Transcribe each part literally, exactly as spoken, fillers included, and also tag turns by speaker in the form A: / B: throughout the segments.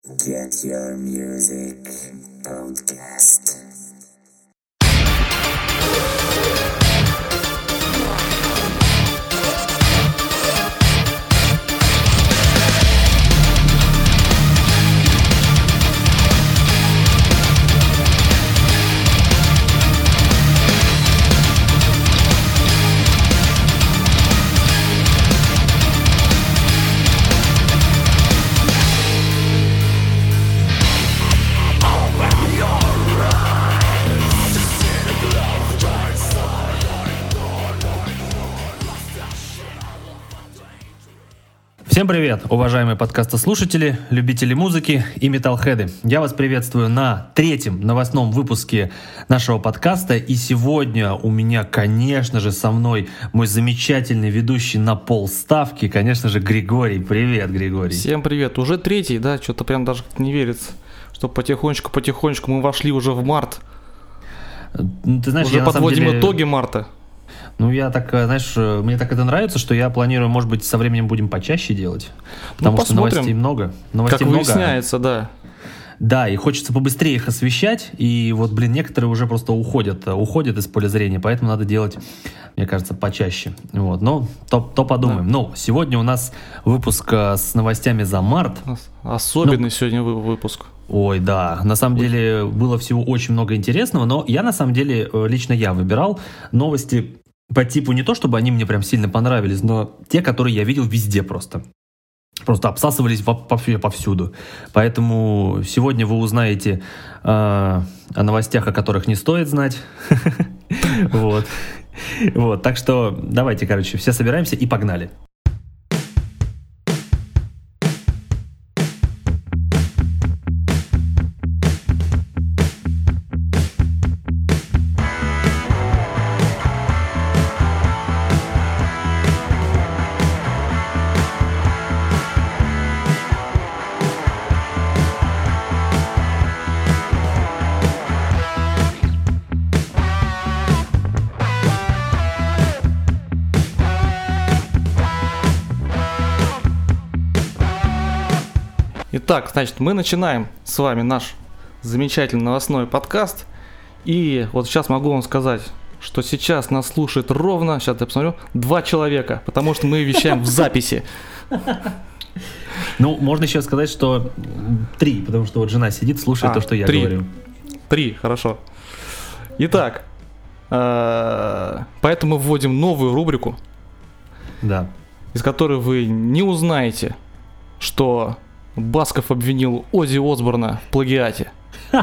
A: Get Your Music Podcast.
B: Всем привет, уважаемые подкастослушатели, любители музыки и металлхеды. Я вас приветствую на третьем новостном выпуске нашего подкаста. И сегодня у меня, конечно же, со мной мой замечательный ведущий на полставки, конечно же, Григорий. Привет, Григорий.
C: Всем привет. Уже третий, да, что-то прям даже не верится, что потихонечку-потихонечку мы вошли уже в март.
B: Ты знаешь,
C: уже
B: я,
C: подводим
B: деле...
C: итоги марта.
B: Ну, я так, знаешь, мне так это нравится, что я планирую, может быть, со временем будем почаще делать. Потому
C: ну,
B: что новостей много. Новостей
C: как
B: много.
C: выясняется, да.
B: Да, и хочется побыстрее их освещать. И вот, блин, некоторые уже просто уходят, уходят из поля зрения. Поэтому надо делать, мне кажется, почаще. Вот, но то, то подумаем. Да. Ну, сегодня у нас выпуск с новостями за март.
C: Особенный ну, сегодня выпуск.
B: Ой, да, на самом деле было всего очень много интересного. Но я, на самом деле, лично я выбирал новости по типу не то, чтобы они мне прям сильно понравились, но те, которые я видел везде просто. Просто обсасывались повсюду. Поэтому сегодня вы узнаете э, о новостях, о которых не стоит знать. Вот. Вот. Так что давайте, короче, все собираемся и погнали.
C: Итак, значит, мы начинаем с вами наш замечательный новостной подкаст. И вот сейчас могу вам сказать, что сейчас нас слушает ровно, сейчас я посмотрю, два человека, потому что мы вещаем в записи.
B: Ну, можно еще сказать, что три, потому что вот жена сидит, слушает
C: а,
B: то, что я
C: три.
B: говорю.
C: Три, хорошо. Итак, поэтому вводим новую рубрику,
B: да.
C: из которой вы не узнаете, что Басков обвинил Оззи Осборна в плагиате.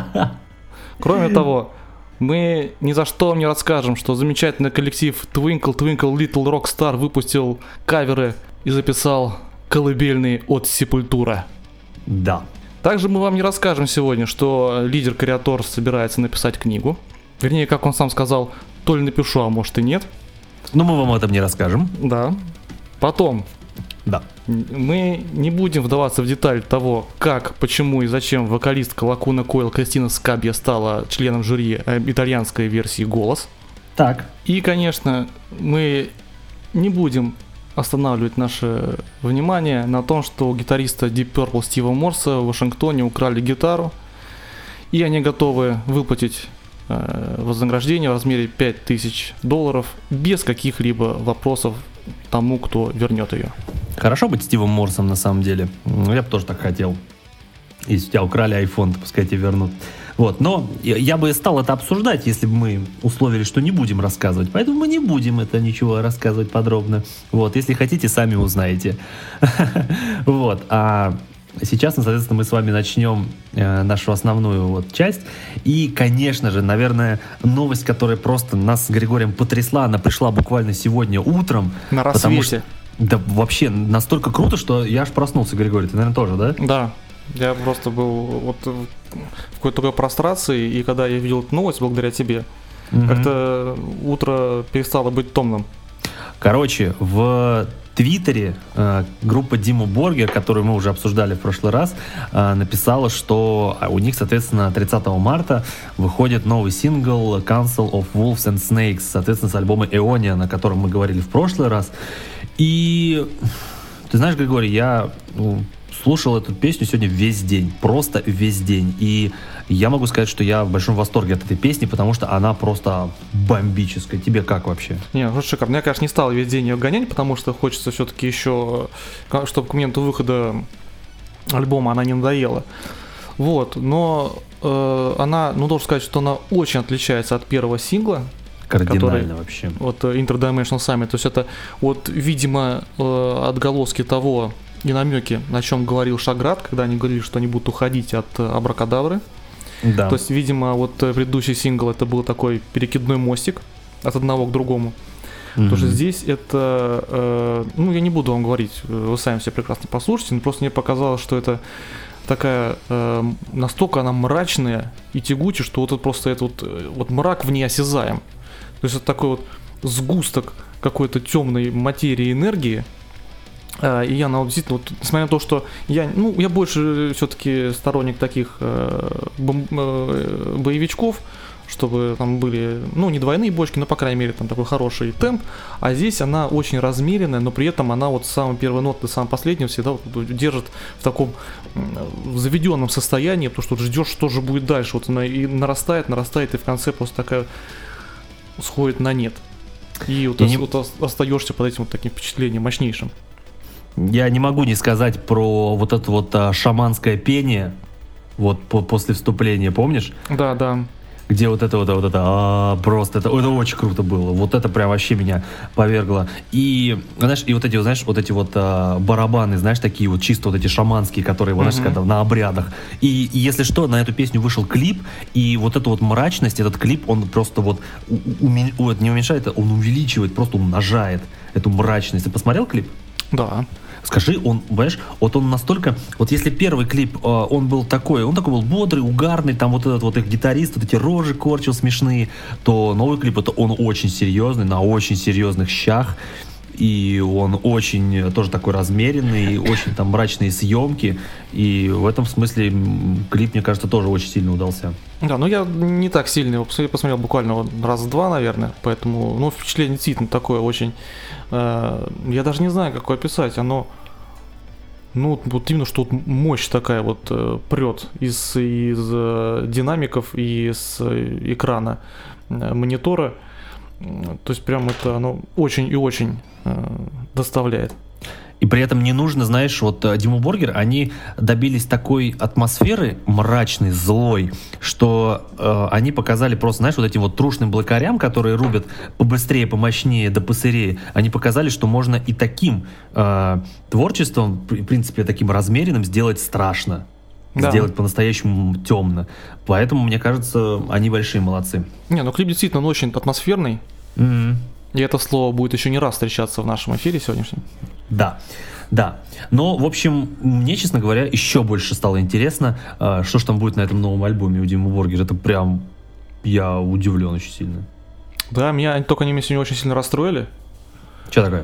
C: Кроме того, мы ни за что вам не расскажем, что замечательный коллектив Twinkle Twinkle Little Rockstar выпустил каверы и записал колыбельные от Sepultura.
B: Да.
C: Также мы вам не расскажем сегодня, что лидер Creator собирается написать книгу. Вернее, как он сам сказал, то ли напишу, а может и нет.
B: Но мы вам об этом не расскажем.
C: Да. Потом...
B: Да.
C: Мы не будем вдаваться в деталь того, как, почему и зачем вокалистка Лакуна Койл Кристина Скабья стала членом жюри итальянской версии «Голос».
B: Так.
C: И, конечно, мы не будем останавливать наше внимание на том, что у гитариста Deep Purple Стива Морса в Вашингтоне украли гитару, и они готовы выплатить э, вознаграждение в размере пять тысяч долларов без каких-либо вопросов тому, кто вернет ее.
B: Хорошо быть Стивом Морсом на самом деле. Я бы тоже так хотел. Если у тебя украли iPhone, то пускай тебе вернут. Вот. Но я бы стал это обсуждать, если бы мы условили, что не будем рассказывать. Поэтому мы не будем это ничего рассказывать подробно. Вот. Если хотите, сами узнаете. Вот. А сейчас, соответственно, мы с вами начнем нашу основную вот часть. И, конечно же, наверное, новость, которая просто нас с Григорием потрясла, она пришла буквально сегодня утром.
C: На рассвете.
B: Да вообще настолько круто, что я аж проснулся, Григорий. Ты, наверное, тоже, да?
C: Да. Я просто был вот в какой-то такой прострации, и когда я видел эту новость благодаря тебе, угу. как-то утро перестало быть томным.
B: Короче, в Твиттере э, группа Dimmu Borgir, которую мы уже обсуждали в прошлый раз, э, написала, что у них, соответственно, тридцатого марта выходит новый сингл Council of Wolves and Snakes, соответственно, с альбома Aeonian, о котором мы говорили в прошлый раз. И ты знаешь, Григорий, я ну, слушал эту песню сегодня весь день, просто весь день. И я могу сказать, что я в большом восторге от этой песни, потому что она просто бомбическая. Тебе как вообще?
C: Не, ну шикарно. Я, конечно, не стал весь день ее гонять, потому что хочется все-таки еще, чтобы к моменту выхода альбома она не надоела. Вот, но э, она, ну, должен сказать, что она очень отличается от первого сингла.
B: Кардинально
C: который,
B: вообще.
C: Вот Interdimensional Summit. То есть это вот, видимо, э, отголоски того и намеки, на чем говорил Шаград, когда они говорили, что они будут уходить от э, Абракадабры.
B: Да.
C: То есть, видимо, вот предыдущий сингл это был такой перекидной мостик от одного к другому. Mm-hmm. Потому что здесь это, э, ну, я не буду вам говорить, вы сами все прекрасно послушайте, но просто мне показалось, что это такая, э, настолько она мрачная и тягучая, что вот это просто это вот, вот мрак в ней осязаем. То есть это такой вот сгусток какой-то темной материи, энергии. Э, и я, ну, действительно, вот, несмотря на то, что я, ну, я больше все-таки сторонник таких э, бом- э, боевичков, чтобы там были, ну, не двойные бочки, но, по крайней мере, там такой хороший темп. А здесь она очень размеренная, но при этом она вот с самой первой ноты до самой последней всегда вот держит в таком в заведенном состоянии, потому что вот ждешь, что же будет дальше. Вот она и нарастает, нарастает, и в конце просто такая сходит на нет. И вот, ос- не... вот остаешься под этим вот таким впечатлением мощнейшим.
B: Я не могу не сказать про вот это вот а, шаманское пение вот по- после вступления, помнишь?
C: Да, да.
B: Где вот это вот, вот это, а, просто, это, это очень круто было. Вот это прям вообще меня повергло. И, знаешь, и вот эти, знаешь, вот эти вот а, барабаны, знаешь, такие вот чисто вот эти шаманские, которые, mm-hmm. знаешь, когда на обрядах. И, и если что, на эту песню вышел клип, и вот эту вот мрачность, этот клип, он просто вот, у, у, вот не уменьшает, он увеличивает, просто умножает эту мрачность. Ты посмотрел клип?
C: Да.
B: Скажи, он, понимаешь, вот он настолько... Вот если первый клип, он был такой, он такой был бодрый, угарный, там вот этот вот их гитарист, вот эти рожи корчил смешные, то новый клип, это он очень серьезный, на очень серьезных щах, и он очень тоже такой размеренный, очень там мрачные съемки, и в этом смысле клип, мне кажется, тоже очень сильно удался.
C: Да, но я не так сильно его посмотрел, буквально раз-два, наверное, поэтому, ну, впечатление действительно такое очень... Э, я даже не знаю, как его описать, оно... Ну, вот именно, что вот мощь такая вот э, прет из, из э, динамиков и из э, экрана э, монитора. То есть прям это оно очень и очень э, доставляет.
B: И при этом не нужно, знаешь, вот Dimmu Borgir, они добились такой атмосферы мрачной, злой, что э, они показали просто, знаешь, вот этим вот трушным блокарям, которые рубят побыстрее, помощнее, да посырее, они показали, что можно и таким э, творчеством, в принципе, таким размеренным сделать страшно. Да. Сделать по-настоящему темно. Поэтому, мне кажется, они большие молодцы.
C: Не, ну клип действительно он очень атмосферный.
B: Mm-hmm.
C: И это слово будет еще не раз встречаться в нашем эфире сегодняшнем.
B: Да, да. Но, в общем, мне, честно говоря, еще больше стало интересно, что же там будет на этом новом альбоме у Dimmu Borgir. Это прям... Я удивлен очень сильно.
C: Да, меня только они меня сегодня очень сильно расстроили.
B: Что такое?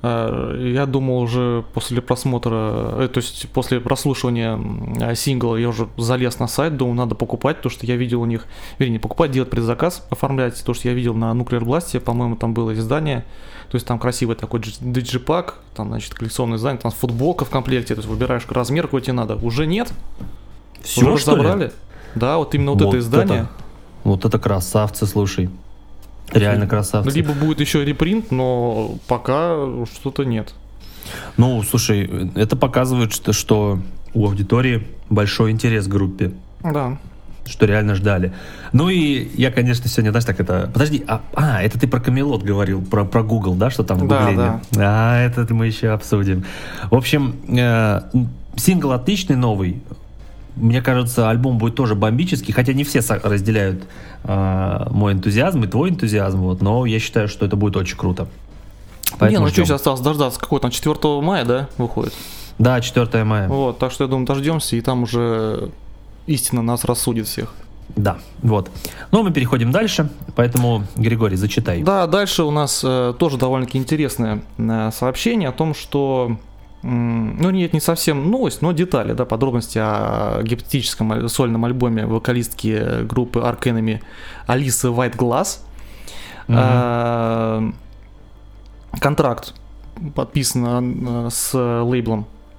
C: Я думал уже после просмотра, то есть после прослушивания сингла я уже залез на сайт, думал, надо покупать, потому что я видел у них, вернее, не покупать, делать предзаказ, оформлять, то, что я видел на Nuclear Blast, по-моему, там было издание, то есть там красивый такой диджипак, там, значит, коллекционное издание, там футболка в комплекте, то есть выбираешь размер, какой тебе надо. Уже нет?
B: Все,
C: уже разобрали? Да, вот именно вот, вот это издание.
B: Это, вот это красавцы, слушай. Реально красавцы.
C: Либо будет еще репринт, но пока что-то нет.
B: Ну, слушай, это показывает, что, что у аудитории большой интерес к группе.
C: Да.
B: Что реально ждали. Ну и я, конечно, сегодня, знаешь, так это... Подожди, а, а это ты про Камелот говорил, про, про Google, да, что там в
C: да,
B: гуглении?
C: Да.
B: А, это мы еще обсудим. В общем, э, сингл отличный, новый. Мне кажется, альбом будет тоже бомбический, хотя не все разделяют э, мой энтузиазм и твой энтузиазм, вот, но я считаю, что это будет очень круто.
C: Поэтому не, ну ждем. Что, сейчас осталось дождаться, какой там четвёртого мая, да, выходит?
B: Да, четвёртого мая.
C: Вот, так что я думаю, дождемся, и там уже истина нас рассудит всех.
B: Да, вот. Ну, мы переходим дальше, поэтому, Григорий, зачитай.
C: Да, дальше у нас э, тоже довольно-таки интересное э, сообщение о том, что... Ну, нет, не совсем новость, но детали, да, подробности о гипотетическом сольном альбоме вокалистки группы Arch Enemy Алисы Whiteglass. Mm-hmm. А, контракт подписан с лейблом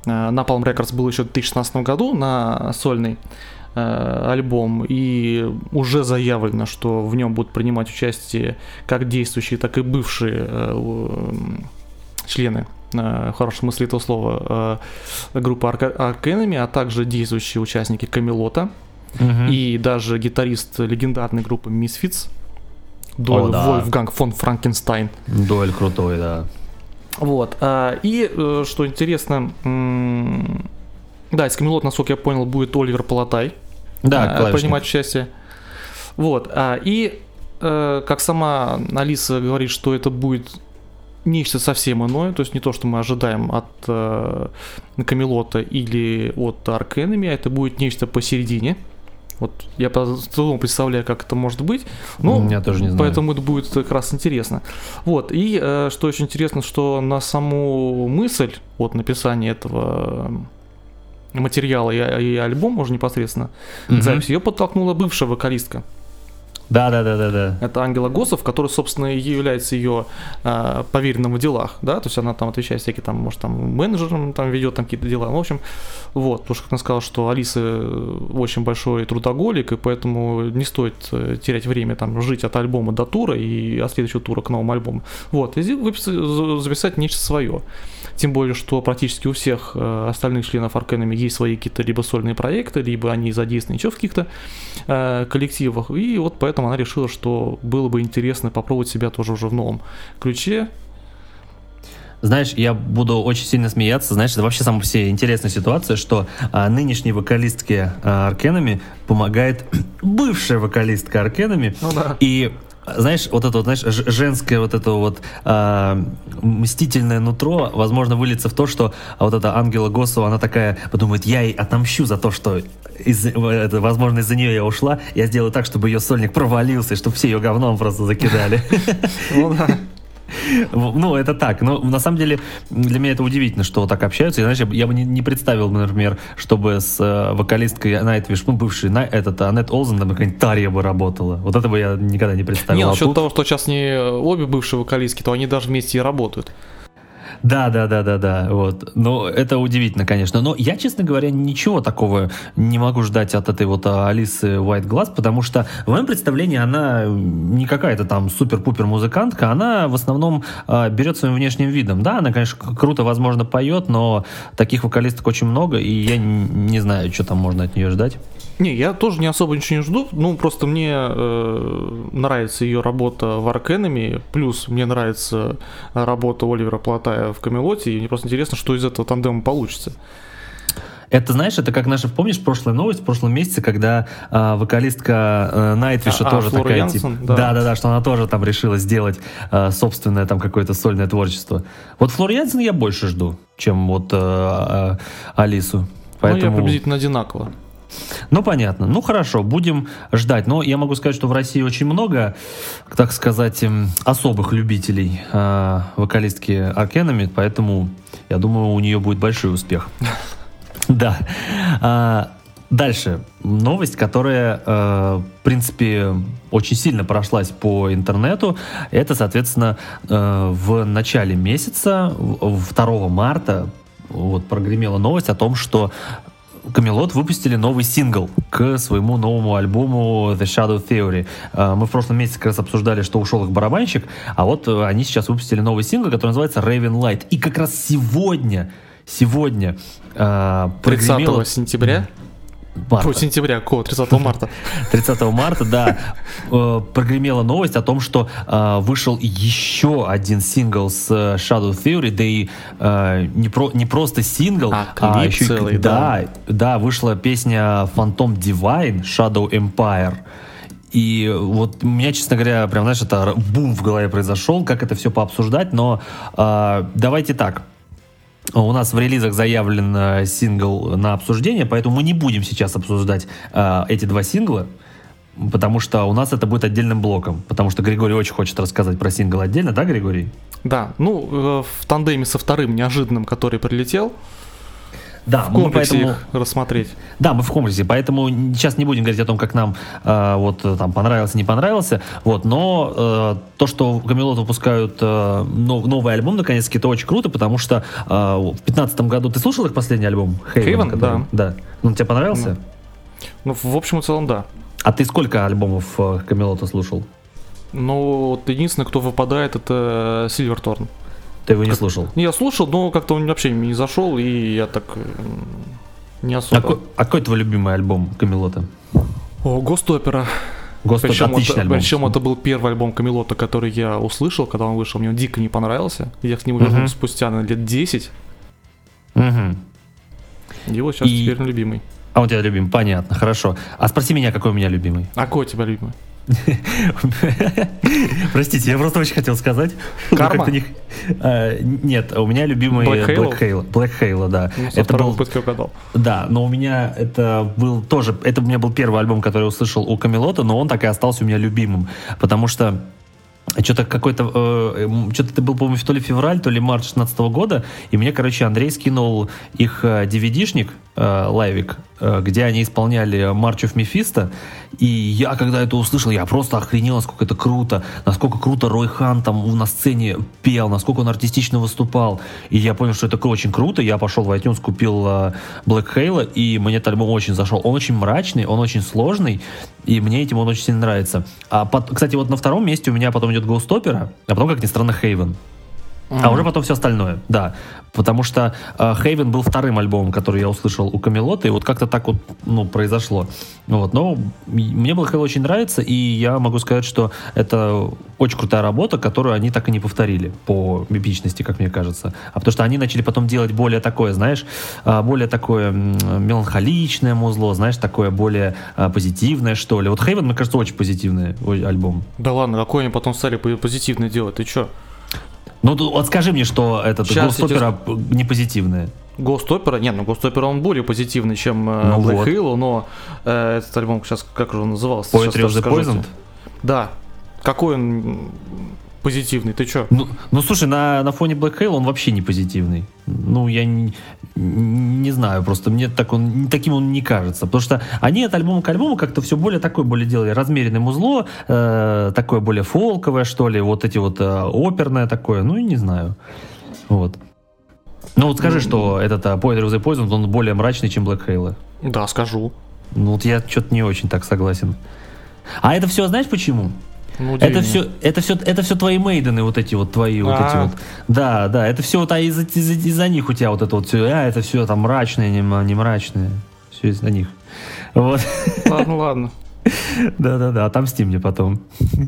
C: Napalm Records был еще в две тысячи шестнадцатом году на сольный э, альбом, и уже заявлено, что в нем будут принимать участие как действующие, так и бывшие э, члены, э, в хорошем смысле этого слова, э, группы Arch Enemy, а также действующие участники Камелота, угу. и даже гитарист легендарной группы Misfits, Дойль да. Вольфганг фон Франкенштайн.
B: Дойль крутой, да.
C: Вот. И что интересно, да, из Камелот, насколько я понял, будет Оливер Полотай
B: да,
C: принимать участие. Вот. И как сама Алиса говорит, что это будет нечто совсем иное, то есть не то, что мы ожидаем от Камелота или от Arch Enemy, а это будет нечто посередине. Вот я представляю, как это может быть. Ну,
B: я тоже не знаю.
C: Поэтому это будет как раз интересно. Вот. И э, что очень интересно, что на саму мысль от написания этого материала и, и альбома уже непосредственно mm-hmm. запись, ее подтолкнула бывшая вокалистка.
B: Да, да, да, да, да.
C: Это Ангела Госов, который, собственно, и является ее э, поверенным в делах, да, то есть она там отвечает всякие там, может, там менеджером там ведет там какие-то дела, ну, в общем, вот, потому что, как она сказала, что Алиса очень большой трудоголик, и поэтому не стоит терять время там жить от альбома до тура и от следующего тура к новому альбому, вот, и здесь выписать, записать нечто свое. Тем более, что практически у всех э, остальных членов Arch Enemy есть свои какие-то либо сольные проекты, либо они задействованы еще в каких-то э, коллективах. И вот поэтому она решила, что было бы интересно попробовать себя тоже уже в новом ключе.
B: Знаешь, я буду очень сильно смеяться. Знаешь, это вообще самая все интересная ситуация, что а, нынешней вокалистке а, Arch Enemy помогает бывшая вокалистка Arch Enemy.
C: Ну, да.
B: И знаешь, вот это вот, знаешь, женское вот это вот э, мстительное нутро, возможно, выльется в то, что вот эта Ангела Госова, она такая подумает, я ей отомщу за то, что, из, это, возможно, из-за нее я ушла, я сделаю так, чтобы ее сольник провалился, и чтобы все ее говном просто закидали.
C: Ну да.
B: Ну, это так. Но на самом деле для меня это удивительно, что так общаются. И, знаешь, я, я бы не, не представил, например, чтобы с э, вокалисткой Nightwish, ну, бывшей, на, этот, Аннет Олзен, там какая-нибудь Тарья бы работала. Вот это бы я никогда не представил.
C: Не,
B: а
C: насчет
B: тут...
C: того, что сейчас не обе бывшие вокалистки, то они даже вместе и работают.
B: Да, да, да, да, да, вот. Но это удивительно, конечно. Но я, честно говоря, ничего такого не могу ждать от этой вот Алисы White Glass, потому что в моем представлении она не какая-то там супер-пупер музыкантка, она в основном э, берет своим внешним видом. Да, она, конечно, круто, возможно, поет, но таких вокалисток очень много, и я не, не знаю, что там можно от нее ждать.
C: Не, я тоже не особо ничего не жду, ну, просто мне э, нравится ее работа в Arch Enemy, плюс мне нравится работа Оливера Полотая в Камелоте, и мне просто интересно, что из этого тандема получится.
B: Это, знаешь, это как наша, помнишь, прошлая новость в прошлом месяце, когда э, вокалистка э, Nightwish а, тоже а, такая,
C: Янсен,
B: типа,
C: да.
B: да-да-да, что она тоже там решила сделать э, собственное там какое-то сольное творчество. Вот Флор Янсен я больше жду, чем вот э, э, Алису. Поэтому...
C: Ну, я приблизительно одинаково.
B: Ну, понятно. Ну, хорошо, будем ждать. Но я могу сказать, что в России очень много, так сказать, особых любителей э, вокалистки Arch Enemy, поэтому, я думаю, у нее будет большой успех. Да. Дальше. Новость, которая, в принципе, очень сильно прошлась по интернету. Это, соответственно, в начале месяца, второго марта, вот, прогремела новость о том, что Камелот выпустили новый сингл к своему новому альбому The Shadow Theory. Мы в прошлом месяце как раз обсуждали, что ушел их барабанщик, а вот они сейчас выпустили новый сингл, который называется Raven Light. И как раз сегодня, сегодня
C: тридцатого сентября Марта. О, сентября, какого? тридцатого марта.
B: тридцатого марта, да. Э, прогремела новость о том, что э, вышел еще один сингл с Shadow Theory, да и э, не, про, не просто сингл,
C: а, а еще целый,
B: да, да. Да, вышла песня Phantom Divine Shadow Empire. И вот у меня, честно говоря, прям, знаешь, это бум в голове произошел, как это все пообсуждать, но э, давайте так. У нас в релизах заявлен э, сингл на обсуждение, поэтому мы не будем сейчас обсуждать э, эти два сингла, потому что у нас это будет отдельным блоком, потому что Григорий очень хочет рассказать про сингл отдельно, да, Григорий?
C: Да, ну, э, в тандеме со вторым неожиданным, который прилетел.
B: Да,
C: в
B: мы
C: комплексе
B: поэтому...
C: их рассмотреть.
B: Да, мы в комплексе, поэтому сейчас не будем говорить о том, как нам э, вот там понравился, не понравился, вот, но э, то, что Камелот выпускают э, нов, новый альбом, наконец-таки, это очень круто, потому что э, в пятнадцатом году ты слушал их последний альбом?
C: Haven,
B: который... да. Да. Ну, тебе понравился?
C: Ну, в общем и целом, да.
B: А ты сколько альбомов э, Камелота слушал?
C: Ну, вот единственное, кто выпадает, это Silverthorn.
B: Ты его не как... слушал?
C: Я слушал, но как-то он вообще не зашел, и я так не особо.
B: А, ко- а какой твой любимый альбом Камелота?
C: О, Ghost Opera.
B: Ghost Opera, отличный
C: это,
B: альбом.
C: Причем это был первый альбом Камелота, который я услышал, когда он вышел. Мне он дико не понравился. Я к нему вернулся uh-huh. спустя на лет десять.
B: Uh-huh.
C: Его сейчас
B: и...
C: теперь любимый.
B: А у тебя любимый, понятно, хорошо. А спроси меня, какой у меня любимый.
C: А какой у тебя любимый?
B: Простите, я просто очень хотел сказать.
C: Карма?
B: Не... А, нет, у меня любимый
C: Black Halo.
B: Black Halo, Black Halo, да.
C: Ну,
B: это был...
C: угадал.
B: Да, но у меня это был тоже, это у меня был первый альбом, который я услышал у Камелота, но он так и остался у меня любимым, потому что что-то какой-то, э, что-то это был, по-моему, то ли февраль, то ли март шестнадцатого года, и мне, короче, Андрей скинул их ди ви ди-шник, э, лайвик, э, где они исполняли March of Mephisto, и я, когда это услышал, я просто охренел, насколько это круто, насколько круто Рой Хан там на сцене пел, насколько он артистично выступал, и я понял, что это очень круто, я пошел в iTunes, купил э, Black Halo, и мне этот альбом очень зашел, он очень мрачный, он очень сложный, и мне этим он очень сильно нравится. А, под, кстати, вот на втором месте у меня потом идет Ghost Opera, а потом, как ни странно, Haven. Mm-hmm. А уже потом все остальное, да. Потому что э, Haven был вторым альбомом, который я услышал у Камелота, и вот как-то так вот, ну, произошло. Вот. Но мне Black Halo очень нравится, и я могу сказать, что это очень крутая работа, которую они так и не повторили по эпичности, как мне кажется. А потому что они начали потом делать более такое, знаешь, более такое меланхоличное музло, знаешь, такое более позитивное, что ли. Вот Haven, мне кажется, очень позитивный альбом.
C: Да ладно, какой они потом стали позитивно делать, ты чё?
B: Ну, вот скажи мне, что этот Ghost Opera не позитивная.
C: Ghost Opera, нет, ну Ghost Opera он более позитивный, чем э, ну Black вот. Halo, но э, этот альбом сейчас, как же он назывался?
B: Poetry of the Poisoned?
C: Да. Какой он позитивный, ты чё?
B: Ну, ну слушай, на, на фоне Black Halo он вообще не позитивный. Ну, я не, не знаю, просто мне так он, таким он не кажется. Потому что они от альбома к альбому как-то все более такое, более делали размеренное музло, э, такое более фолковое, что ли, вот эти вот э, оперное такое, ну, не знаю. Вот. Ну, вот скажи, mm-hmm. что этот uh, Poetry of the Poisoned, он более мрачный, чем Black Halo.
C: Да, скажу.
B: Ну, вот я что-то не очень так согласен. А это все, знаешь почему?
C: Ну,
B: это все, это все, это все твои мейдены, вот эти вот твои, вот эти вот. Да, да, это все вот, а из-за, из-за, из-за них у тебя вот это вот все, а это все там мрачное, не, не мрачное, все из-за них. Вот.
C: Ладно, ладно.
B: Да-да-да, отомсти мне потом.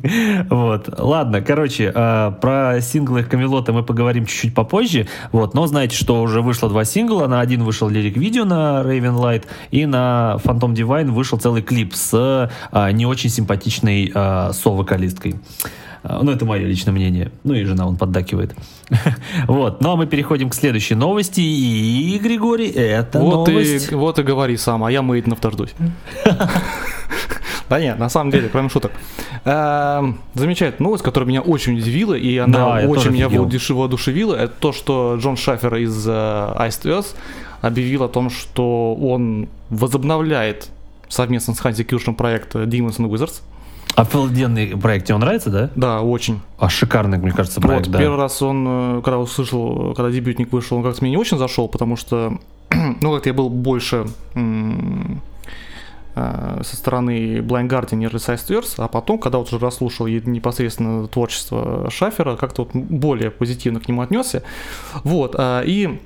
B: Вот, ладно, короче, э, про синглы Камелота мы поговорим чуть-чуть попозже, вот, но знаете, что уже вышло два сингла, на один вышел лирик-видео на Raven Light, и на Phantom Divine вышел целый клип с э, не очень симпатичной э, сол-вокалисткой. Ну, это мое личное мнение. Ну, и жена, он поддакивает. Вот. Ну, а мы переходим к следующей новости. И, Григорий, это
C: вот
B: новость...
C: И, вот и говори сам, а я мейденов дождусь. Да нет, на самом деле, кроме шуток. Замечательная новость, которая меня очень удивила, и она очень меня воодушевила. Это то, что Джон Шаффер из Iced Earth объявил о том, что он возобновляет совместно с Ханзи Кюршем проект Demons and Wizards.
B: Офигенный проект, тебе он нравится, да?
C: Да, очень.
B: А шикарный, мне кажется, проект,
C: вот,
B: да.
C: Первый раз он, когда услышал, когда дебютник вышел, он как-то мне не очень зашел, потому что, ну, как-то я был больше м- э, со стороны Blind Guardian, нежели с Iced Earth, а потом, когда вот уже расслушал непосредственно творчество Шаффера, как-то вот более позитивно к нему отнесся. Вот, э, и...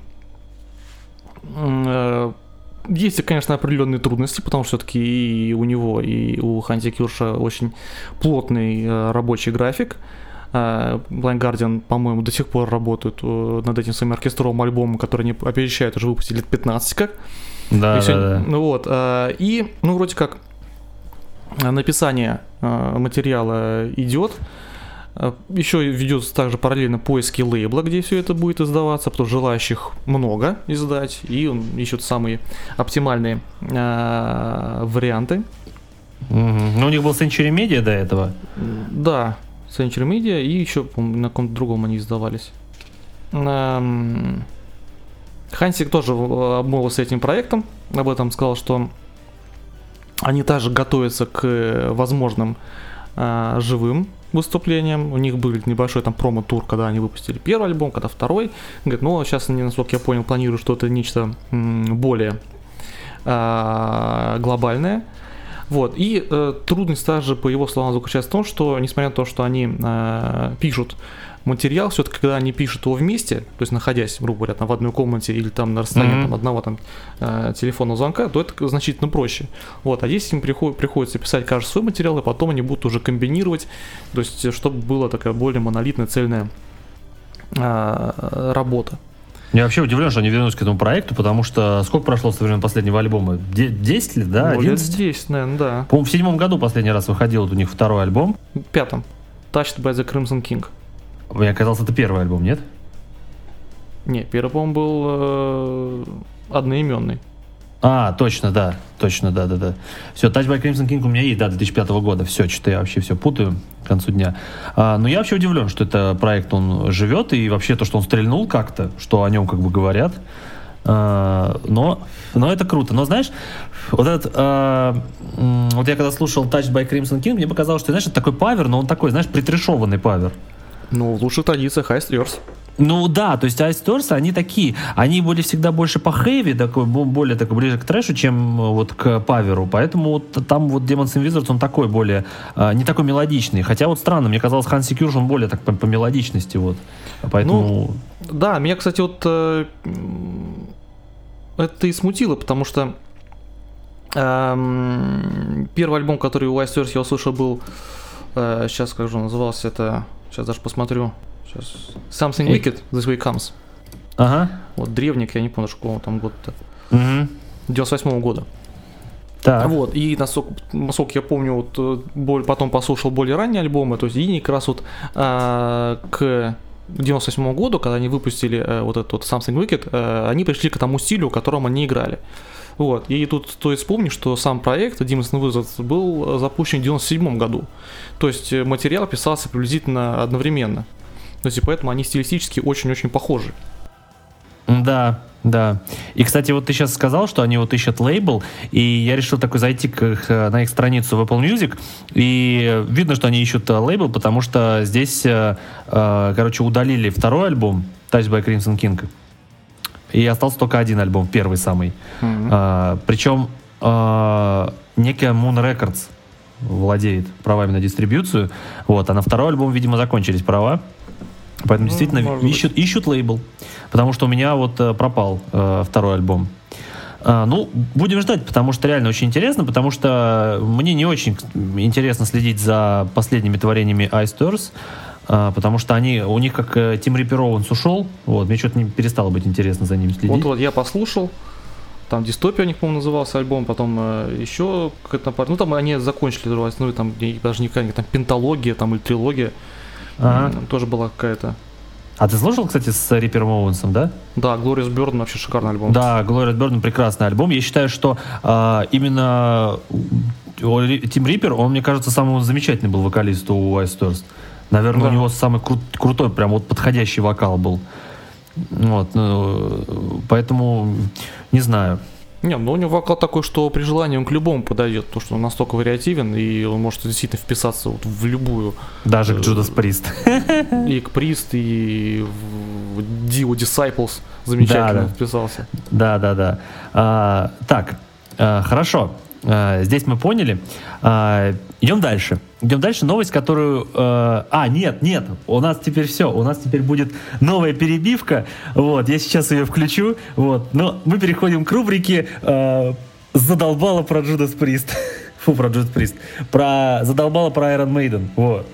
C: Э, Есть, конечно, определенные трудности, потому что все-таки и у него, и у Ханзи Кюрша очень плотный э, рабочий график. Э, Blind Guardian, по-моему, до сих пор работают э, над этим своим оркестровым альбомом, который они обещают уже выпустить лет пятнадцать как.
B: Да,
C: и
B: да, да.
C: Ну вот, э, и, ну, вроде как написание э, материала идет. Еще ведется также параллельно поиски лейбла, где все это будет издаваться, потому что желающих много издать, и он ищет самые оптимальные э, варианты.
B: Mm-hmm. Ну, у них был Century Media до этого.
C: Да, Century Media, и еще, по-моему, на каком-то другом они издавались. Эм... Хансик тоже обмолвился этим проектом, об этом сказал, что они также готовятся к возможным э, живым выступлениям. У них был небольшой там промо-тур, когда они выпустили первый альбом, когда второй. Говорит, ну сейчас они, насколько я понял, планируют что-то нечто м, более э, глобальное. Вот. И э, трудность также, по его словам, заключается в том, что, несмотря на то, что они э, пишут материал, все-таки, когда они пишут его вместе, то есть находясь, грубо говоря, там, в одной комнате или там на расстоянии mm-hmm. там, одного там, э, телефонного звонка, то это значительно проще. Вот. А здесь им приход, приходится писать каждый свой материал, и потом они будут уже комбинировать, то есть чтобы была такая более монолитная, цельная э, работа.
B: Я вообще удивлен, что они вернулись к этому проекту, потому что сколько прошло со времен последнего альбома? десять лет, да?
C: Ну, лет десять, наверное, да.
B: По-моему, в седьмом году последний раз выходил у них второй альбом.
C: В пятом. Touched by the Crimson King.
B: Мне казалось, это первый альбом, нет?
C: Не, первый, по-моему, был э, одноименный.
B: А, точно, да, точно, да-да-да. Все, Touched by Crimson King у меня есть, да, две тысячи пятого года. Все, что-то я вообще все путаю к концу дня. А, но я вообще удивлен, что это проект, он живет, и вообще то, что он стрельнул как-то, что о нем как бы говорят. А, но, но это круто. Но знаешь, вот этот, а, вот я когда слушал Touched by Crimson King, мне показалось, что, знаешь, это такой павер, но он такой, знаешь, притрешованный павер.
C: Ну, в лучших традициях Iced Earth.
B: Ну да, то есть Iced Earth, они такие, они были всегда больше по хэви, такой, более такой ближе к трэшу, чем вот к паверу, поэтому вот там вот Demons and Wizards, он такой более, а, не такой мелодичный, хотя вот странно, мне казалось, Hansi Kürsch, он более так по, по мелодичности, вот, поэтому...
C: Ну, да, меня, кстати, вот э, это и смутило, потому что э, первый альбом, который у Iced Earth я услышал, был, э, сейчас как же он назывался, это, сейчас даже посмотрю, сейчас. Something Wicked, This Way Comes.
B: Ага.
C: Вот древник, я не помню, какого там года-то.
B: Угу.
C: девяносто восьмого года.
B: Так.
C: Вот, и насколько, насколько я помню, вот более, потом послушал более ранние альбомы, то есть и как раз вот а, к девяносто восьмому году, когда они выпустили а, вот этот вот Something Wicked, а, они пришли к тому стилю, в котором они играли. Вот, и тут стоит вспомнить, что сам проект Demons and Wizards был запущен в девяносто седьмом году. То есть материал писался приблизительно одновременно. То есть и поэтому они стилистически очень-очень похожи.
B: Да, да. И, кстати, вот ты сейчас сказал, что они вот ищут лейбл, и я решил такой зайти к их, на их страницу в Apple Music, и видно, что они ищут лейбл, потому что здесь, короче, удалили второй альбом Touched by Crimson King, и остался только один альбом, первый самый. Mm-hmm. А, причем а, некая Moon Records владеет правами на дистрибьюцию, вот, а на второй альбом, видимо, закончились права. Поэтому ну, действительно ищут, ищут лейбл. Потому что у меня вот э, пропал э, второй альбом. Э, ну, будем ждать, потому что реально очень интересно, потому что мне не очень интересно следить за последними творениями Iced Earth, э, потому что они, у них как э, Tim Reaper Owens ушел, вот, мне что-то не перестало быть интересно за ними следить.
C: Вот-вот, я послушал, там Дистопия у них, по-моему, назывался альбом, потом э, еще какая-то, ну там они закончили, ну там даже не какая-то там пенталогия там, или трилогия. Ага. Тоже была какая-то.
B: А ты слушал, кстати, с Рипером Оуэнсом, да?
C: Да, Glorious Burden вообще шикарный альбом.
B: Да, Glorious Burden прекрасный альбом. Я считаю, что э, именно Тим Риппер, он, мне кажется, самый замечательный был вокалист у Iced Earth. Наверное, да. У него самый кру- крутой, прям вот подходящий вокал был. Вот, ну, поэтому не знаю.
C: Не, ну у него вокал такой, что при желании он к любому подойдет, потому что он настолько вариативен, и он может действительно вписаться вот в любую.
B: Даже к Judas Priest.
C: И к Priest, и в Dio Disciples замечательно
B: да, да.
C: вписался.
B: Да, да, да. А, так, а, хорошо. А, здесь мы поняли. А, идем дальше. Идем дальше. Новость, которую... Э, а, нет, нет. У нас теперь все. У нас теперь будет новая перебивка. Вот, я сейчас ее включу. Вот. Но мы переходим к рубрике э, «Задолбало про Judas Priest». Фу, про Judas Priest. Про... Задолбало про Iron Maiden. Вот.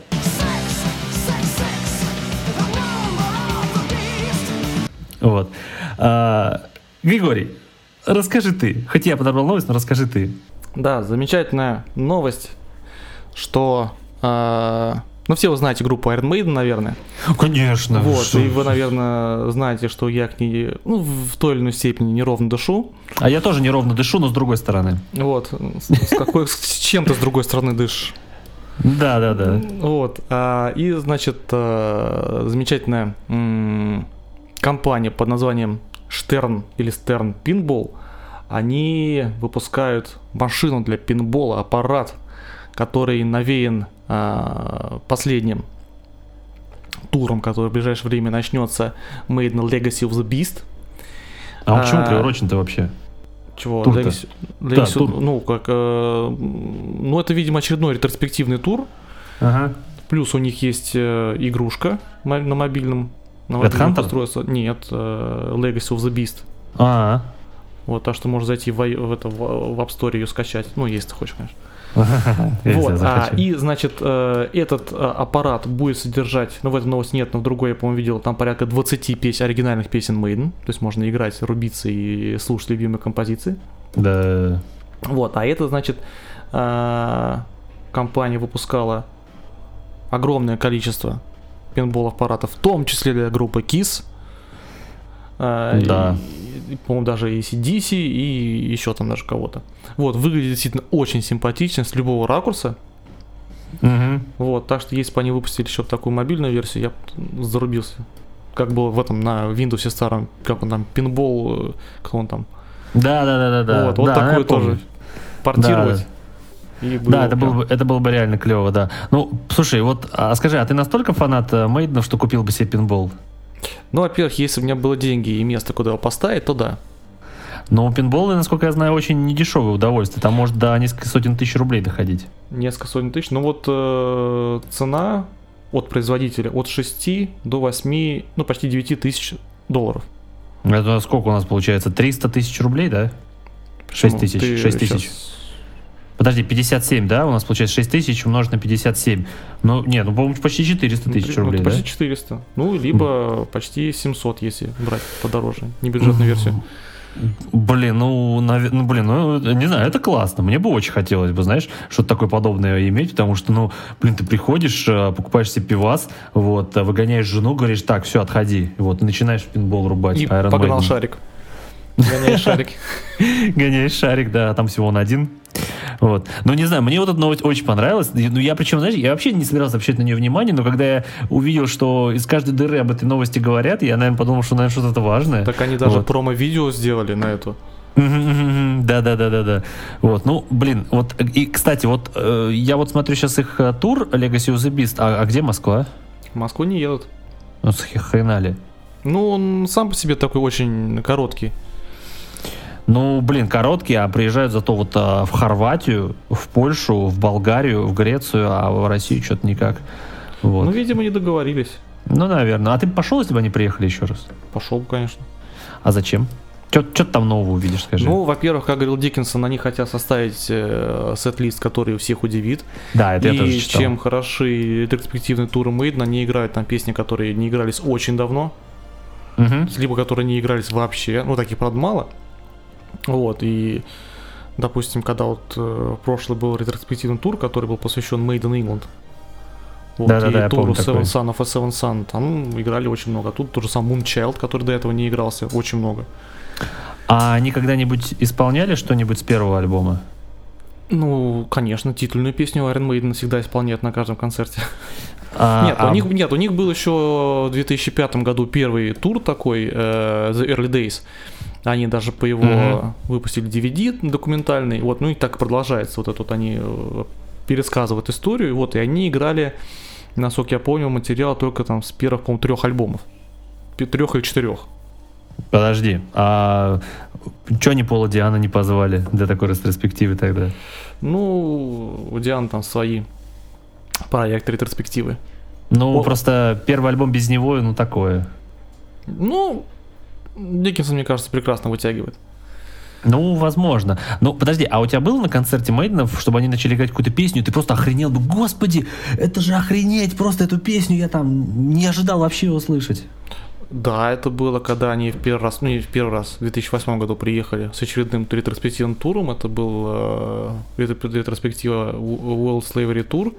B: Вот. А, Григорий, расскажи ты. Хоть я подобрал новость, но расскажи ты.
C: Да, замечательная новость, что, э, ну все вы знаете группу Iron Maiden, наверное.
B: Конечно.
C: Вот,
B: что?
C: и вы, наверное, знаете, что я к ней, ну, в той или иной степени неровно дышу.
B: А я тоже неровно дышу, но с другой стороны.
C: Вот, с, какой, с чем ты с другой стороны дышишь?
B: Да, да, да.
C: Вот, а, и, значит, а, замечательная м- компания под названием Stern или Stern Pinball, они выпускают машину для пинбола, аппарат, который навеян а, последним туром, который в ближайшее время начнется, Maiden Legacy of the Beast.
B: А он к чему
C: А,
B: приурочен-то вообще?
C: Чего?
B: Тур-то?
C: Legacy, Legacy,
B: Да, тур.
C: ну, как, э, ну, это, видимо, очередной ретроспективный тур.
B: Ага.
C: Плюс у них есть э, игрушка мо- на мобильном, на
B: Red
C: мобильном
B: Hunter?
C: устройстве. Нет, э, Legacy of the Beast.
B: А,
C: Вот, так что можно зайти в, в, это, в, в App Store ее скачать. Ну, если ты хочешь, конечно.
B: я
C: Вот,
B: тебя
C: а,
B: захочу.
C: и, значит, э, этот э, аппарат будет содержать, ну, в этой новости нет, но в другой, я, по-моему, видел, там порядка двадцать песен, оригинальных песен Maiden. То есть можно играть, рубиться и слушать любимые композиции.
B: Да.
C: Вот, а это, значит, э, компания выпускала огромное количество пинбол-аппаратов, в том числе для группы Kiss. э,
B: Да.
C: и, и, по-моему, даже и си ди си, и еще там даже кого-то. Вот, выглядит действительно очень симпатично с любого ракурса.
B: Мгм.
C: Вот, так что если бы они выпустили еще такую мобильную версию, я бы зарубился. Как было в этом, на Windows старом, как он там, пинбол, как он там.
B: Да, да, да, да, да.
C: вот, вот
B: Да,
C: такое
B: я помню.
C: тоже портировать. И было
B: Да, это
C: прям-
B: было, бы, это было бы реально клево, да. Ну, слушай, вот, а скажи, а ты настолько фанат э, Мейденов, что купил бы себе пинбол?
C: Ну, во-первых, если у меня было деньги и место, куда его поставить, то да.
B: Но пинболы, насколько я знаю, очень недешевое удовольствие. Там может до нескольких сотен тысяч рублей доходить.
C: Несколько сотен тысяч. Ну вот э, цена от производителя от шести до восьми, ну почти девяти тысяч долларов.
B: Это сколько у нас получается? триста тысяч рублей, да? шесть
C: Ну,
B: тысяч.
C: ты
B: шесть тысяч.
C: щас-
B: Подожди, пятьдесят семь, да? У нас получается шесть тысяч умножить на пятьдесят семь. Ну, не, ну, по-моему, почти четыреста тысяч
C: ну,
B: рублей,
C: это
B: да?
C: почти четыреста. Ну, либо почти семьсот, если брать подороже. Небюджетную версию.
B: Блин, ну, наве- ну, блин, ну, не знаю, это классно. Мне бы очень хотелось бы, знаешь, что-то такое подобное иметь, потому что, ну, блин, ты приходишь, э, покупаешь себе пивас, вот, э, выгоняешь жену, говоришь, так, все, отходи, вот, и начинаешь в пинбол рубать.
C: И
B: Iron
C: погнал
B: Maiden.
C: шарик. Гоняешь шарик.
B: Гоняешь шарик, да, там всего он один. Вот. Ну, не знаю, мне вот эта новость очень понравилась. Ну, я причем, знаешь, я вообще не собирался обращать на нее внимание, но когда я увидел, что из каждой дыры об этой новости говорят, я, наверное, подумал, что, наверное, что-то важное.
C: Так они даже
B: Вот.
C: промо-видео сделали на эту.
B: Да, да, да, да, да. Вот, ну, блин, вот, и, кстати, вот э, я вот смотрю сейчас их э, тур Legacy of the Beast, а, а где Москва?
C: В Москву не едут.
B: Ну, с хрена ли?
C: Ну, он сам по себе такой очень короткий.
B: Ну, блин, короткие, а приезжают зато вот а, в Хорватию, в Польшу, в Болгарию, в Грецию, а в Россию что-то никак. Вот.
C: Ну, видимо, не договорились.
B: Ну, наверное. А ты бы пошел, если бы они приехали еще раз?
C: Пошел, конечно.
B: А зачем? Что ты там нового увидишь, скажи?
C: Ну, во-первых, как говорил Диккенсон, они хотят составить э, сет-лист, который всех удивит.
B: да, это
C: И
B: я тоже читал.
C: чем хороши ретроспективные туры Maiden, они играют там песни, которые не игрались очень давно,
B: Мгм.
C: либо которые не игрались вообще. Ну, таких, правда, мало. Вот, и, допустим, когда вот э, прошлый был ретроспективный тур, который был посвящен Made in England, вот,
B: Да-да-да, я
C: и туру
B: помню такой.
C: Seven Son of a Seven Son, там играли очень много. А тут тот же сам Moonchild, который до этого не игрался, очень много.
B: А они когда-нибудь исполняли что-нибудь с первого альбома?
C: Ну, конечно, титульную песню Iron Maiden всегда исполняют на каждом концерте.
B: А,
C: Нет,
B: а-
C: у них, нет, у них был еще в две тысячи пятом году первый тур такой, э, The Early Days. Они даже по его
B: Мгм.
C: выпустили ди ви ди документальный. Вот, ну и так продолжается. Вот это вот они э, пересказывают историю. Вот, и они играли, насколько я помню, материал только там с первых, по-моему, трех альбомов. Трех или четырех.
B: Подожди, а что они Пола Диана не позвали для такой ретроспективы тогда?
C: Ну, у Дианы там свои проекты, ретроспективы.
B: Ну,
C: О.
B: просто первый альбом без него, ну, такое.
C: Ну, Диккенсон, мне кажется, прекрасно вытягивает.
B: Ну, возможно. Ну, подожди, а у тебя было на концерте Мейденов, чтобы они начали играть какую-то песню, и ты просто охренел бы, господи, это же охренеть, просто эту песню я там не ожидал вообще его слышать.
C: Да, это было, когда они в первый раз, ну не в первый раз, в две тысячи восьмом году приехали с очередным ретроспективным туром. Это был э, ретро- ретроспектива World Slavery Tour.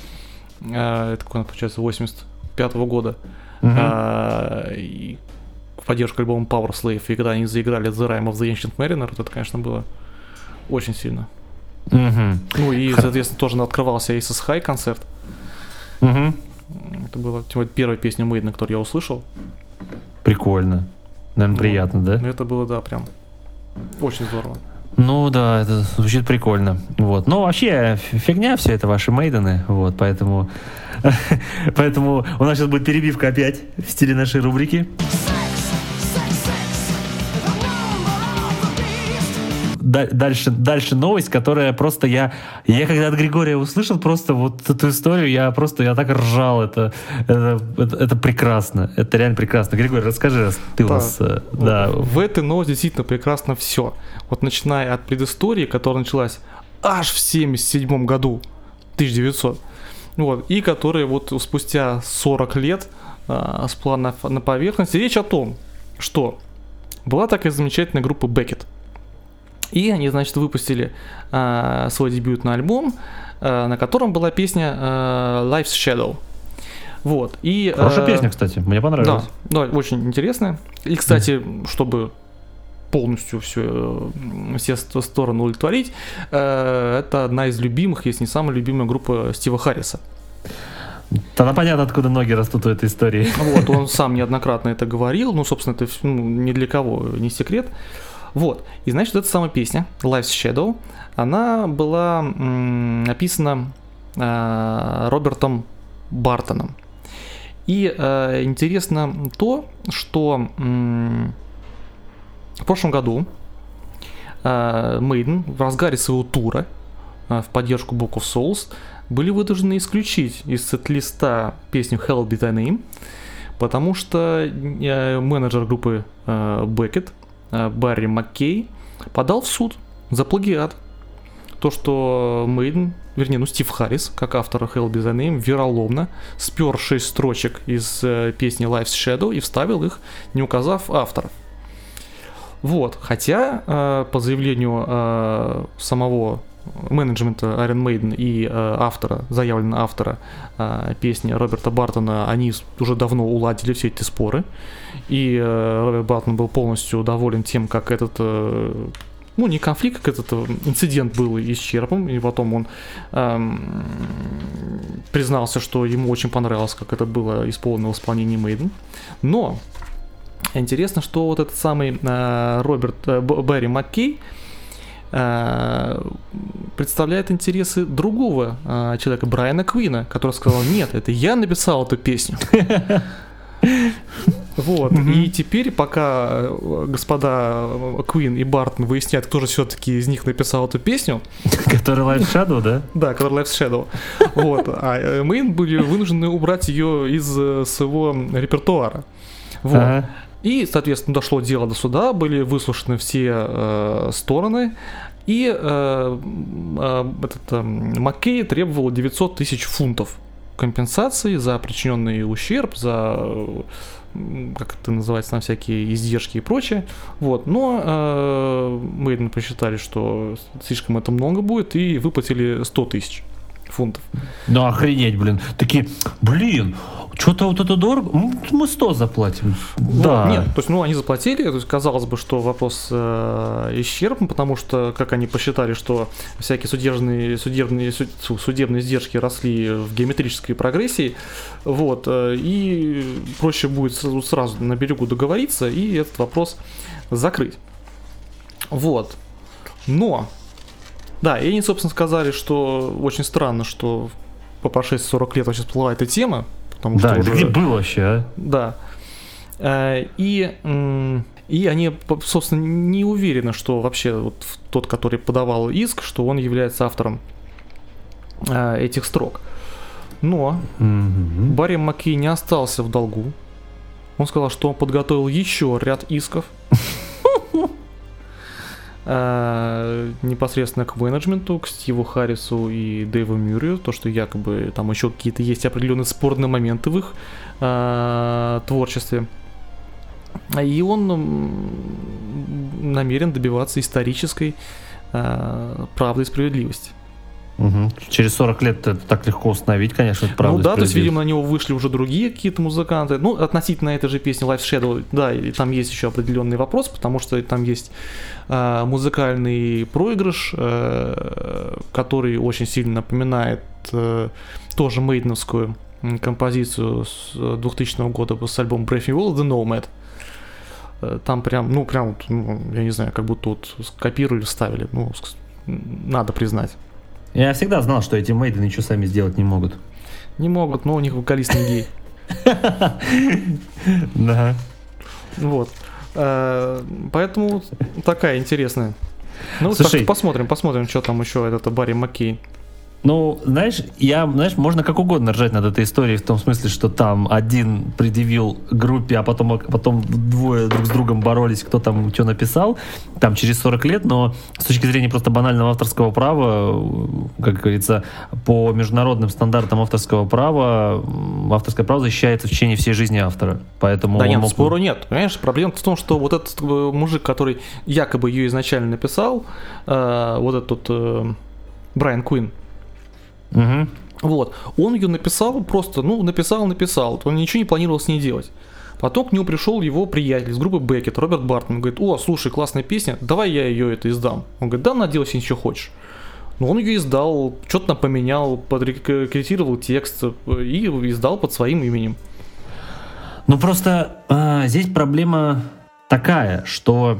C: Э, это, какой, получается, восемьдесят пятого года.
B: Мгм.
C: Э, и в поддержку альбома Power Slave. И когда они заиграли The Rime of the Ancient Mariner, вот это, конечно, было очень сильно.
B: Мгм.
C: Ну и,
B: Хор-
C: соответственно, тоже открывался Aces High концерт.
B: Мгм.
C: Это была тем более, первая песня Мейдена, которую я услышал.
B: Прикольно. Наверное, приятно, да?
C: Это было, да, прям очень здорово.
B: Ну да, это звучит прикольно. Вот. Но вообще фигня все это ваши мейдены. Вот, поэтому, поэтому у нас сейчас будет перебивка опять в стиле нашей рубрики. Дальше, дальше новость, которая просто я, я когда от Григория услышал просто вот эту историю, я просто, я так ржал, это, это, это, это прекрасно, это реально прекрасно. Григорий, расскажи, ты да. у нас, да.
C: В этой новости действительно прекрасно все. Вот начиная от предыстории, которая началась аж в семьдесят седьмом году, тысяча девятьсот, вот, и которая вот спустя сорок лет а, всплыла на, на поверхность. Речь о том, что была такая замечательная группа Beckett. И они, значит, выпустили э, свой дебютный альбом, э, на котором была песня э, Life's Shadow. Вот. И,
B: Хорошая
C: э,
B: песня, кстати, мне понравилась.
C: Да, да, очень интересная. И, кстати, mm. чтобы полностью все, все стороны удовлетворить, э, это одна из любимых, если не самая любимая группа Стива Харриса.
B: Тогда понятно, откуда ноги растут у этой истории.
C: Вот, он сам неоднократно это говорил, ну, собственно, это ну, ни для кого не секрет. Вот, и значит, эта самая песня, Life's Shadow, она была м, написана э, Робертом Бартоном. И э, интересно то, что м, в прошлом году э, Maiden в разгаре своего тура э, в поддержку Book of Souls были вынуждены исключить из сет-листа песню Hell Be Thy Name, потому что э, менеджер группы э, Beckett Барри Маккей подал в суд за плагиат. То, что Maiden, вернее, ну Стив Харрис, как автор Hell Be Thy Name, вероломно спер шесть строчек из э, песни Life's Shadow и вставил их, не указав автора. Вот, хотя э, по заявлению э, самого менеджмента Iron Maiden и э, автора, заявленного автора э, песни Роберта Бартона, они уже давно уладили все эти споры. И э, Роберт Бартон был полностью доволен тем, как этот, э, ну не конфликт, как этот инцидент был исчерпан. И потом он э, признался, что ему очень понравилось, как это было исполнено в исполнении Maiden. Но интересно, что вот этот самый э, Роберт э, Барри Маккей представляет интересы другого а, человека, Брайана Квина, который сказал: нет, это я написал эту песню. Вот, и теперь, пока господа Квин и Бартон выясняют, кто же все-таки из них написал эту песню,
B: которая Life's Shadow, да?
C: Да, которая Life's Shadow. Вот, а Maiden были вынуждены убрать ее из своего репертуара. Вот. И, соответственно, дошло дело до суда, были выслушаны все э, стороны, и э, э, этот, э, Маккей требовал девятьсот тысяч фунтов компенсации за причиненный ущерб, за, э, как это называется, там всякие издержки и прочее. Вот. Но э, Maiden посчитали, что слишком это много будет, и выплатили сто тысяч фунтов.
B: Ну охренеть, блин. Такие, блин, что-то вот это дорого, мы сто заплатим.
C: Вот,
B: да.
C: Нет, то есть, ну, они заплатили, то есть, казалось бы, что вопрос э, исчерпан, потому что, как они посчитали, что всякие судебные, судебные, судебные издержки росли в геометрической прогрессии, вот, э, и проще будет сразу, сразу на берегу договориться и этот вопрос закрыть. Вот. Но, да, и они, собственно, сказали, что очень странно, что по прошествии сорок лет вообще всплыла эта тема. Потому
B: да,
C: что
B: это
C: уже...
B: где было вообще, а?
C: Да. И, и они, собственно, не уверены, что вообще вот тот, который подавал иск, что он является автором этих строк. Но mm-hmm. Барри Маккей не остался в долгу. Он сказал, что он подготовил еще ряд исков непосредственно к менеджменту, к Стиву Харрису и Дэйву Мюррею, то, что якобы там еще какие-то есть определенные спорные моменты в их э, творчестве. И он намерен добиваться исторической э, правды и справедливости.
B: Угу. Через сорок лет это так легко установить, конечно, это правда.
C: Ну да, то есть, видимо, на него вышли уже другие какие-то музыканты. Ну, относительно этой же песни Life's Shadow, да, и там есть еще определенный вопрос, потому что там есть э, музыкальный проигрыш, э, который очень сильно напоминает э, тоже мейденовскую композицию с двухтысячного года с альбома Brave New World, The Nomad. там прям, ну, прям, вот, ну, я не знаю, как будто вот скопировали, вставили, ну, надо признать.
B: Я всегда знал, что эти Maiden ничего сами сделать не могут.
C: Не могут, но у них вокалист не гей.
B: Да.
C: Вот. Поэтому такая интересная. Ну,
B: Слушай,
C: так посмотрим, посмотрим, что там еще этот Барри Маккей.
B: Ну, знаешь, я, знаешь, можно как угодно ржать над этой историей в том смысле, что там один предъявил группе, а потом, потом двое друг с другом боролись, кто там что написал, там через сорок лет, но с точки зрения просто банального авторского права, как говорится, по международным стандартам авторского права, авторское право защищается в течение всей жизни автора. Поэтому
C: да нет,
B: мог...
C: спору нет. Понимаешь, проблема в том, что вот этот мужик, который якобы ее изначально написал, э, вот этот э, Брайан Куин,
B: Угу.
C: вот, он ее написал просто, ну, написал, написал, он ничего не планировал с ней делать. Потом к нему пришел его приятель из группы Беккет, Роберт Бартон, говорит: о, слушай, классная песня, давай я ее это издам. Он говорит: да, наделай себе ничего хочешь. Но он ее издал, что-то там поменял, подрекорректировал текст и издал под своим именем.
B: Ну просто э, здесь проблема такая, что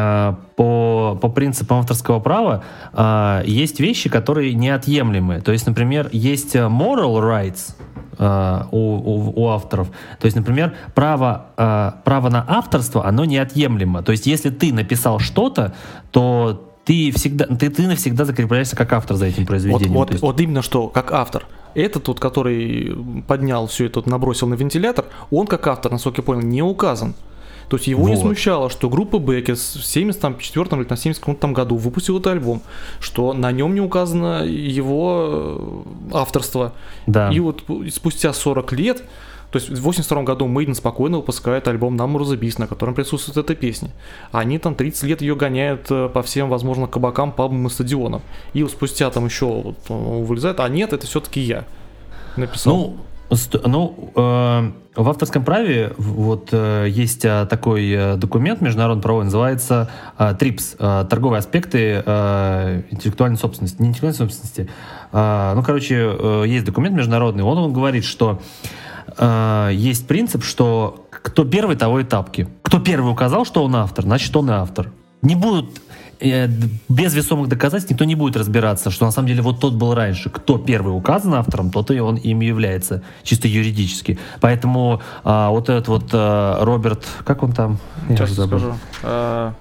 B: По, по принципам авторского права э, есть вещи, которые неотъемлемы. То есть, например, есть moral rights э, у, у, у авторов. То есть, например, право, э, право на авторство, оно неотъемлемо. То есть, если ты написал что-то, то ты, всегда, ты, ты навсегда закрепляешься как автор за этим произведением.
C: Вот, вот,
B: есть...
C: вот именно что, как автор. Этот вот, который поднял все это, набросил на вентилятор, он как автор, насколько я понял, не указан. То есть его вот. Не смущало, что группа Беккет в семьдесят четвёртом или на семьдесят каком-то году выпустила этот альбом, что на нем не указано его авторство.
B: Да.
C: И вот спустя сорок лет, то есть в восемьдесят втором году Maiden спокойно выпускает альбом Number of the Beast, на котором присутствует эта песня. Они там тридцать лет ее гоняют по всем возможным кабакам, пабам и стадионам. И спустя там еще вот вылезает, а нет, это все-таки я написал.
B: Ну, Ну, э, в авторском праве вот э, есть э, такой э, документ международный правовой, называется э, трипс, э, торговые аспекты э, интеллектуальной собственности, не интеллектуальной собственности. Э, ну, короче, э, есть документ международный, он, он говорит, что э, есть принцип, что кто первый, того и тапки. Кто первый указал, что он автор, значит, он и автор. Не будут... без весомых доказательств никто не будет разбираться, что на самом деле вот тот был раньше. Кто первый указан автором, тот и он им является, чисто юридически. Поэтому а, вот этот вот а, Роберт, как он там?
C: Сейчас я скажу. А,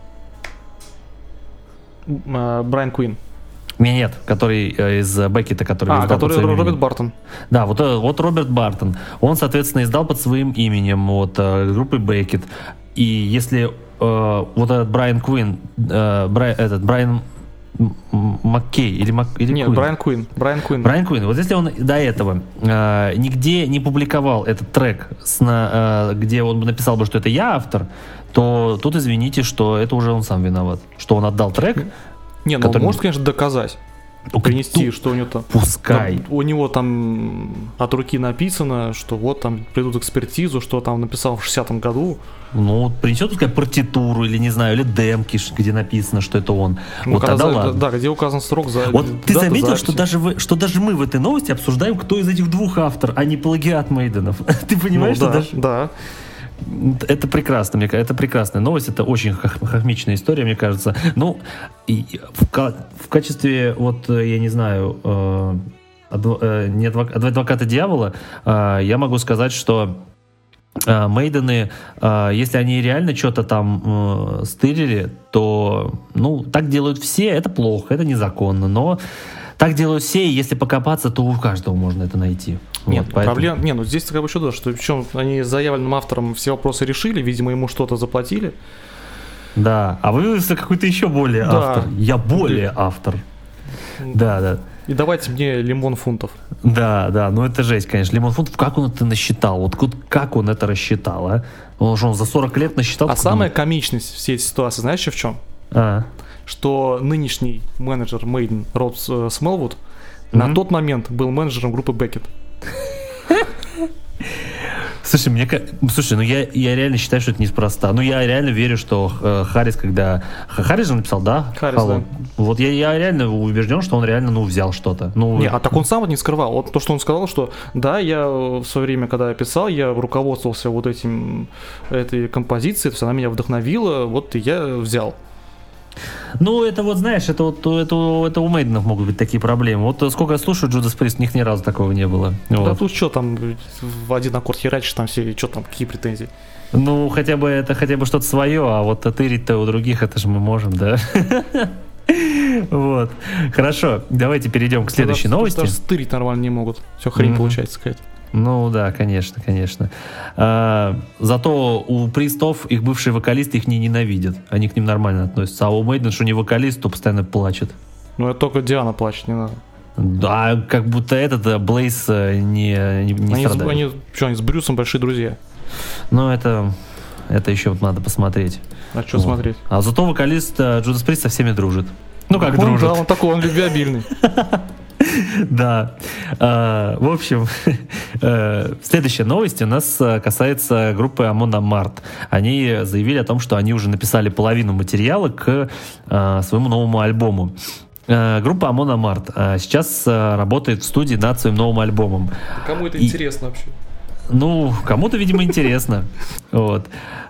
C: а, Брайан Куин.
B: Нет, который из Беккета, который
C: а,
B: издал
C: который
B: под своим
C: Роберт
B: именем.
C: Бартон.
B: Да, вот, вот Роберт Бартон. Он, соответственно, издал под своим именем вот, группы Беккет. И если э, вот этот Брайан Куин, э, Брай, этот Брайан Маккей или, Мак, или
C: Нет,
B: Куин?
C: Брайан Куин. Брайан Куин.
B: Брайан Куин. Вот если он до этого э, нигде не публиковал этот трек, с, на, э, где он написал бы, что это я автор, то тут извините, что это уже он сам виноват, что он отдал трек.
C: Не, ну который... он может, конечно, доказать. Принести, ну, что у него там.
B: Пускай.
C: Там, у него там от руки написано, что вот там придут экспертизу, что там написал в шестидесятом году.
B: Ну, принесет, пускай, партитуру, или не знаю, или демки, где написано, что это он.
C: Ну,
B: вот тогда
C: за,
B: ладно.
C: Да, где указан срок за.
B: Вот ты
C: дата,
B: заметил,
C: записи.
B: что даже, вы, что даже мы в этой новости обсуждаем, кто из этих двух автор, а не плагиат Мейденов. Ты понимаешь,
C: ну,
B: что
C: да,
B: даже.
C: Да.
B: Это прекрасно, мне кажется, это прекрасная новость, это очень хохмичная история, мне кажется. Ну, и в, в качестве, вот, я не знаю, э, адв, э, не адвок, адвоката дьявола, э, я могу сказать, что э, Мейдены, э, если они реально что-то там э, стырили, то, ну, так делают все, это плохо, это незаконно, но так делают все, и если покопаться, то у каждого можно это найти.
C: Нет,
B: вот, поэтому...
C: проблем. Не, ну здесь как бы еще да, что причем они с заявленным автором все вопросы решили, видимо, ему что-то заплатили.
B: Да, а вы какой-то еще более
C: да.
B: автор. Я более да. автор. Да, да.
C: И давайте мне лимон фунтов.
B: Да, да, ну это жесть, конечно. Лимон фунтов, как он это насчитал? Вот как он это рассчитал, а? Он же он за сорок лет насчитал.
C: А самая комичность всей этой ситуации, знаешь, еще в чем?
B: А.
C: Что нынешний менеджер Maiden Роб Смелвуд mm-hmm. на тот момент был менеджером группы Беккет.
B: Слушай, мне, слушай, ну я, я реально считаю, что это неспроста. Ну я реально верю, что э, Харрис, когда... Харрис же написал, да?
C: Харрис, да.
B: Вот я, я реально убежден, что он реально, ну, взял что-то. Ну,
C: не, а так он сам вот не скрывал. Вот то, что он сказал, что да, я в свое время, когда я писал, я руководствовался вот этим, этой композицией, то есть она меня вдохновила, вот и я взял.
B: Ну, это вот, знаешь, это вот это, это у Мейденов могут быть такие проблемы. Вот сколько я слушаю Judas Priest, у них ни разу такого не было.
C: Да
B: вот.
C: тут что там, в один аккорд херачишь, там все, что там, какие претензии?
B: Ну, хотя бы это хотя бы что-то свое, а вот тырить-то у других, это же мы можем, да? Вот. Хорошо, давайте перейдем к следующей новости.
C: Даже стырить нормально не могут. Все хрень получается сказать.
B: Ну да, конечно, конечно. А, зато у Пристов их бывшие вокалисты их не ненавидят. Они к ним нормально относятся. А у Мейден, что не вокалист, то постоянно плачет.
C: Ну это только Диана плачет, не надо.
B: Да, как будто этот Блейз не, не, не
C: они
B: страдает.
C: С, они, что, они с Брюсом большие друзья.
B: Ну это, это еще вот надо посмотреть.
C: А что
B: вот. смотреть? А зато вокалист Judas Priest со всеми дружит. Ну как
C: он,
B: дружит?
C: Да, он такой, он любвеобильный.
B: Да. В общем, следующая новость у нас касается группы Amon Amarth. Они заявили о том, что они уже написали половину материала к своему новому альбому. Группа Amon Amarth сейчас работает в студии над своим новым альбомом.
C: Кому это И... интересно вообще?
B: Ну, кому-то, видимо, интересно. Вот.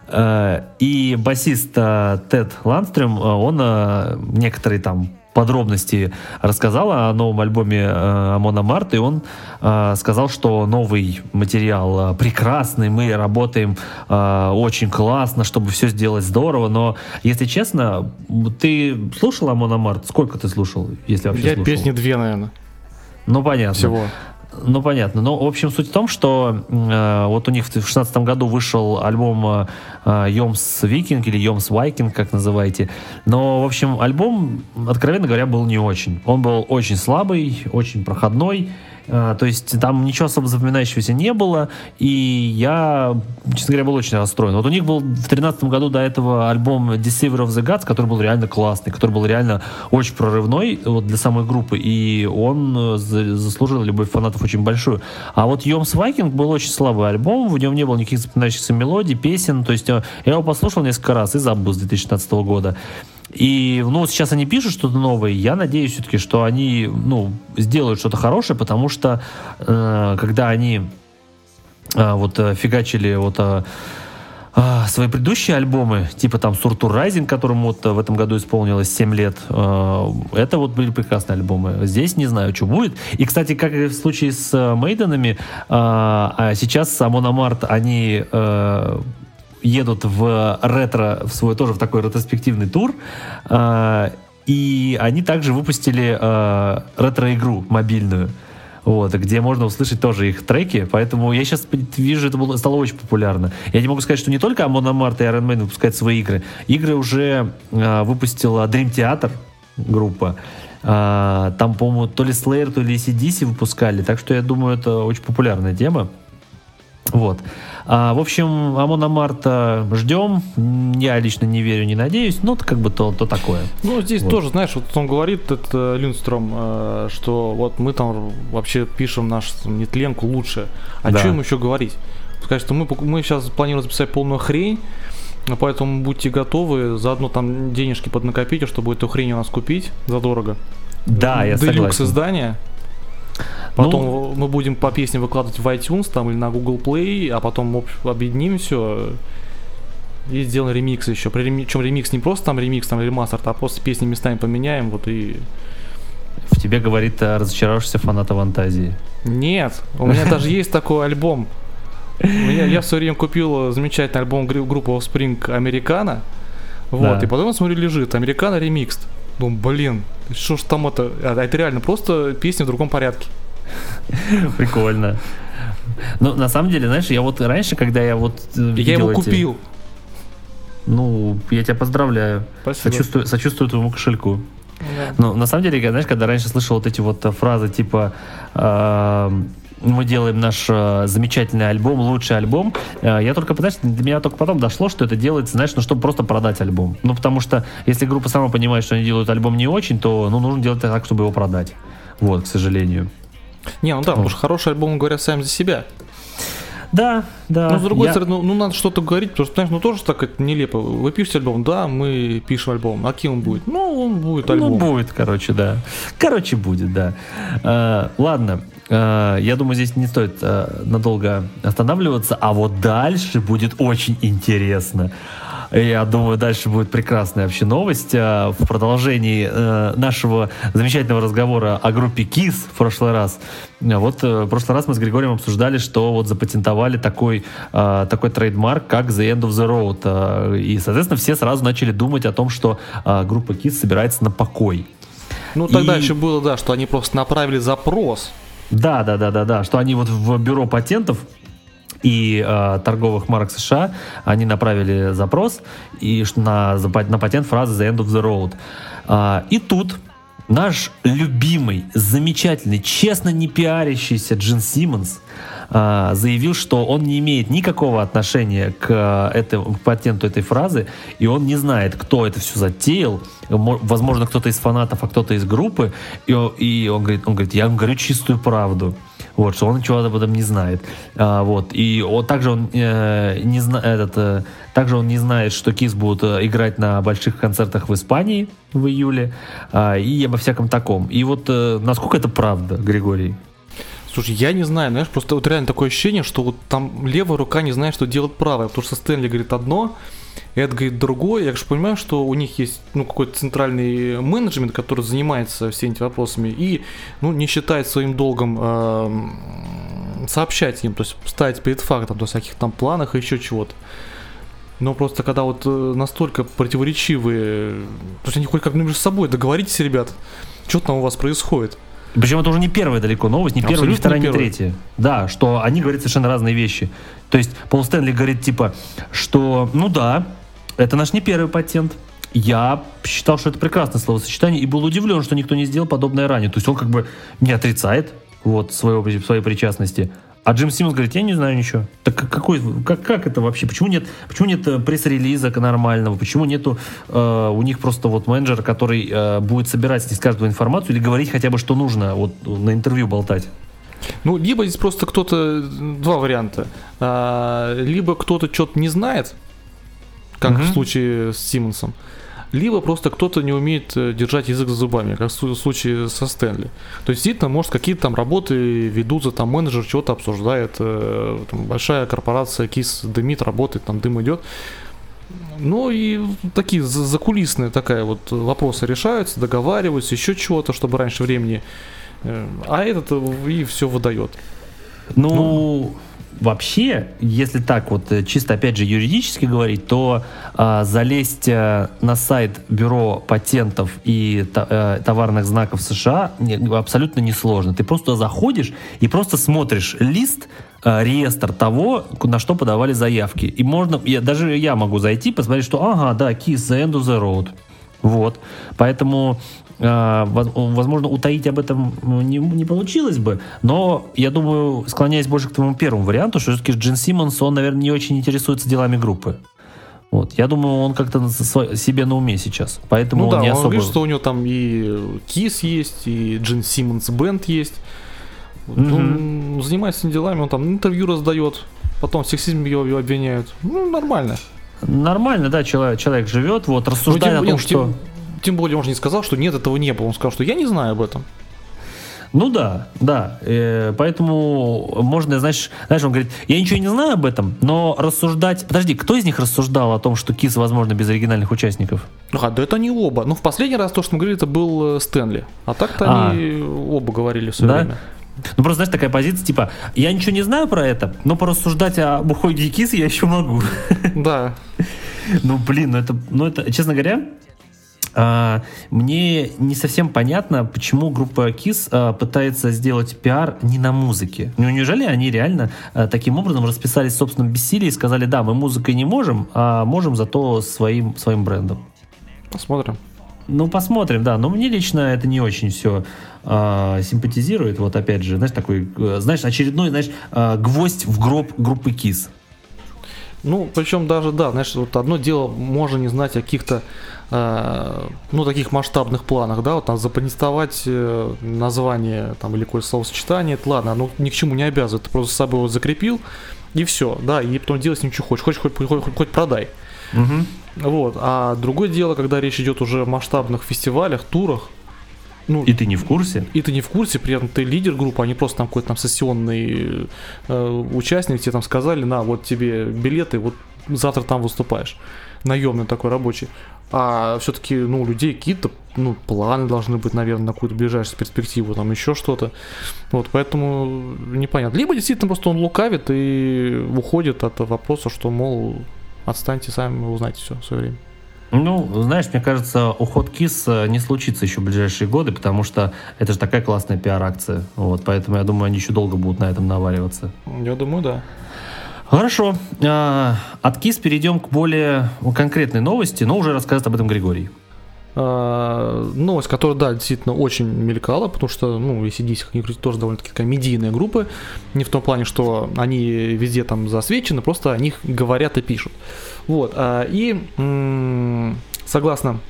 B: И басист Тед Ландстрем, он некоторые там подробности рассказал о новом альбоме Amon Amarth, и он э, сказал, что новый материал прекрасный, мы работаем э, очень классно, чтобы все сделать здорово, но, если честно, ты слушал Amon Amarth? Сколько ты слушал, если вообще
C: Я
B: слушал?
C: песни две, наверное.
B: Ну, понятно.
C: Всего.
B: Ну, понятно. Но, в общем, суть в том, что э, вот у них в шестнадцатом году вышел альбом э, Йомс Викинг или Йомс Вайкинг, как называете. Но, в общем, альбом, откровенно говоря, был не очень. Он был очень слабый, очень проходной. Э, то есть там ничего особо запоминающегося не было. И я, честно говоря, был очень расстроен. Вот у них был в тринадцатом году до этого альбом Deceiver of the Gods, который был реально классный, который был реально очень прорывной вот, для самой группы. И он заслужил любовь фанатов очень большую. А вот Йомс Вайкинг был очень слабый альбом, в нем не было никаких запоминающихся мелодий, песен, то есть я его послушал несколько раз и забыл с две тысячи шестнадцатого года. И, ну, сейчас они пишут что-то новое, я надеюсь все-таки, что они, ну, сделают что-то хорошее, потому что, э, когда они э, вот фигачили вот э, свои предыдущие альбомы, типа там Surtur Rising, которому вот в этом году исполнилось семь лет, это вот были прекрасные альбомы. Здесь не знаю, что будет. И, кстати, как и в случае с Мейденами, сейчас Amon Amarth, они едут в ретро, в свой тоже в такой ретроспективный тур, и они также выпустили ретро-игру мобильную, вот, где можно услышать тоже их треки, поэтому я сейчас вижу, это было, стало очень популярно. Я не могу сказать, что не только Amon Amarth и Iron Maiden выпускают свои игры. Игры уже э, выпустила Dream Theater группа. Э, там, по-моему, то ли Slayer, то ли эй си ди си выпускали, так что я думаю, это очень популярная тема. Вот. А, в общем, Amon Amarth ждем. Я лично не верю, не надеюсь. Ну, как бы то, то такое.
C: Ну, здесь
B: вот.
C: тоже, знаешь, вот он говорит, это Люндстром, э, что вот мы там вообще пишем нашу нетленку лучше. А да. Что ему еще говорить? Сказать, что мы, мы сейчас планируем записать полную хрень, поэтому будьте готовы, заодно там денежки поднакопите, чтобы эту хрень у нас купить задорого.
B: Да, я согласен.
C: Делюкс издание. Потом ну, мы будем по песне выкладывать в iTunes там, или на Google Play, а потом мы объединим все и сделаем ремикс еще. Причем ремикс не просто там ремикс, там ремастер, а просто песни местами поменяем. Вот и...
B: В тебе говорит разочаровавшийся фанат Авантазии.
C: Нет, у меня даже есть такой альбом. Я в свое время купил замечательный альбом группы Offspring Американо. Вот, и потом смотрю, лежит Американо ремикс. Думаю, блин, что ж там это? А это реально просто песни в другом порядке.
B: Прикольно. Ну, на самом деле, знаешь, я вот раньше, когда я вот...
C: Я его эти... купил.
B: Ну, я тебя поздравляю.
C: Спасибо.
B: Сочувствую, сочувствую твоему кошельку.
C: Да.
B: Но на самом деле, знаешь, когда раньше слышал вот эти вот фразы типа... Э- мы делаем наш э, замечательный альбом, лучший альбом. Э, я только, знаешь, до меня только потом дошло, что это делается, знаешь, ну, чтобы просто продать альбом. Ну, потому что если группа сама понимает, что они делают альбом не очень, то, ну, нужно делать так, чтобы его продать. Вот, к сожалению.
C: Не, ну да, вот. Потому что хороший альбом, говорят, сами за себя.
B: Да, да.
C: Но с другой
B: я...
C: стороны, ну, ну надо что-то говорить, потому что, знаешь, ну тоже так это нелепо. Вы пишете альбом, да, мы пишем альбом. А кем он будет? Ну, он будет альбом.
B: Ну, будет, короче, да. Короче, будет, да. А, ладно, а, я думаю, здесь не стоит а, надолго останавливаться, а вот дальше будет очень интересно. Я думаю, дальше будет прекрасная вообще новость. В продолжении нашего замечательного разговора о группе Kiss в прошлый раз. Вот в прошлый раз мы с Григорием обсуждали, что вот запатентовали такой, такой трейдмарк, как The End of the Road. И, соответственно, все сразу начали думать о том, что группа Kiss собирается на покой.
C: Ну, тогда
B: И...
C: еще было, да, что они просто направили запрос. Да,
B: да, да, да, да, что они вот в бюро патентов и э, торговых марок США, они направили запрос и на, на патент фразы The End of the Road. А, и тут наш любимый, замечательный, честно не пиарящийся Джин Симмонс а, заявил, что он не имеет никакого отношения к, этой, к патенту этой фразы, и он не знает, кто это все затеял. Возможно, кто-то из фанатов, а кто-то из группы. И, и он говорит, он говорит, я вам говорю чистую правду. Вот, что он ничего об этом не знает. А, вот, и он, также, он, э, не зна, этот, э, также он не знает, что Kiss будут э, играть на больших концертах в Испании в июле, э, и обо всяком таком. И вот э, насколько это правда, Григорий?
C: Слушай, я не знаю, знаешь, просто вот реально такое ощущение, что вот там левая рука не знает, что делать правая, потому что Стэнли говорит одно, Эд говорит другое. Я же понимаю, что у них есть, ну, какой-то центральный менеджмент, который занимается всеми этими вопросами и, ну, не считает своим долгом э, сообщать им, то есть ставить перед фактом, то есть о каких там планах и еще чего-то. Но просто когда вот настолько противоречивые, то есть они хоть как между собой договоритесь, ребят, что там у вас происходит.
B: Причем это уже не первая далеко новость, не первая, не вторая, не третья. Да, что они говорят совершенно разные вещи. То есть Пол Стэнли говорит типа, что ну да, это наш не первый патент. Я считал, что это прекрасное словосочетание и был удивлен, что никто не сделал подобное ранее. То есть он как бы не отрицает вот своего, своей причастности. А Джим Симмонс говорит, я не знаю ничего. Так какой, как, как это вообще? Почему нет, почему нет пресс-релиза нормального? Почему нету э, у них просто вот менеджера, который э, будет собирать с них каждую информацию или говорить хотя бы, что нужно, вот на интервью болтать?
C: Ну, либо здесь просто кто-то, два варианта. А, либо кто-то что-то не знает, как mm-hmm. в случае с Симмонсом, либо просто кто-то не умеет держать язык за зубами, как в случае со Стэнли. То есть, действительно, может, какие-то там работы ведутся, там менеджер чего-то обсуждает, э, там, большая корпорация Kiss дымит, работает, там дым идет. Ну и такие закулисные такая вот вопросы решаются, договариваются, еще чего-то, чтобы раньше времени. Э, а этот и все выдает.
B: Ну... ну... Вообще, если так вот чисто опять же юридически говорить, то э, залезть э, на сайт Бюро патентов и та, э, товарных знаков США не, абсолютно несложно. Ты просто заходишь и просто смотришь лист, э, реестр того, на что подавали заявки. И можно, я, даже я могу зайти, посмотреть, что ага, да, Kiss, The End of the Road. Вот. Поэтому... возможно, утаить об этом не, не получилось бы, но я думаю, склоняясь больше к твоему первому варианту, что все-таки Джин Симмонс, он, наверное, не очень интересуется делами группы. Вот. Я думаю, он как-то на, себе на уме сейчас, поэтому
C: ну да,
B: он не
C: он
B: особо...
C: говорит, что у него там и Kiss есть, и Джин Симмонс Бэнд есть. Mm-hmm. Он занимается этими делами, он там интервью раздает, потом в сексизме его, его обвиняют. Ну, нормально.
B: Нормально, да, человек, человек живет, вот, рассуждая о том,
C: нет,
B: что...
C: Тем, тем более он же не сказал, что нет, этого не было. Он сказал, что я не знаю об этом.
B: Ну да, да. Э, поэтому можно, знаешь, знаешь, он говорит, я ничего не знаю об этом, но рассуждать... Подожди, кто из них рассуждал о том, что Kiss возможно без оригинальных участников?
C: А, да это они оба. Ну, в последний раз то, что мы говорили, это был Стэнли. А так-то а. они оба говорили в свое
B: да?
C: время.
B: Ну просто, знаешь, такая позиция, типа, я ничего не знаю про это, но порассуждать об уходе Kiss я еще могу.
C: Да.
B: Ну, блин, ну это, ну это, честно говоря... Uh, мне не совсем понятно, почему группа Kiss uh, пытается сделать пиар не на музыке. Ну, неужели они реально uh, таким образом расписались в собственном бессилии и сказали, да, мы музыкой не можем, а можем зато своим, своим брендом?
C: Посмотрим.
B: Ну, посмотрим, да. Но мне лично это не очень все uh, симпатизирует. Вот опять же, знаешь, такой, uh, знаешь, очередной, знаешь, uh, гвоздь в гроб группы Kiss.
C: Ну, причем даже, да, знаешь, вот одно дело, можно не знать о каких-то, э, ну, таких масштабных планах, да, вот там запатентовать э, название там или какое-то словосочетание, это ладно, оно ни к чему не обязывает, ты просто с собой его закрепил, и все, да, и потом делай с ним что хочешь, хочешь хоть, хоть, хоть, хоть продай.
B: Угу.
C: Вот, а другое дело, когда речь идет уже о масштабных фестивалях, турах, ну,
B: и ты не в курсе?
C: И ты не в курсе, при этом ты лидер группы, а не просто там какой-то там сессионный э, участник, тебе там сказали, на, вот тебе билеты, вот завтра там выступаешь. Наемный такой рабочий. А все-таки, ну, у людей какие-то, ну, планы должны быть, наверное, на какую-то ближайшую перспективу, там еще что-то. Вот, поэтому непонятно. Либо действительно просто он лукавит и уходит от вопроса, что, мол, отстаньте сами, вы узнаете все в свое время.
B: Ну, знаешь, мне кажется, уход KISS не случится еще в ближайшие годы, потому что это же такая классная пиар-акция. Вот, поэтому я думаю, они еще долго будут на этом навариваться.
C: Я думаю, да.
B: Хорошо. От KISS перейдем к более конкретной новости, но уже рассказывает об этом Григорий.
C: А, новость, которая, да, действительно очень мелькала, потому что, ну, эй си ди си, как ни крути, тоже довольно-таки такая медийная группа, не в том плане, что они везде там засвечены, просто о них говорят и пишут. Вот, а, и м- согласно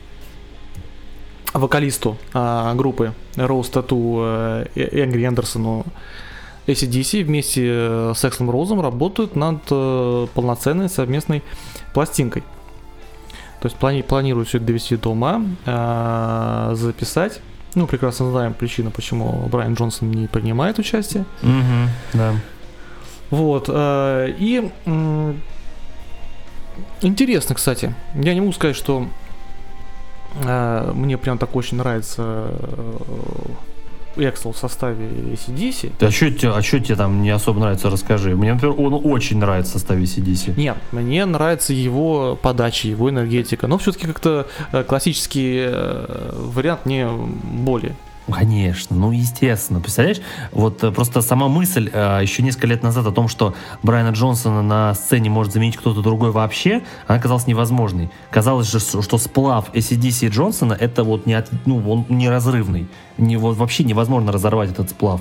C: вокалисту а, группы Rose Tattoo Энгри Андерсону, эй си ди си вместе с Экслом Роузом работают над э, полноценной совместной пластинкой. То есть плани- планируют все это довести до ума, э, записать. Ну, прекрасно знаем причину, почему Брайан Джонсон не принимает участие.
B: Угу, да.
C: Вот. Э, и э, интересно, кстати. Я не могу сказать, что э, мне прям так очень нравится э, Эксел в составе эй си ди си.
B: А что тебе, а тебе там не особо нравится, расскажи. Мне, например, он очень нравится в составе эй си ди си.
C: Нет, мне нравится его подача, его энергетика, но все-таки как-то э, классический э, вариант мне более.
B: Конечно, ну естественно. Представляешь, вот э, просто сама мысль э, еще несколько лет назад о том, что Брайана Джонсона на сцене может заменить кто-то другой вообще, она казалась невозможной. Казалось же, что сплав эй си ди си и Джонсона это вот не от, ну, он неразрывный. Не, вот, вообще невозможно разорвать этот сплав.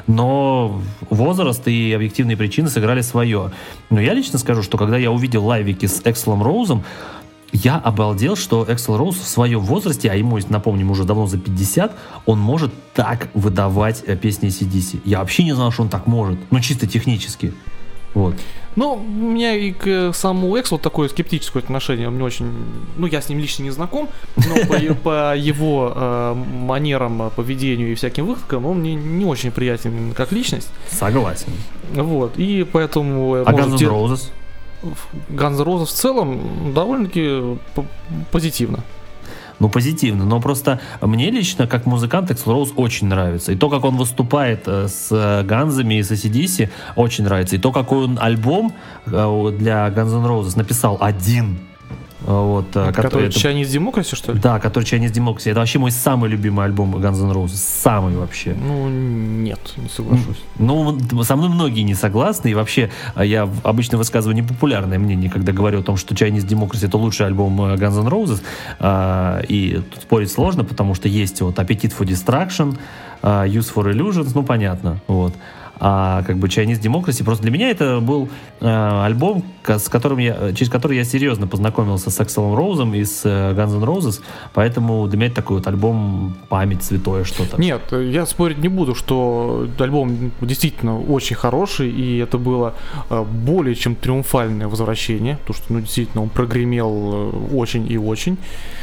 B: Но возраст и объективные причины сыграли свое. Но я лично скажу, что когда я увидел лайвики с Экслом Роузом, я обалдел, что Эксел Роуз в своем возрасте, а ему, напомним, уже давно за пятьдесят, он может так выдавать песни эй си ди си. Я вообще не знал, что он так может. Ну, чисто технически. Вот.
C: Ну, у меня и к самому Эксу такое скептическое отношение. Он мне очень... Ну, я с ним лично не знаком, но по, по его э, манерам, поведению и всяким выходкам он мне не очень приятен как личность.
B: Согласен.
C: Вот, и поэтому...
B: А Guns N' Roses?
C: Guns N' Roses в целом довольно-таки позитивно.
B: Ну, позитивно, но просто мне лично, как музыкант, Эксел Роуз очень нравится. И то, как он выступает с Ганзами и с эй си ди си, очень нравится. И то, какой он альбом для Guns N' Roses написал один. Вот,
C: который, который
B: это...
C: Chinese Democracy, что ли?
B: Да, который Chinese Democracy. Это вообще мой самый любимый альбом Guns N' Roses. Самый вообще.
C: Ну, нет, не соглашусь.
B: Ну, со мной многие не согласны. И вообще, я обычно высказываю непопулярное мнение, когда говорю о том, что Chinese Democracy — это лучший альбом Guns N' Roses. И тут спорить сложно, потому что есть вот Appetite for Destruction, Use for Illusions, ну, понятно, вот. А как бы Chinese Democracy, просто для меня это был э, альбом, с которым я, через который я серьезно познакомился с Экселом Роузом и с э, Guns N' Roses, поэтому для меня это такой вот альбом память, святое что-то.
C: Нет, я спорить не буду, что альбом действительно очень хороший, и это было э, более чем триумфальное возвращение, потому что, ну, действительно, он прогремел э, очень и очень.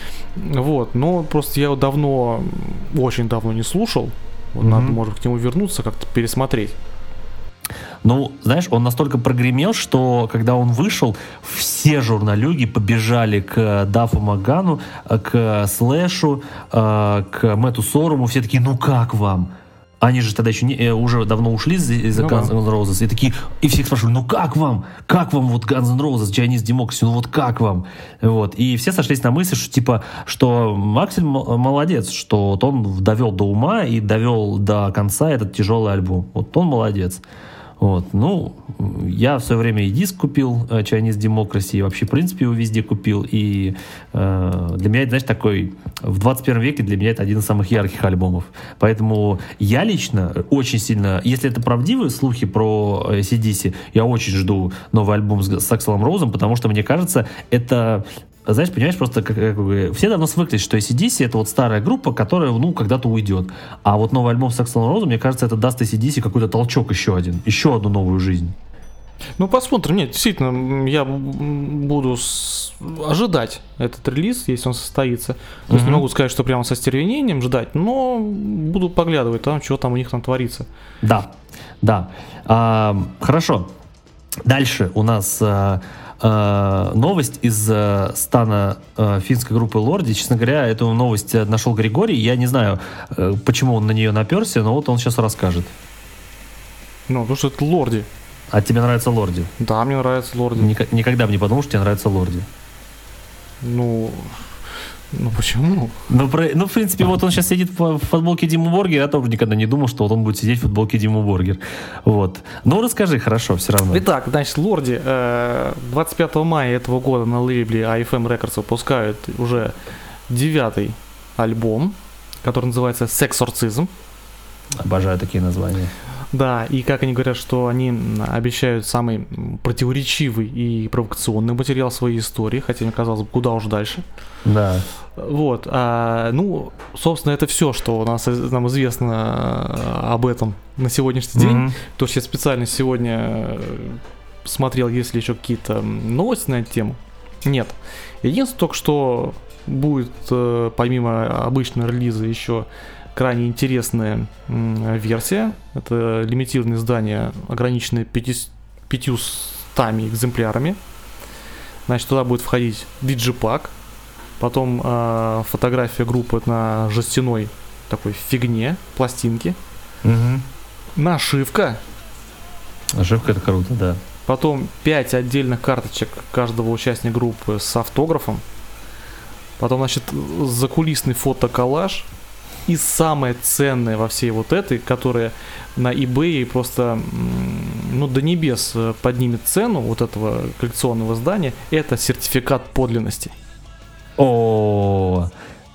C: Вот, но просто я его давно, очень давно не слушал. Вот mm-hmm. Надо, может, к нему вернуться, как-то пересмотреть.
B: Ну, знаешь, он настолько прогремел, что когда он вышел, все журналюги побежали к Даффу Магану, к Слэшу, к Мэтту Соруму. Все такие: ну как вам? Они же тогда еще не, уже давно ушли из, из ну, Guns N' Roses. И такие, и всех спрашивали: ну как вам? Как вам вот Guns N' Roses, Chinese Democracy? Ну вот как вам? Вот. И все сошлись на мысли, что типа, что Максель молодец, что вот он довел до ума и довел до конца этот тяжелый альбом. Вот он молодец. Вот. Ну, я в свое время и диск купил Chinese Democracy, и вообще, в принципе, его везде купил. И э, для меня это, знаешь, такой... В двадцать первом веке для меня это один из самых ярких альбомов. Поэтому я лично очень сильно... Если это правдивые слухи про эй си ди си, я очень жду новый альбом с, с Экселом Роузом, потому что, мне кажется, это... Знаешь, понимаешь, просто как, как бы, все давно свыклись, что эй си ди си — это вот старая группа, которая, ну, когда-то уйдет. А вот новый альбом с Экселом Роузом, мне кажется, это даст эй си ди си какой-то толчок еще один, еще одну новую жизнь.
C: Ну, посмотрим. Нет, действительно, я буду с... ожидать этот релиз, если он состоится. То есть
B: Мгм.
C: не могу сказать, что прямо со стервенением ждать, но буду поглядывать там, что там у них там творится.
B: Да, да. А, хорошо. Дальше у нас а, а, новость из а, стана а, финской группы Лорди. Честно говоря, эту новость а, нашел Григорий. Я не знаю, а, почему он на нее наперся, но вот он сейчас расскажет.
C: Ну, потому что это Лорди.
B: А тебе нравится Лорди?
C: Да, мне нравится Лорди.
B: Ника- никогда бы не подумал, что тебе нравится Лорди.
C: Ну, ну почему?
B: Ну, про- ну, в принципе, вот он сейчас сидит в, в футболке Димы Боргер. Я тоже никогда не думал, что вот он будет сидеть в футболке Димы Боргер. Вот. Ну, расскажи, хорошо, все равно.
C: Итак, значит, Лорди э, двадцать пятого мая этого года на лейбле ай эф эм Records выпускают уже девятый альбом, который называется «Сексорцизм».
B: Обожаю такие названия.
C: Да, и как они говорят, что они обещают самый противоречивый и провокационный материал своей истории, хотя мне казалось бы, куда уж дальше.
B: Да.
C: Вот, а, ну, собственно, это все, что у нас нам известно об этом на сегодняшний день.
B: Мгм.
C: То есть я специально сегодня смотрел, есть ли еще какие-то новости на эту тему. Нет. Единственное только, что будет э, помимо обычного релиза еще крайне интересная м, версия. Это лимитированное издание, ограниченное пятьюстами экземплярами. Значит, туда будет входить диджипак, потом э, фотография группы на жестяной такой фигне, пластинке,
B: Мгм.
C: нашивка,
B: Ошибка — это круто, да.
C: потом пять отдельных карточек каждого участника группы с автографом, потом, значит, закулисный фотоколлаж. И самое ценное во всей вот этой, которая на eBay просто м, ну, до небес э, поднимет цену вот этого коллекционного издания, это сертификат подлинности.
B: О,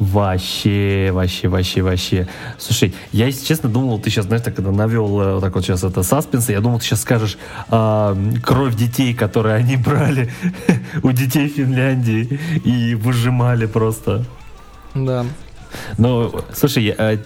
B: вообще, вообще, вообще, вообще. Слушай, я, если честно, думал, ты сейчас, знаешь, так это навел э, вот так вот сейчас это саспенс, я думал, ты сейчас скажешь а, кровь детей, которые они брали у детей Финляндии и выжимали просто.
C: Да.
B: Ну, слушай, я, э,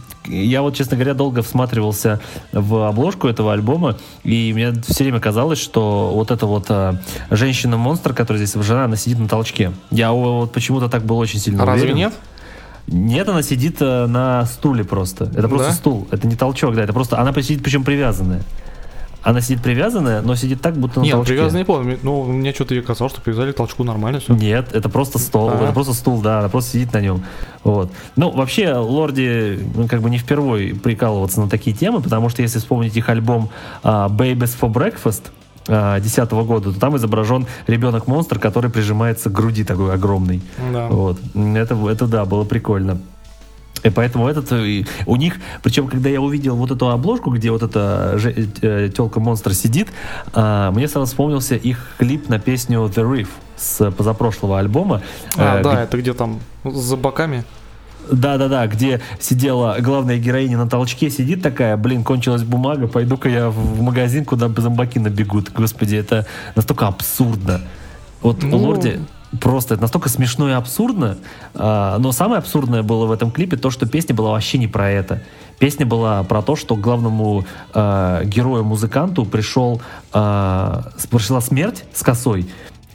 B: я вот, честно говоря, долго всматривался в обложку этого альбома, и мне все время казалось, что вот эта вот э, женщина-монстр, которая здесь обожена, она сидит на толчке. Я о, вот почему-то так был очень сильно
C: А разве
B: уверен.
C: нет?
B: Нет, она сидит э, на стуле просто. Это просто
C: Да?
B: стул, это не толчок, да, это просто, она сидит, причем привязанная. Она сидит привязанная, но сидит так, будто на
C: Нет,
B: толчке.
C: привязанный не помню. Ну, мне что-то ей казалось, что привязали к толчку нормально все.
B: Нет, это просто стол,
C: Ага.
B: это просто стул, да, она просто сидит на нем. Вот. Ну, вообще, Лорди, ну, как бы не впервой прикалываться на такие темы, потому что если вспомнить их альбом а, Babies for Breakfast десятого года, то там изображен ребенок-монстр, который прижимается к груди такой огромный.
C: Да.
B: Вот. Это, это да, было прикольно. И поэтому этот и у них, причем когда я увидел вот эту обложку, где вот эта же, э, телка-монстр сидит, э, мне сразу вспомнился их клип на песню The Reef с позапрошлого альбома.
C: А,
B: Э,
C: да,
B: г-
C: это где там за боками.
B: Да-да-да, где сидела главная героиня на толчке, сидит такая, блин, кончилась бумага, пойду-ка я в в магазин, куда зомбаки набегут. Господи, это настолько абсурдно. Вот
C: Ну,
B: Лорди... Просто это настолько смешно и абсурдно. А, но самое абсурдное было в этом клипе то, что песня была вообще не про это. Песня была про то, что к главному а, герою-музыканту пришел, а, с- пришла смерть с косой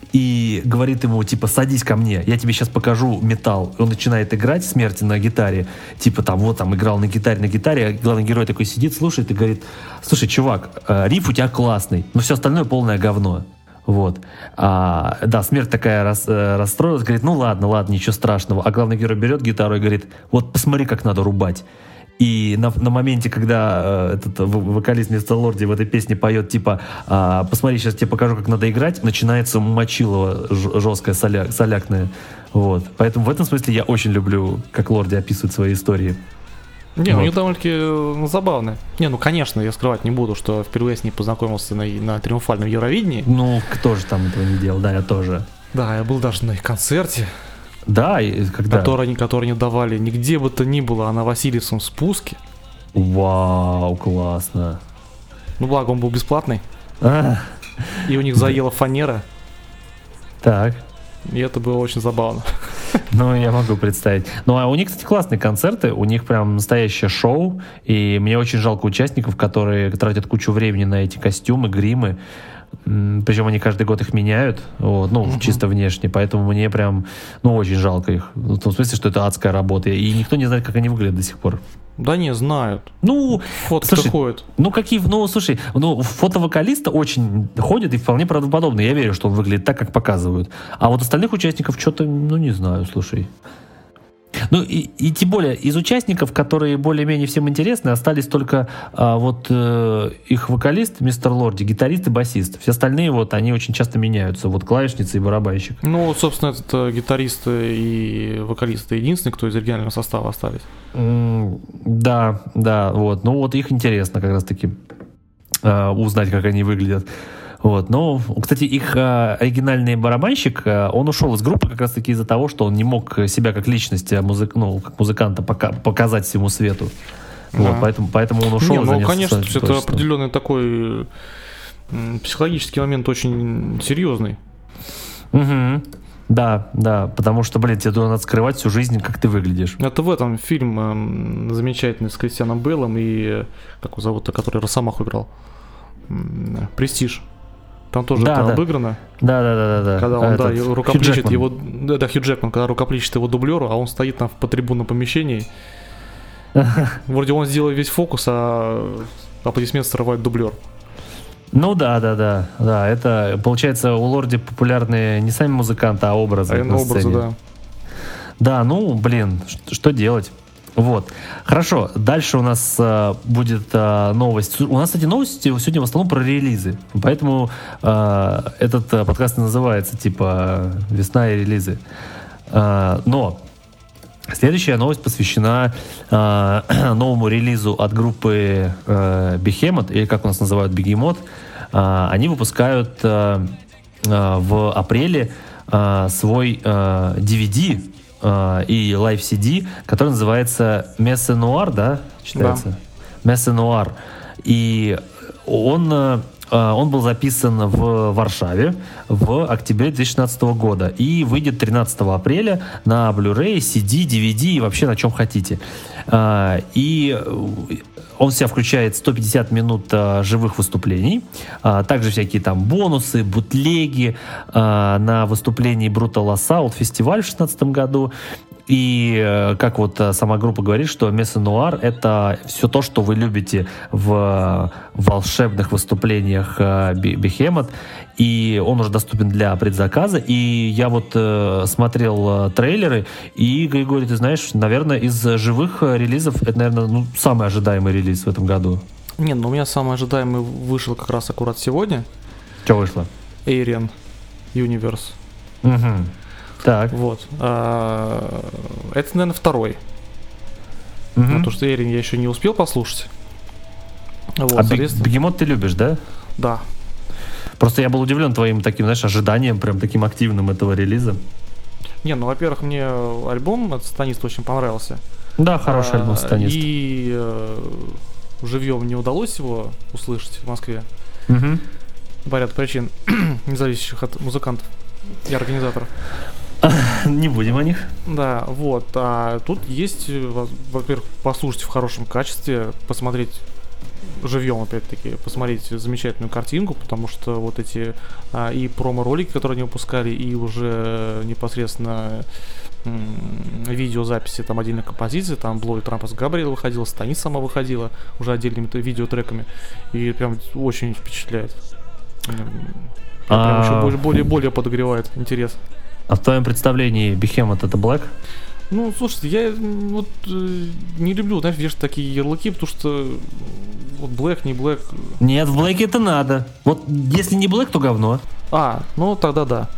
B: и говорит ему, типа, садись ко мне, я тебе сейчас покажу металл. И он начинает играть смерти на гитаре. Типа, там, вот, там, играл на гитаре, на гитаре, а главный герой такой сидит, слушает и говорит, слушай, чувак, а, риф у тебя классный, но все остальное полное говно. Вот. А, да, смерть такая рас, э, расстроилась, говорит, ну ладно, ладно, ничего страшного. А главный герой берет гитару и говорит, вот посмотри, как надо рубать. И на, на моменте, когда э, этот в- вокалист мистер Лорди в этой песне поет, типа, а, посмотри, сейчас тебе покажу, как надо играть, начинается мочилово ж- жесткое, соля, солякное. Вот. Поэтому в этом смысле я очень люблю, как Лорди описывает свои истории.
C: Не,
B: Вот.
C: у них довольно-таки э, забавно. Не, ну, конечно, я скрывать не буду, что впервые с ней познакомился на, на триумфальном Евровидении.
B: Ну, кто же там этого не делал? Да, я тоже.
C: Да, я был даже на их концерте,
B: Да, и когда...
C: который, они- который не давали нигде бы то ни было, а на Васильевском спуске.
B: Вау, классно.
C: Ну, благо, он был бесплатный.
B: А,
C: И у них заела фанера.
B: так.
C: И это было очень забавно.
B: Ну, я могу представить. Ну, а у них, кстати, классные концерты, у них прям настоящее шоу, и мне очень жалко участников, которые тратят кучу времени на эти костюмы, гримы. Причем они каждый год их меняют, вот, ну, uh-huh. чисто внешне, поэтому мне прям, ну, очень жалко их. В том смысле, что это адская работа, и никто не знает, как они выглядят до сих пор.
C: Да не, знают.
B: Ну,
C: фото ходят.
B: Ну, какие, ну, слушай, ну, фото вокалиста очень ходит и вполне правдоподобно. Я верю, что он выглядит так, как показывают. А вот остальных участников что-то, ну, не знаю, слушай. Ну, и, и тем более, из участников, которые более-менее всем интересны, остались только а, вот э, их вокалист, мистер Лорди, гитарист и басист. Все остальные, вот, они очень часто меняются. Вот клавишница и барабанщик.
C: Ну, собственно, это гитаристы и вокалисты единственные, кто из оригинального состава остались.
B: Mm, да, да, вот. Ну, вот их интересно как раз-таки э, узнать, как они выглядят. Вот, но, кстати, их э, оригинальный барабанщик, э, он ушел из группы как раз-таки из-за того, что он не мог себя как личность, музык, ну, как музыканта пока, показать всему свету. Да. Вот, поэтому, поэтому он ушел.
C: Не, ну, конечно, это определенный такой м, психологический момент очень серьезный.
B: Угу. Да, да, потому что, блин, тебе надо скрывать всю жизнь, как ты выглядишь.
C: Это в этом фильм э, замечательный с Кристианом Бейлом и, как его зовут, который Росомаху играл, «Престиж». Там тоже
B: да,
C: это
B: да.
C: обыграно.
B: Да, да, да, да.
C: Когда он,
B: Этот,
C: да, рукоплещет его. Да, да, Хью Джекман, когда рукоплещет его дублеру, а он стоит там по трибунном помещении. Вроде он сделал весь фокус, а аплодисмент срывает дублер.
B: Ну да, да, да. Да, это получается у Лорди популярные не сами музыканты, а образы.
C: А
B: на
C: образы,
B: сцене.
C: да.
B: Да, ну, блин, что, что делать? Вот. Хорошо, дальше у нас э, будет э, новость. У нас, кстати, новости сегодня в основном про релизы. Поэтому э, этот э, подкаст называется типа «Весна и релизы». Э, но следующая новость посвящена э, новому релизу от группы э, Behemoth, или как у нас называют Behemoth. Э, они выпускают э, э, в апреле э, свой э, ди ви ди и Live-си ди, который называется Messe Noir, да, читается? Да. Messe Noir. И он, он был записан в Варшаве в октябре две тысячи шестнадцатого года и выйдет тринадцатого апреля на Blu-ray, си ди, ди ви ди и вообще на чем хотите. И он в себя включает сто пятьдесят минут а, живых выступлений, а, также всякие там бонусы, бутлеги а, на выступлении Brutal Assault фестиваль в две тысячи шестнадцатом году. И как вот сама группа говорит, что Messe Noir — это все то, что вы любите в волшебных выступлениях Behemoth. И он уже доступен для предзаказа. И я вот э, смотрел трейлеры, и, Григорий, ты знаешь, наверное, из живых релизов это, наверное, ну, самый ожидаемый релиз в этом году.
C: Не, ну у меня самый ожидаемый вышел как раз аккурат сегодня.
B: Что вышло?
C: Alien Universe.
B: Угу. Так.
C: Вот. А, это, наверное, второй.
B: Угу.
C: Потому что Alien я еще не успел послушать. Вот,
B: а Behemoth ты любишь, да?
C: Да.
B: Просто я был удивлен твоим таким, знаешь, ожиданием, прям таким активным этого релиза.
C: Не, ну, во-первых, мне альбом от Сатаниста очень понравился.
B: Да, хороший а, альбом Сатанист.
C: И э, живьем не удалось его услышать в Москве.
B: Угу.
C: По ряду причин, не зависящих от музыкантов и организаторов.
B: Не будем о них.
C: Да, вот. А тут есть, во-первых, послушать в хорошем качестве, посмотреть живьем, опять-таки, посмотреть замечательную картинку, потому что вот эти а, и промо-ролики, которые они выпускали, и уже непосредственно м- видеозаписи там отдельных композиций, там Блой Трампас Габриэл выходила, Станис сама выходила уже отдельными видеотреками, и прям очень впечатляет. Прям еще более, более, более подогревает интерес.
B: А в твоем представлении Behemoth это Black?
C: Ну, слушайте, я вот э, не люблю, знаешь, вешать такие ярлыки, потому что вот Black, не Black.
B: Нет, в Black это надо. Вот если не Black, то говно.
C: А, ну тогда да.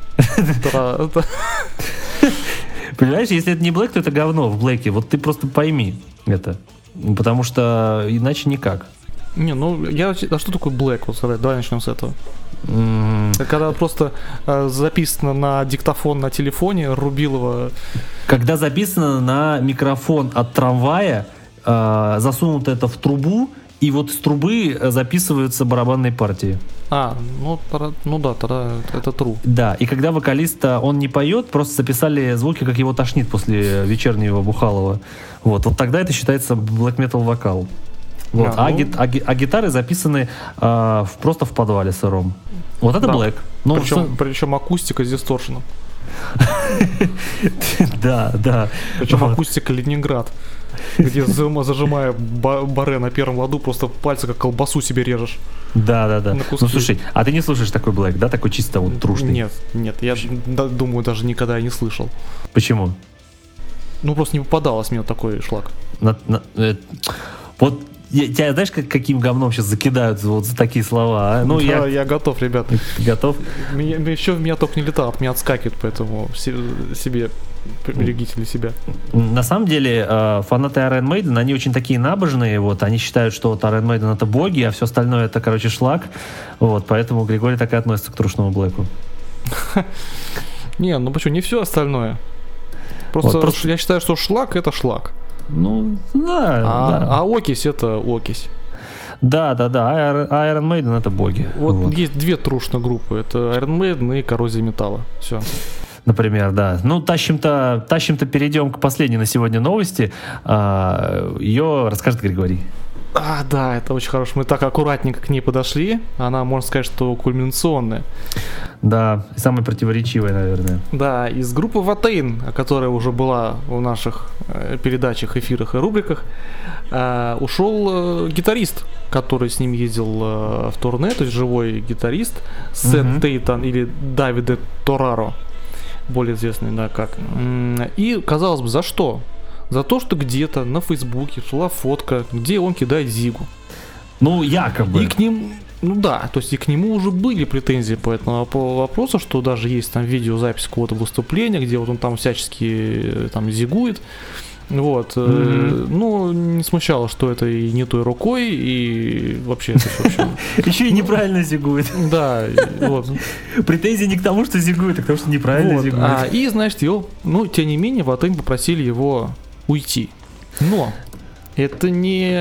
B: Понимаешь, если это не Black, то это говно в Black. Вот ты просто пойми это. Потому что иначе никак.
C: Не, ну я... А что такое Black? Вот давай начнем с этого.
B: Mm.
C: Когда просто э, записано на диктофон на телефоне, Рубилова.
B: Когда записано на микрофон от трамвая, э, засунуто это в трубу, и вот из трубы записываются барабанные партии.
C: А, ну, тогда, ну да, тогда это true.
B: Да, и когда вокалист, он не поет, просто записали звуки, как его тошнит после вечернего Бухалова. Вот, вот тогда это считается black metal вокал. Вот.
C: А,
B: А,
C: ну.
B: гит- а ги- а гитары записаны а, в- просто в подвале сыром. Вот это
C: Да.
B: Black. Ну,
C: причем,
B: что-
C: причем акустика с дисторшеном.
B: да, да.
C: Причем
B: Вот.
C: акустика Ленинград. Где зажима- зажимая ба- баре на первом ладу, просто пальцы как колбасу себе режешь.
B: Да, да, да.
C: На
B: Ну
C: куски.
B: слушай, а ты не слушаешь такой Black, да? Такой чисто вот трушный?
C: Нет, нет, я да- думаю, даже никогда и не слышал.
B: Почему?
C: Ну, просто не попадалось мне такой шлак.
B: На- на- э, вот я- тебя знаешь, как, каким говном сейчас закидают вот за такие слова, а? Ну,
C: Да,
B: я...
C: я готов, ребят.
B: Ты готов?
C: Меня, еще в меня только не летал, от меня отскакивает, поэтому се- себе берегите для себя.
B: На самом деле, э, фанаты Iron Maiden, они очень такие набожные, вот, они считают, что вот Iron Maiden это боги, а все остальное это, короче, шлак, вот, поэтому Григорий так и относится к трушному Блэку.
C: Не, ну почему, не все остальное. Просто,
B: Вот, просто-
C: я считаю, что шлак это шлак,
B: Ну, да,
C: а,
B: да.
C: а окись это окись.
B: Да, да, да, Iron, Iron Maiden это боги.
C: Вот,
B: Вот.
C: есть две трушные группы, это Iron Maiden и Коррозия металла. Все.
B: Например, да. Ну, тащим-то, тащим-то перейдем к последней на сегодня новости. А, ее расскажет Григорий.
C: А, да, это очень хорошо. Мы так аккуратненько к ней подошли. Она, можно сказать, что кульминационная.
B: Да, самая противоречивая, наверное.
C: Да, из группы Watain, которая уже была в наших э, передачах, эфирах и рубриках, э, ушел э, гитарист, который с ним ездил э, в турне, то есть живой гитарист, Сет
B: Мгм.
C: Тейтон или Давиде Тораро, более известный, да, как. М, И, казалось бы, за что? За то, что где-то на Фейсбуке шла фотка, где он кидает Зигу.
B: Ну, якобы.
C: И к ним, ну да, то есть и к нему уже были претензии по этому по вопросу, что даже есть там видеозапись какого-то выступления, где вот он там всячески э, там зигует. Вот. э,
B: Мгм.
C: Ну, не смущало, что это и не той рукой, и вообще это всё, в общем.
B: Еще и неправильно зигует.
C: Да, и вот.
B: Претензии не к тому, что зигует, а к тому, что неправильно
C: Вот,
B: зигует.
C: а, и, значит, его, ну, тем не менее, Watain попросили его уйти. Но это не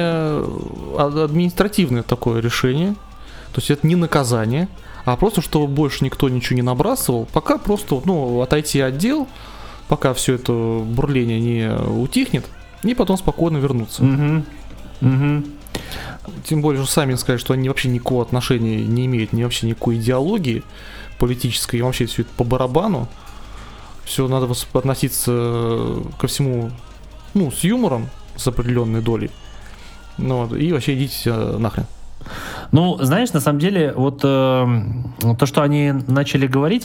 C: а- административное такое решение, то есть это не наказание, а просто, чтобы больше никто ничего не набрасывал, пока просто, ну, отойти от дел, пока все это бурление не утихнет, и потом спокойно вернуться.
B: Мгм. Мгм.
C: Тем более, что сами сказали, что они вообще никакого отношения не имеют, ни вообще никакой идеологии политической, и вообще все это по барабану. Все надо вос- относиться ко всему, ну, с юмором, с определенной долей. Ну, вот, и вообще идите э, нахрен.
B: Ну, знаешь, на самом деле, вот э, то, что они начали говорить,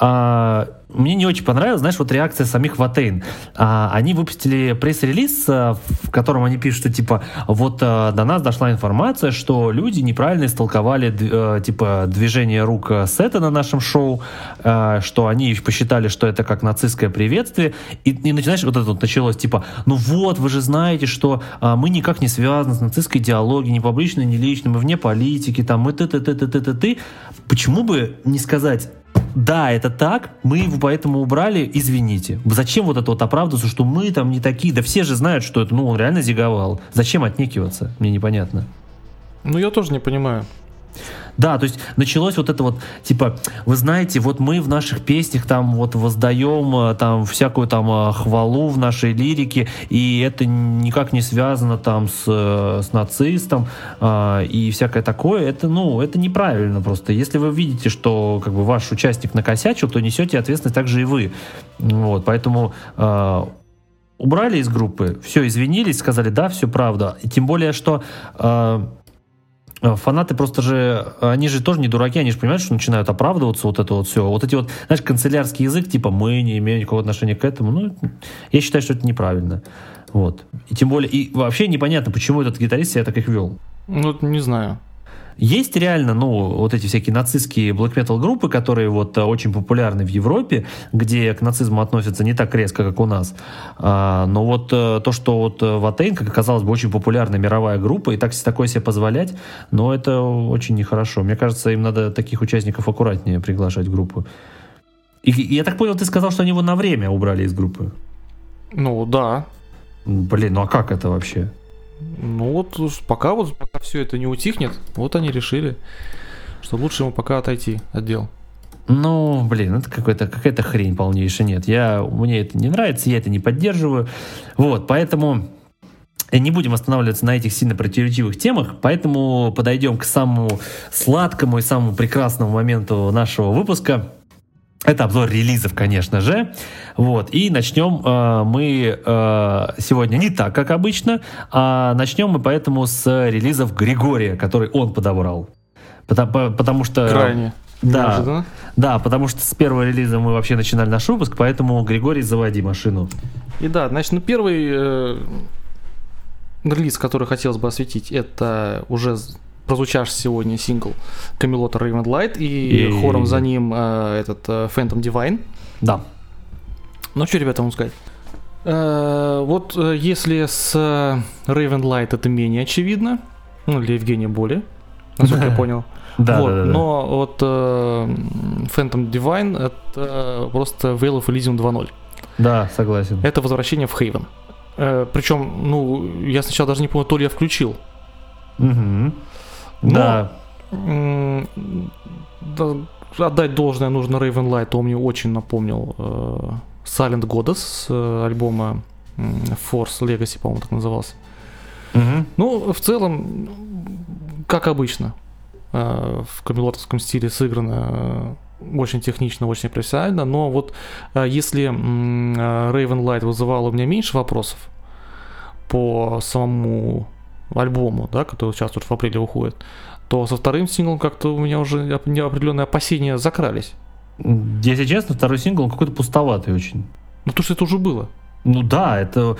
B: э, мне не очень понравилось, знаешь, вот реакция самих Watain. А, они выпустили пресс-релиз, э, в котором они пишут, что, типа, вот э, до нас дошла информация, что люди неправильно истолковали, д- э, типа, движение рук э, Сета на нашем шоу, э, что они посчитали, что это как нацистское приветствие, и, и начинаешь, вот это вот началось, типа, ну вот, вы же знаете, что э, мы никак не связаны с нацистской идеологией, ни публично, ни лично, мы вне политики, там, мы ты-ты-ты-ты-ты-ты. Почему бы не сказать, да, это так, мы его поэтому убрали, извините. Зачем вот это вот оправдываться, что мы там не такие? Да все же знают, что это, ну, он реально зиговал. Зачем отнекиваться? Мне непонятно.
C: Ну, я тоже не понимаю.
B: Да, то есть началось вот это вот, типа, вы знаете, вот мы в наших песнях там вот воздаем э, там всякую там э, хвалу в нашей лирике, и это никак не связано там с, э, с нацистом э, и всякое такое. Это, ну, это неправильно просто. Если вы видите, что как бы ваш участник накосячил, то несете ответственность также и вы. Вот, поэтому э, убрали из группы, все, извинились, сказали, да, все правда. И тем более, что э, фанаты просто же, они же тоже не дураки, они же понимают, что начинают оправдываться, вот это вот все. Вот эти вот, знаешь, канцелярский язык, типа, мы не имеем никакого отношения к этому, ну, я считаю, что это неправильно. Вот. И тем более, и вообще непонятно, почему этот гитарист себя так их вел.
C: Ну, не знаю.
B: Есть реально, ну, вот эти всякие нацистские блэк-метал группы, которые вот а, очень популярны в Европе, где к нацизму относятся не так резко, как у нас. А, но вот а, то, что вот Watain, как оказалось бы, очень популярная мировая группа, и так такое себе позволять, но это очень нехорошо. Мне кажется, им надо таких участников аккуратнее приглашать в группу. И, и я так понял, ты сказал, что они его на время убрали из группы.
C: Ну, да.
B: Блин, ну а как это вообще?
C: Ну вот уж пока вот пока все это не утихнет, вот они решили, что лучше ему пока отойти от дел.
B: Ну, блин, это какая-то, какая-то хрень полнейшая. Нет, я, мне это не нравится, я это не поддерживаю. Вот, поэтому не будем останавливаться на этих сильно противоречивых темах, поэтому подойдем к самому сладкому и самому прекрасному моменту нашего выпуска. Это обзор релизов, конечно же. Вот. И начнем э, мы э, сегодня не так, как обычно, а начнем мы поэтому с релизов Григория, который он подобрал. Потому, потому что...
C: Крайне.
B: Да,
C: неожиданно.
B: да, потому что с первого релиза мы вообще начинали наш выпуск, поэтому, Григорий, заводи машину.
C: И да, значит, ну, первый э, релиз, который хотелось бы осветить, это уже прозвучавший сегодня сингл Камелота Raven Light и, и хором за ним э, этот э, Phantom Divine.
B: Да.
C: Ну что, ребята, вам сказать? Э, вот э, если с Raven Light это менее очевидно, ну для Евгения более, насколько я понял.
B: Да,
C: вот,
B: да, да, да.
C: но вот э, Phantom Divine это просто Veil of Elysium два ноль.
B: Да, согласен.
C: Это возвращение в Haven. Э, причем, ну, я сначала даже не помню, то ли я включил.
B: Угу.
C: Но,
B: Да.
C: м- да. Отдать должное нужно Raven Light, он мне очень напомнил э, Silent Goddess с э, альбома э, Force Legacy, по-моему, так назывался.
B: Угу.
C: Ну, в целом, как обычно, э, в камелотовском стиле сыграно э, очень технично, очень профессионально, но вот э, если э, Raven Light вызывал у меня меньше вопросов по самому альбому, да, который сейчас вот в апреле выходит, то со вторым синглом как-то у меня уже определенные опасения закрались.
B: Если честно, второй сингл он какой-то пустоватый очень.
C: Ну, то, что это уже было.
B: Ну да, это,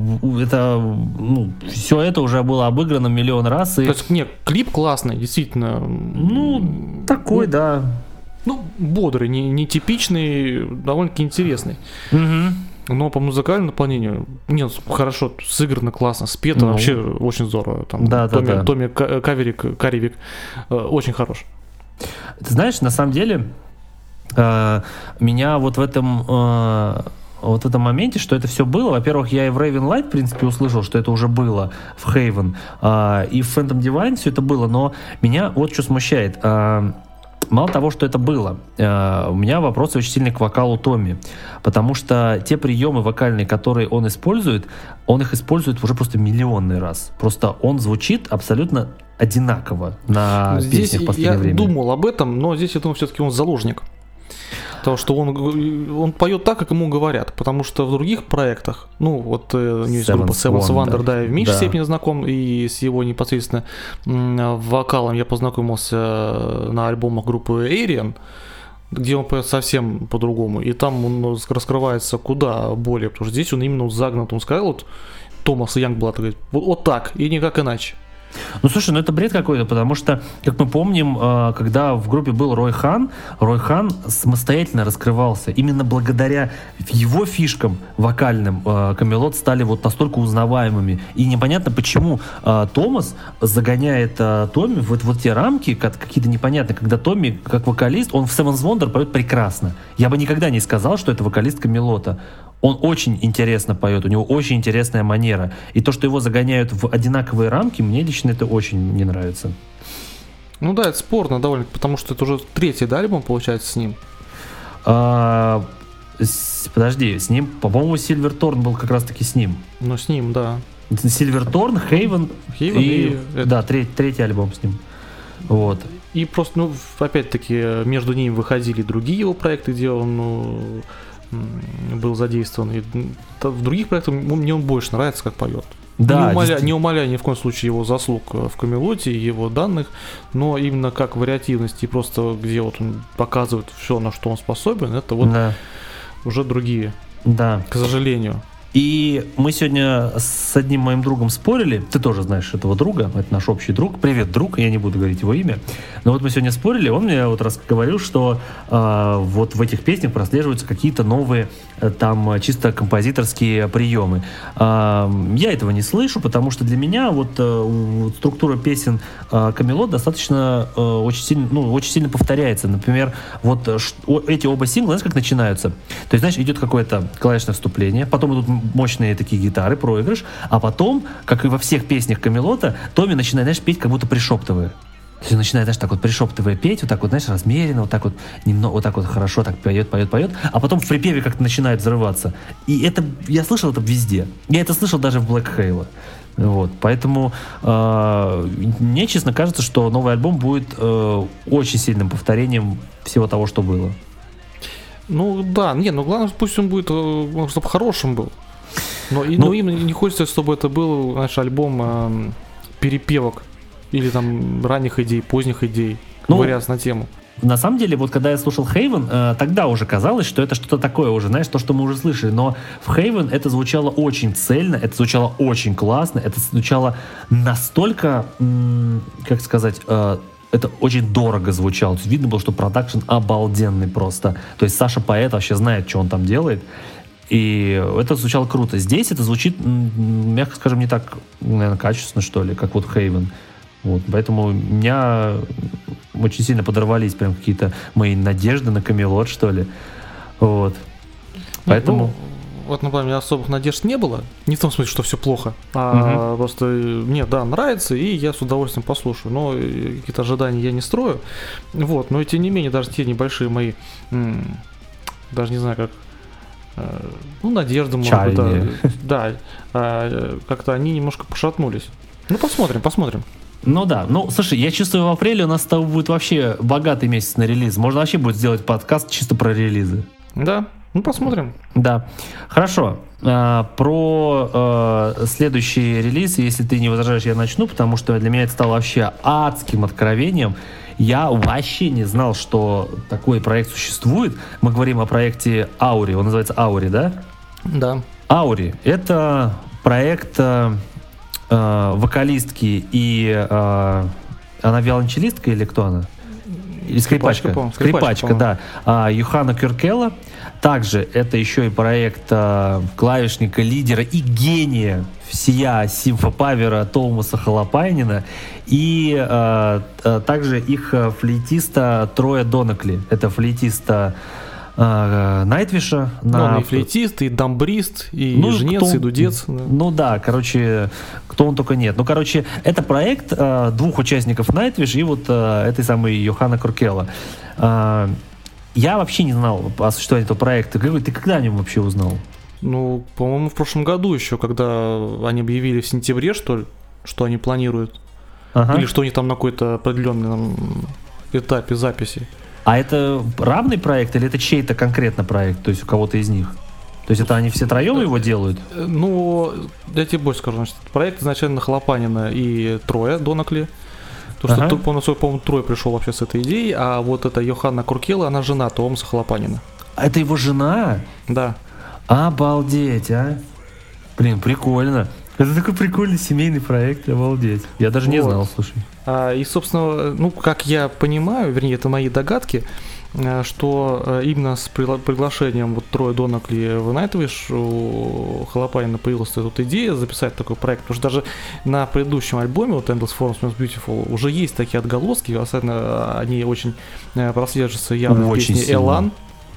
B: это ну, все это уже было обыграно миллион раз. И...
C: То есть, нет, клип классный, действительно.
B: Ну, такой,
C: ну,
B: да.
C: Ну, бодрый, не, не типичный, довольно-таки интересный.
B: Угу.
C: Но по музыкальному наполнению, нет, хорошо, сыграно, классно, спето,
B: Ну.
C: вообще очень здорово. Там,
B: Да,
C: Томми,
B: да, да.
C: Томми Ка- Каверик, Карибик э, очень хорош.
B: Ты знаешь, на самом деле, э, меня вот в этом... Э, вот в этом моменте, что это все было, во-первых, я и в Raven Light, в принципе, услышал, что это уже было в Haven, э, и в Phantom Divine все это было, но меня вот что смущает. Э, Мало того, что это было, э, у меня вопросы очень сильные к вокалу Томми, потому что те приемы вокальные, которые он использует, он их использует уже просто миллионный раз. Просто он звучит абсолютно одинаково на
C: Здесь
B: песнях в последнее
C: я
B: время.
C: думал об этом, но здесь я думаю, все-таки он заложник. Потому что он, он поет так, как ему говорят. Потому что в других проектах, ну, вот у него есть группа Seventh Wonder, да, я в меньшей
B: да.
C: степени знаком, и с его непосредственно м, вокалом я познакомился на альбомах группы Arian, где он поет совсем по-другому. И там он раскрывается куда более, потому что здесь он именно загнут. Он сказал, вот Томас Янгблад говорит, вот, вот так, и никак иначе.
B: Ну, слушай, ну это бред какой-то, потому что, как мы помним, э, когда в группе был Рой Хан, Рой Хан самостоятельно раскрывался. Именно благодаря его фишкам вокальным э, Камелот стали вот настолько узнаваемыми. И непонятно, почему э, Томас загоняет э, Томми в вот, вот те рамки, как, какие-то непонятные, когда Томми, как вокалист, он в Seventh Wonder поет прекрасно. Я бы никогда не сказал, что это вокалист Камелота. Он очень интересно поет, у него очень интересная манера. И то, что его загоняют в одинаковые рамки, мне лично это очень не нравится.
C: Ну да, это спорно довольно, потому что это уже третий, да, альбом получается с ним?
B: А, с, подожди, с ним, по-моему, Сильверторн был как раз-таки с ним.
C: Ну, с ним, да.
B: Сильверторн, Хейвен
C: Хейвен
B: и...
C: и...
B: Да, треть, третий альбом с ним. Вот.
C: И просто, ну, опять-таки, между ними выходили другие его проекты, где он, ну, был задействован. И в других проектах мне он больше нравится, как поет.
B: Да,
C: не, умаля, не умаляя ни в коем случае его заслуг в Камелоте, его данных, но именно как вариативности, просто где вот он показывает все, на что он способен, это вот
B: да.
C: уже другие,
B: да.
C: к сожалению.
B: И мы сегодня с одним моим другом спорили, ты тоже знаешь этого друга, это наш общий друг, привет, друг, я не буду говорить его имя, но вот мы сегодня спорили, он мне вот раз говорил, что э, вот в этих песнях прослеживаются какие-то новые э, там чисто композиторские приемы. Э, я этого не слышу, потому что для меня вот э, структура песен э, Камелот достаточно э, очень сильно, ну, очень сильно повторяется. Например, вот э, эти оба сингла, знаешь, как начинаются? То есть, знаешь, идет какое-то клавишное вступление, потом идут мощные такие гитары, проигрыш, а потом, как и во всех песнях Камелота, Томми начинает, знаешь, петь, как будто пришептывая. То есть он начинает, знаешь, так вот пришептывая петь, вот так вот, знаешь, размеренно, вот так вот, немного, вот так вот хорошо так поет, поет, поет, а потом в припеве как-то начинает взрываться. И это, я слышал это везде. Я это слышал даже в Black Halo. Вот, поэтому э, мне, честно, кажется, что новый альбом будет э, очень сильным повторением всего того, что было.
C: Ну да, не, ну главное, пусть он будет, э, чтобы хорошим был. Но, и,
B: Ну,
C: но им не хочется, чтобы это был, знаешь, альбом э, перепевок или там ранних идей, поздних идей,
B: Ну,
C: вариаций на тему.
B: На самом деле, вот когда я слушал Haven, э, тогда уже казалось, что это что-то такое уже, знаешь, то, что мы уже слышали. Но в Haven это звучало очень цельно, это звучало очень классно, это звучало настолько, м- как сказать, э, это очень дорого звучало. То есть видно было, что продакшн обалденный просто. То есть Саша Поэт вообще знает, что он там делает. И это звучало круто. Здесь это звучит, м- мягко скажем, не так, наверное, качественно, что ли, как вот Haven. Вот, поэтому у меня очень сильно подорвались прям какие-то мои надежды на Камелот, что ли. Вот. Поэтому...
C: Ну, вот, например, у меня особых надежд не было. Не в том смысле, что все плохо. А
B: Мгм.
C: просто мне, да, нравится, и я с удовольствием послушаю. Но э, какие-то ожидания я не строю. Вот, но тем не менее, даже те небольшие мои, м, даже не знаю, как, э, ну, надежды, может быть, да,
B: Чаяния.
C: да, а, как-то они немножко пошатнулись. Ну, посмотрим, посмотрим.
B: Ну да, ну слушай, я чувствую, в апреле у нас с тобой будет вообще богатый месяц на релиз. Можно вообще будет сделать подкаст чисто про релизы.
C: Да, ну, посмотрим.
B: Да, хорошо. А, про а, следующий релиз, если ты не возражаешь, я начну, потому что для меня это стало вообще адским откровением. Я вообще не знал, что такой проект существует. Мы говорим о проекте Аури, он называется Аури, да?
C: Да.
B: Аури — это проект э, э, вокалистки и э, она виолончелистка или кто она? Или скрипачка?
C: Скрипачка, по-моему.
B: Скрипачка,
C: Скрипачка,
B: да. А, Юхана Кюркела. Также это еще и проект э, клавишника, лидера и гения всея симфопавера Томаса Халапайнина. И э, э, также их э, флейтиста Троя Донекли. Это флейтиста э, Найтвиша.
C: Ну,
B: на...
C: он и флейтист, и дамбрист, и
B: Ну,
C: жнец,
B: кто-
C: и дудец. Да.
B: Ну да, короче, кто он только нет. Ну, короче, это проект э, двух участников Nightwish и вот э, этой самой Йохана Куркела. Э, я вообще не знал о существовании этого проекта. Григорий, ты когда о нем вообще узнал?
C: Ну, по-моему, в прошлом году еще, когда они объявили в сентябре, что ли, что они планируют.
B: Ага.
C: Или что они там на какой-то определенном этапе записи.
B: А это равный проект или это чей-то конкретно проект, то есть у кого-то из них? То есть это они все троем его делают?
C: Э, Ну, я тебе больше скажу, значит, проект изначально Хлопанина и Троя Донекли. Потому что,
B: Ага.
C: тут, по-моему, по-моему, Трой пришел вообще с этой идеей, а вот эта Йоханна Куркела, она жена Томаса Хлопанина.
B: А это его жена?
C: Да.
B: Обалдеть, а? Блин, прикольно. Это такой прикольный семейный проект, обалдеть. Я даже не
C: Вот.
B: знал, слушай.
C: А, и, собственно, ну, как я понимаю, вернее, это мои догадки, э, что э, именно с пригла- приглашением вот Троя Донекли в Nightwish у Халапанина появилась эта вот идея записать такой проект, потому что даже на предыдущем альбоме, вот Endless Forms Most Beautiful, уже есть такие отголоски, особенно они очень э, прослеживаются явно в
B: Очень
C: песне
B: сильно.
C: «Элан».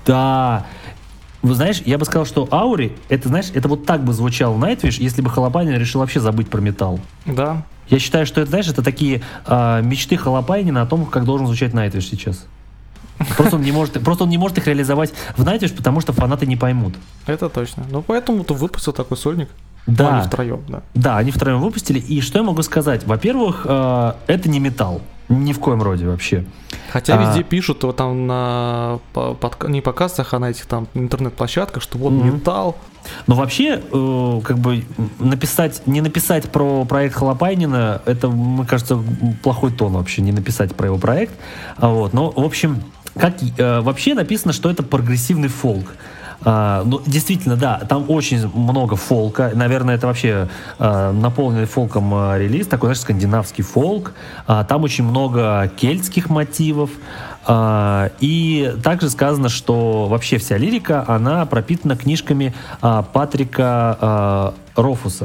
B: Да. Вы знаешь, я бы сказал, что Аури, это, знаешь, это вот так бы звучал Nightwish, если бы Халапанин решил вообще забыть про металл.
C: Да.
B: Я считаю, что это, знаешь, это такие а, мечты Халапанина о том, как должен звучать Nightwish сейчас. Просто он не может, просто он не может их реализовать в Nightwish, потому что фанаты не поймут.
C: Это точно. Ну, поэтому вот выпустил такой сольник. Ну,
B: Да.
C: они втроем, да.
B: Да, они втроем выпустили. И что я могу сказать? Во-первых, э, это не металл. Ни в коем роде вообще.
C: Хотя
B: А.
C: везде пишут, вот там на по- подка- не подкастах, а на этих там интернет-площадках, что вот
B: Мгм.
C: металл.
B: Но вообще, э, как бы написать, не написать про проект Халапайнина, это, мне кажется, плохой тон вообще, не написать про его проект. А вот, но, в общем, как, э, вообще написано, что это прогрессивный фолк. А, ну, действительно, да, там очень много фолка. Наверное, это вообще а, наполненный фолком а, релиз, такой, знаешь, скандинавский фолк. А, там очень много кельтских мотивов. А, и также сказано, что вообще вся лирика, она пропитана книжками а, Патрика а, Рофуса.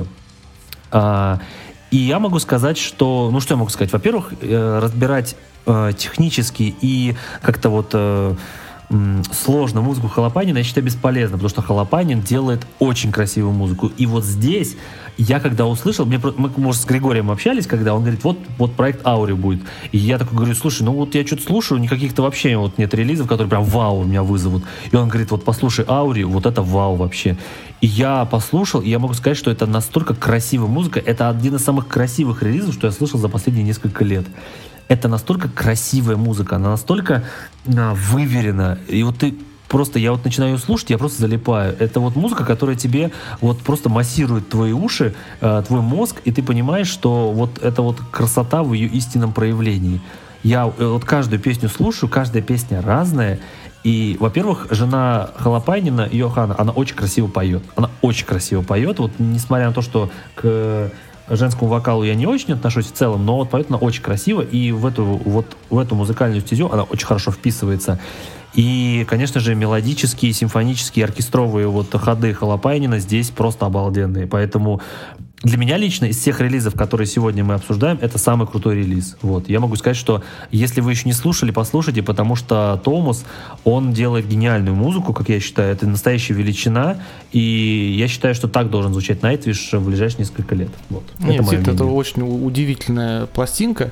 B: А, и я могу сказать, что... Ну, что я могу сказать? Во-первых, э, разбирать э, технически и как-то вот... э, м, сложно музыку Халапанина, я считаю, бесполезно, потому что Халапанин делает очень красивую музыку. И вот здесь я когда услышал, мне, мы, может, с Григорием общались, когда он говорит, вот, вот проект Аури будет. И я такой говорю, слушай, ну вот я что-то слушаю, никаких-то вообще вот нет релизов, которые прям вау меня вызовут. И он говорит, вот послушай Аури, вот это вау вообще. И я послушал, и я могу сказать, что это настолько красивая музыка, это один из самых красивых релизов, что я слышал за последние несколько лет. Это настолько красивая музыка, она настолько а, выверена. И вот ты просто, я вот начинаю ее слушать, я просто залипаю. Это вот музыка, которая тебе вот просто массирует твои уши, э, твой мозг, и ты понимаешь, что вот это вот красота в ее истинном проявлении. Я вот каждую песню слушаю, каждая песня разная. И, во-первых, жена Халапанина, Йохана, она очень красиво поет. Она очень красиво поет. Вот несмотря на то, что к женскому вокалу я не очень отношусь в целом, но вот поет она очень красиво, и в эту, вот, в эту музыкальную стезю она очень хорошо вписывается. И, конечно же, мелодические, симфонические, оркестровые вот ходы Халапанина здесь просто обалденные. Поэтому для меня лично из всех релизов, которые сегодня мы обсуждаем, это самый крутой релиз. Вот. Я могу сказать, что если вы еще не слушали, послушайте, потому что Томас, он делает гениальную музыку, как я считаю. Это настоящая величина. И я считаю, что так должен звучать Nightwish в ближайшие несколько лет. Вот.
C: Нет,
B: это,
C: это, это очень удивительная пластинка.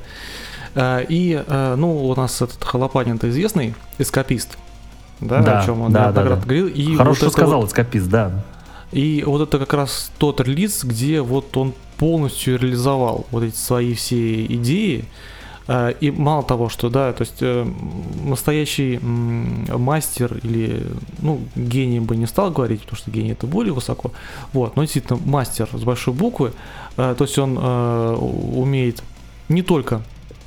C: И, ну, у нас этот Халапанин-то известный эскапист, да,
B: да,
C: о чем он
B: да,
C: неоднократно
B: да, да.
C: говорил. И
B: Хорошо,
C: вот
B: что сказал,
C: вот,
B: эскапист, да.
C: И вот это как раз тот релиз, где вот он полностью реализовал вот эти свои все идеи. И мало того, что, да, то есть настоящий мастер или, ну, гений бы не стал говорить, потому что гений это более высоко, вот, но действительно мастер с большой буквы, то есть он умеет не только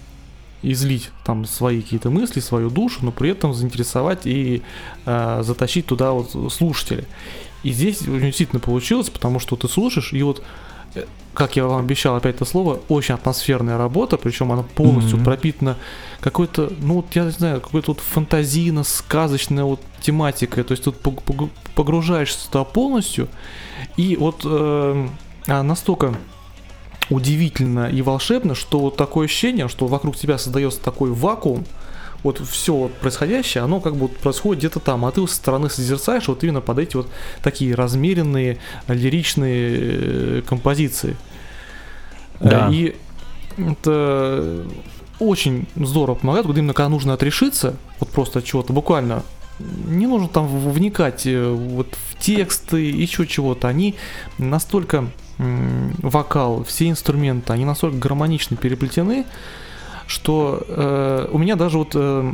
C: излить там свои какие-то мысли, свою душу, но при этом заинтересовать и э, затащить туда вот слушателя. И здесь действительно получилось, потому что ты слушаешь, и вот, как я вам обещал опять это слово, очень атмосферная работа, причем она полностью mm-hmm. пропитана какой-то, ну вот я не знаю, какой-то вот фантазийно-сказочной вот тематикой, то есть тут погружаешься туда полностью, и вот э, настолько удивительно и волшебно, что вот такое ощущение, что вокруг тебя создается такой вакуум, вот все вот происходящее, оно как бы вот происходит где-то там, а ты со стороны созерцаешь вот именно под эти вот такие размеренные, лиричные композиции. Да. И это очень здорово помогает, вот именно когда нужно отрешиться, вот просто от чего-то, буквально не нужно там вникать вот в тексты, еще чего-то, они настолько вокал, все инструменты, они настолько гармонично переплетены, что э, у меня даже вот э,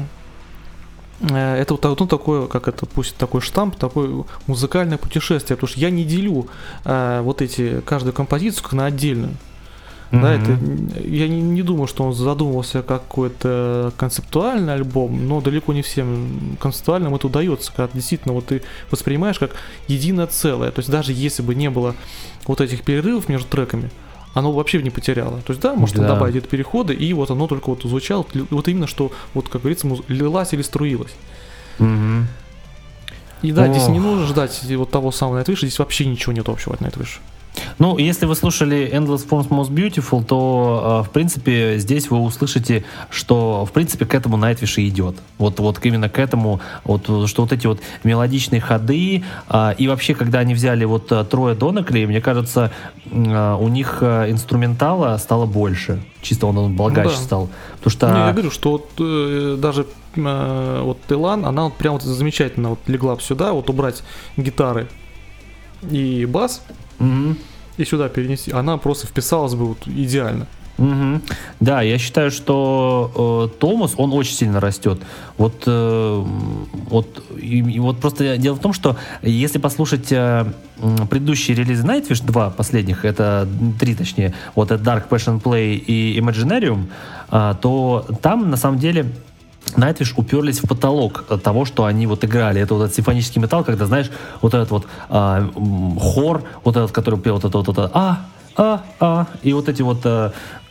C: это вот ну, такое, как это, пусть такой штамп, такое музыкальное путешествие, потому что я не делю э, вот эти, каждую композицию как на отдельную. Mm-hmm. Да, это, я не, не думаю, что он задумывался как какой-то концептуальный альбом, но далеко не всем концептуальным это удается, когда действительно вот ты воспринимаешь как единое целое. То есть даже если бы не было вот этих перерывов между треками, оно вообще не потеряло. То есть да, можно да. добавить эти переходы, и вот оно только вот звучало, вот именно что, вот как говорится, лилась или струилась.
B: Mm-hmm.
C: И да, oh. здесь не нужно ждать вот того самого Nightwish, здесь вообще ничего нет общего от Nightwish.
B: Ну, если вы слушали Endless Forms Most Beautiful, то, в принципе, здесь вы услышите, что, в принципе, к этому Nightwish и идет. Вот, вот именно к этому, вот, что вот эти вот мелодичные ходы, и вообще, когда они взяли вот трое Донекли, мне кажется, у них инструментала стало больше. Чисто он, он богаче ну, да. стал. Потому что...
C: Не, я говорю, что вот, э, даже э, вот Илан, она вот прям вот замечательно вот легла бы сюда, вот убрать гитары и бас,
B: Mm-hmm.
C: и сюда перенести, она просто вписалась бы вот идеально.
B: Mm-hmm. Да, я считаю, что э, Томас, он очень сильно растет. Вот, э, вот, и, и вот просто дело в том, что если послушать э, предыдущие релизы Nightwish, два последних, это три точнее, вот это Dark Passion Play и Imaginarium, э, то там на самом деле Nightwish уперлись в потолок того, что они вот играли. Это вот этот симфонический металл, когда, знаешь, вот этот вот а, хор, вот этот, который пел вот это вот это а, а, а, и вот эти вот а,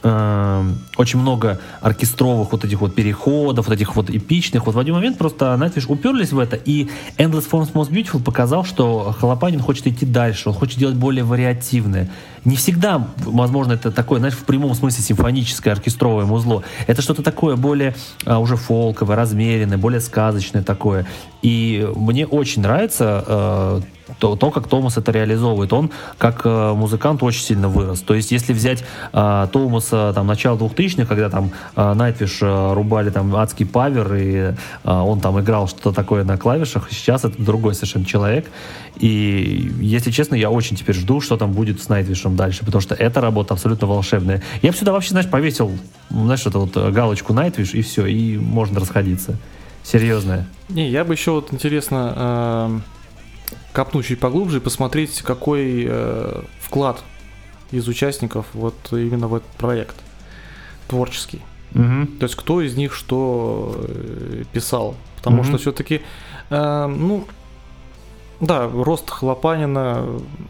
B: э, очень много оркестровых вот этих вот переходов, вот этих вот эпичных. Вот в один момент просто Nightwish уперлись в это, и Endless Forms Most Beautiful показал, что Холопанин хочет идти дальше, он хочет делать более вариативное. Не всегда, возможно, это такое, знаешь, в прямом смысле симфоническое оркестровое музло. Это что-то такое более а, уже фолковое, размеренное, более сказочное такое. И мне очень нравится э, то, то, как Томас это реализовывает. Он, как э, музыкант, очень сильно вырос. То есть, если взять э, Томаса там, начала двухтысячных, когда там э, Nightwish э, рубали там адский павер, и э, он там играл что-то такое на клавишах, сейчас это другой совершенно человек. И, если честно, я очень теперь жду, что там будет с Nightwish'ем дальше, потому что эта работа абсолютно волшебная. Я бы сюда вообще, знаешь, повесил, знаешь, эту вот галочку Nightwish, и все, и можно расходиться. Серьезная.
C: Не, я бы еще вот интересно э, копнуть чуть поглубже и посмотреть, какой э, вклад из участников вот именно в этот проект творческий.
B: Угу.
C: То есть кто из них что э, писал. Потому
B: Угу.
C: что все-таки, э, ну, да, рост Холопанина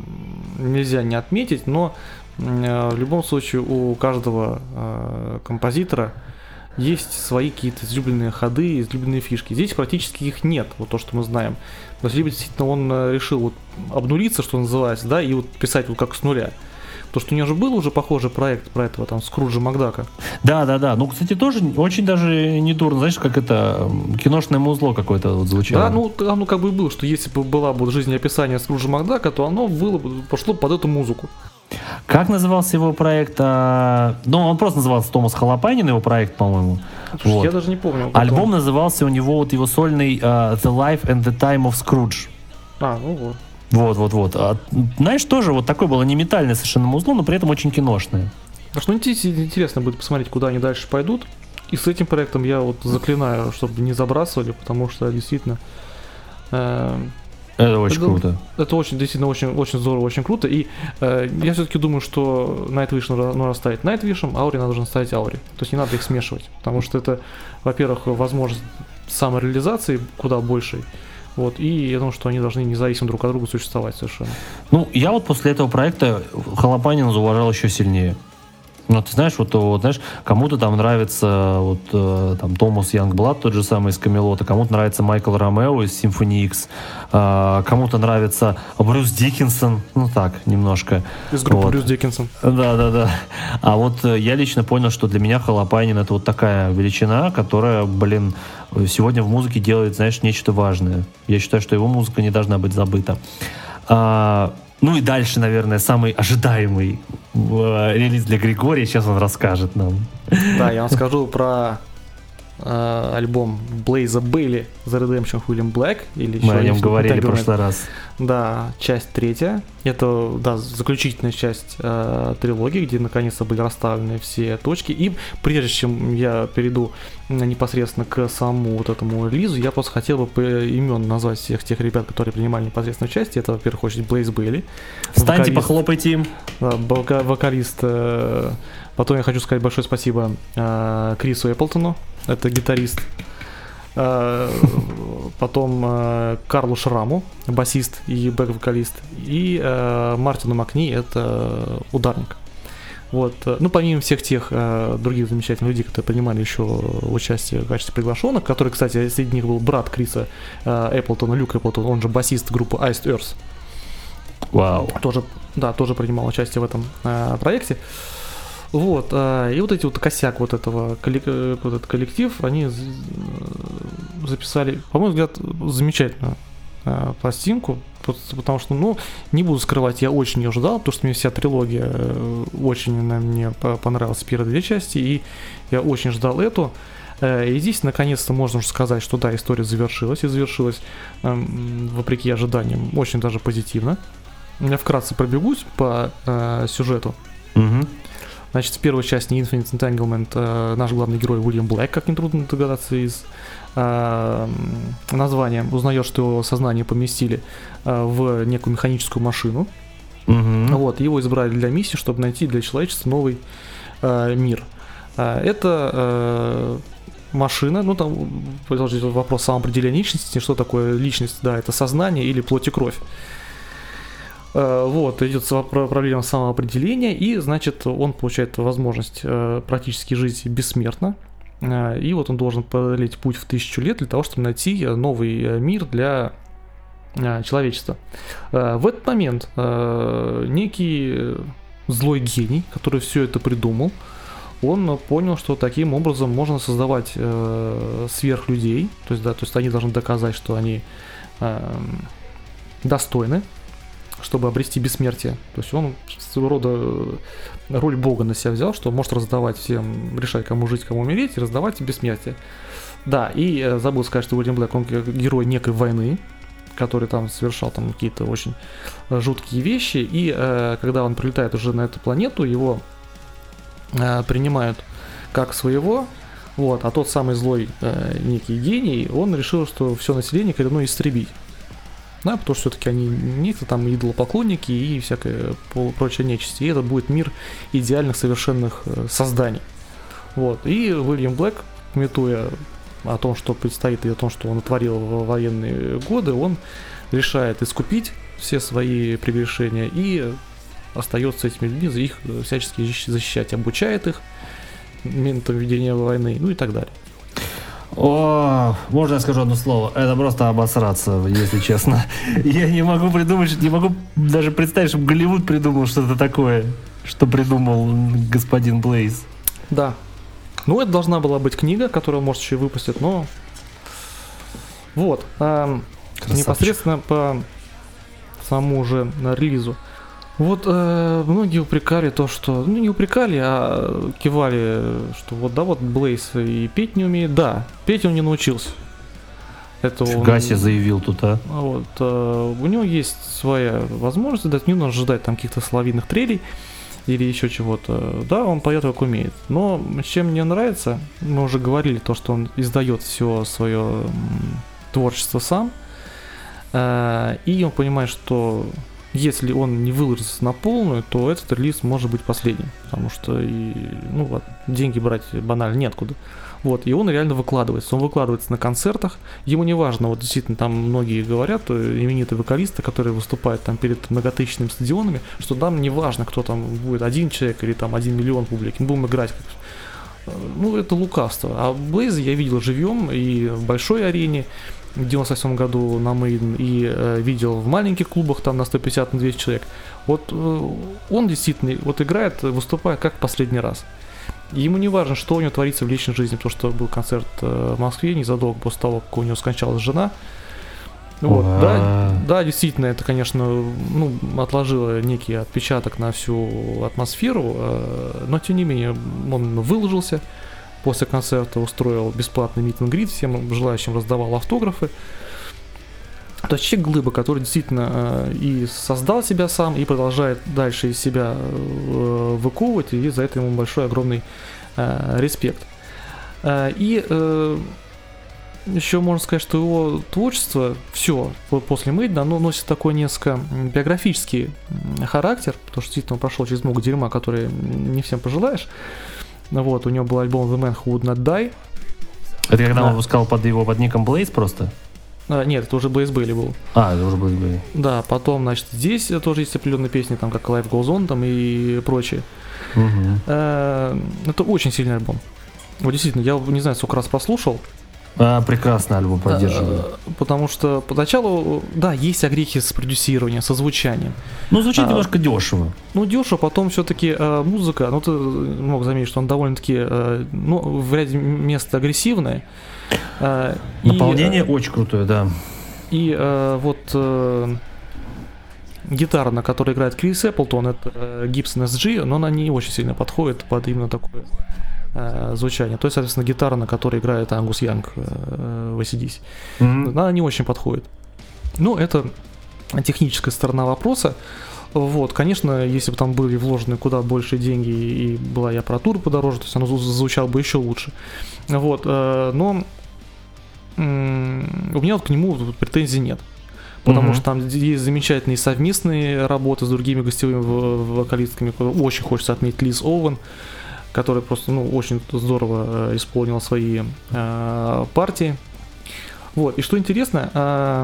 C: нельзя не отметить, но э, в любом случае у каждого э, композитора есть свои какие-то излюбленные ходы, излюбленные фишки. Здесь практически их нет, вот то, что мы знаем. То есть, либо действительно он решил вот обнулиться, что называется, да, и вот писать вот как с нуля. Потому что у него же был уже похожий проект про этого там Скруджа Макдака.
B: Да, да, да. Ну, кстати, тоже очень даже не дурно. Знаешь, как это киношное музло какое-то вот звучало.
C: Да, ну, оно как бы было, что если бы была бы жизнеописание Скруджа Макдака, то оно было, пошло под эту музыку.
B: Как назывался его проект? А... Ну, он просто назывался Томас Холопанин, его проект, по-моему.
C: Слушай,
B: Вот.
C: я даже не помню.
B: Альбом
C: он...
B: назывался у него вот его сольный uh, The Life and the Time of Scrooge.
C: А, ну вот.
B: Вот, вот, вот. А, знаешь, тоже вот такое было не метальное совершенно музло, но при этом очень киношное.
C: Потому что ну, интересно будет посмотреть, куда они дальше пойдут. И с этим проектом я вот заклинаю, чтобы не забрасывали, потому что действительно... Э,
B: это очень
C: это,
B: круто.
C: Это очень, действительно, очень, очень здорово, очень круто. И э, я все-таки думаю, что Nightwish нужно оставить Nightwish'ем, Аури надо оставить Аури. То есть не надо их смешивать. Потому что это, во-первых, возможность самореализации куда большей. Вот, и я думаю, что они должны независимо друг от друга существовать совершенно.
B: Ну, я вот после этого проекта Холопанина зауважал еще сильнее. Ну, ты знаешь, вот, вот знаешь, кому-то там нравится вот э, там Томас Янгблад, тот же самый из Камелота, кому-то нравится Майкл Ромео из Symphony X, э, кому-то нравится Брюс Диккенсон, ну так, немножко.
C: Из группы
B: вот.
C: Брюс Диккенсон.
B: Да-да-да. А вот э, я лично понял, что для меня Холопанин — это вот такая величина, которая, блин, сегодня в музыке делает, знаешь, нечто важное. Я считаю, что его музыка не должна быть забыта. А, ну и дальше, наверное, самый ожидаемый э, релиз для Григория. Сейчас он расскажет нам.
C: Да, я вам скажу про э, альбом Блейза Бейли The Redemption of William Black. Или
B: Мы о нем говорили в прошлый раз.
C: Да, часть третья. Это, да, заключительная часть э, трилогии, где наконец-то были расставлены все точки. И прежде чем я перейду непосредственно к самому вот этому релизу, я просто хотел бы по имен назвать всех тех ребят, которые принимали непосредственно участие. Это, во-первых, очередь Блейз Бейли.
B: Встаньте, похлопайте им.
C: Да, вока- вокалист. Э, потом я хочу сказать большое спасибо э, Крису Эпплтону. Это гитарист. Потом э, Карлу Шраму, басист и бэк-вокалист, и э, Мартину Макни, это ударник. Вот. Ну, помимо всех тех э, других замечательных людей, которые принимали еще участие в качестве приглашенных, который, кстати, среди них был брат Криса э, Эпплтона, Люк Эпплтон, он же басист группы Iced Earth.
B: Вау.
C: Тоже, да, тоже принимал участие в этом э, проекте. Вот, э, и вот эти вот косяк вот этого коллек- вот этот коллектив, они записали, по моему взгляд, замечательную э, пластинку, потому что, ну, не буду скрывать, я очень ее ждал, потому что мне вся трилогия э, очень она мне понравилась, первые две части, и я очень ждал эту. Э, и здесь, наконец-то, можно уже сказать, что да, история завершилась, и завершилась, э, вопреки ожиданиям, очень даже позитивно. Я вкратце пробегусь по э, сюжету.
B: Угу.
C: Значит, в первой части Infinite Entanglement э, наш главный герой Уильям Блэк, как нетрудно догадаться из э, названия, узнает, что его сознание поместили э, в некую механическую машину.
B: Угу.
C: Вот, его избрали для миссии, чтобы найти для человечества новый э, мир. Э, это э, машина, ну там продолжить вопрос самоопределения личности, что такое личность, да, это сознание или плоть и кровь. Вот, идет проблема самоопределения, и, значит, он получает возможность практически жить бессмертно. И вот он должен преодолеть путь в тысячу лет для того, чтобы найти новый мир для человечества. В этот момент некий злой гений, который все это придумал, он понял, что таким образом можно создавать сверхлюдей, то есть, да, то есть они должны доказать, что они достойны, чтобы обрести бессмертие. То есть он своего рода роль бога на себя взял, что может раздавать всем, решать, кому жить, кому умереть, и раздавать бессмертие. Да, и э, забыл сказать, что Уильям Блэк, он герой некой войны, который там совершал там какие-то очень жуткие вещи, и э, когда он прилетает уже на эту планету, его э, принимают как своего, вот, а тот самый злой э, некий гений, он решил, что все население коренное истребить. Да, потому что все-таки они некто там идолопоклонники и всякая прочая нечисть. И это будет мир идеальных, совершенных созданий. Вот. И Уильям Блэк, памятуя о том, что предстоит, и о том, что он творил в военные годы, он решает искупить все свои прегрешения и остается с этими людьми, за их всячески защищать, обучает их методам ведения войны, ну и так далее.
B: О, можно я скажу одно слово? Это просто обосраться, если честно. Я не могу придумать, не могу даже представить, чтобы Голливуд придумал что-то такое, что придумал господин Блейз.
C: Да. Ну, это должна была быть книга, которую, может, еще и выпустят, но... Вот. А, непосредственно по самому же релизу. Вот э, многие упрекали то, что... Ну, не упрекали, а кивали, что вот, да, вот Блейз и петь не умеет. Да, петь он не научился. Это
B: Фига
C: он,
B: себе заявил тут, а?
C: Вот, э, у него есть своя возможность, да, не нужно ждать там каких-то соловьиных трелей или еще чего-то. Да, он поет как умеет. Но чем мне нравится, мы уже говорили, то, что он издает все свое м, творчество сам. Э, и он понимает, что... Если он не выложится на полную, то этот релиз может быть последним, потому что и, ну, вот, деньги брать банально неоткуда. Вот, и он реально выкладывается. Он выкладывается на концертах. Ему не важно, вот действительно, там многие говорят, именитые вокалисты, которые выступают там перед многотысячными стадионами, что нам не важно, кто там будет, один человек или там один миллион публики. Мы будем играть как... Ну, это лукавство. А Блейза я видел живьем и в большой арене в девяносто восьмом году на Maiden, и э, видел в маленьких клубах там на сто пятьдесят на двести человек. Вот э, он действительно вот играет, выступает как в последний раз. И ему не важно, что у него творится в личной жизни, потому что был концерт э, в Москве незадолго после того, как у него скончалась жена. Вот, да, да, действительно, это, конечно, ну, отложило некий отпечаток на всю атмосферу, э, но тем не менее он выложился. После концерта устроил бесплатный мит-н-грид, всем желающим раздавал автографы. То есть человек глыба, который действительно э, и создал себя сам, и продолжает дальше из себя э, выковывать, и за это ему большой, огромный э, респект. Э, и э, еще можно сказать, что его творчество, все, после Maiden, оно носит такой несколько биографический характер, потому что действительно он прошел через много дерьма, которые не всем пожелаешь. Вот, у него был альбом The Man Who Would Not Die.
B: Это когда
C: да.
B: он выпускал под его под ником Blaze просто?
C: А, нет, это уже Blaze Bayley был.
B: А, это уже Blaze Bayley.
C: Да, потом, значит, здесь тоже есть определенные песни, там как Life Goes On там и прочее.
B: Угу.
C: А, это очень сильный альбом. Вот действительно, я не знаю, сколько раз прослушал.
B: А, прекрасный альбом, поддерживаю.
C: А, потому что поначалу, да, есть огрехи с продюсированием, со звучанием.
B: Ну, звучит
C: а,
B: немножко дешево.
C: Ну, дешево, потом все-таки а, музыка, ну, ты мог заметить, что она довольно-таки, а, ну, в ряде мест агрессивная. А,
B: Наполнение
C: и,
B: очень крутое, да.
C: И а, вот а, гитара, на которой играет Крис Эпплтон, это а, Gibson эс джи, но она не очень сильно подходит под именно такое а, звучание. То есть, соответственно, гитара, на которой играет Ангус Янг а, в эй си ди си. Mm-hmm. Она не очень подходит. Ну, это техническая сторона вопроса. Вот, конечно, если бы там были вложены куда больше деньги и была и аппаратура подороже, то есть оно звучало бы еще лучше. Вот, но у меня вот к нему претензий нет. Потому mm-hmm. что там есть замечательные совместные работы с другими гостевыми вокалистками. Очень хочется отметить Лиз Оуэн, которая просто, ну, очень здорово исполнила свои партии. Вот, и что интересно,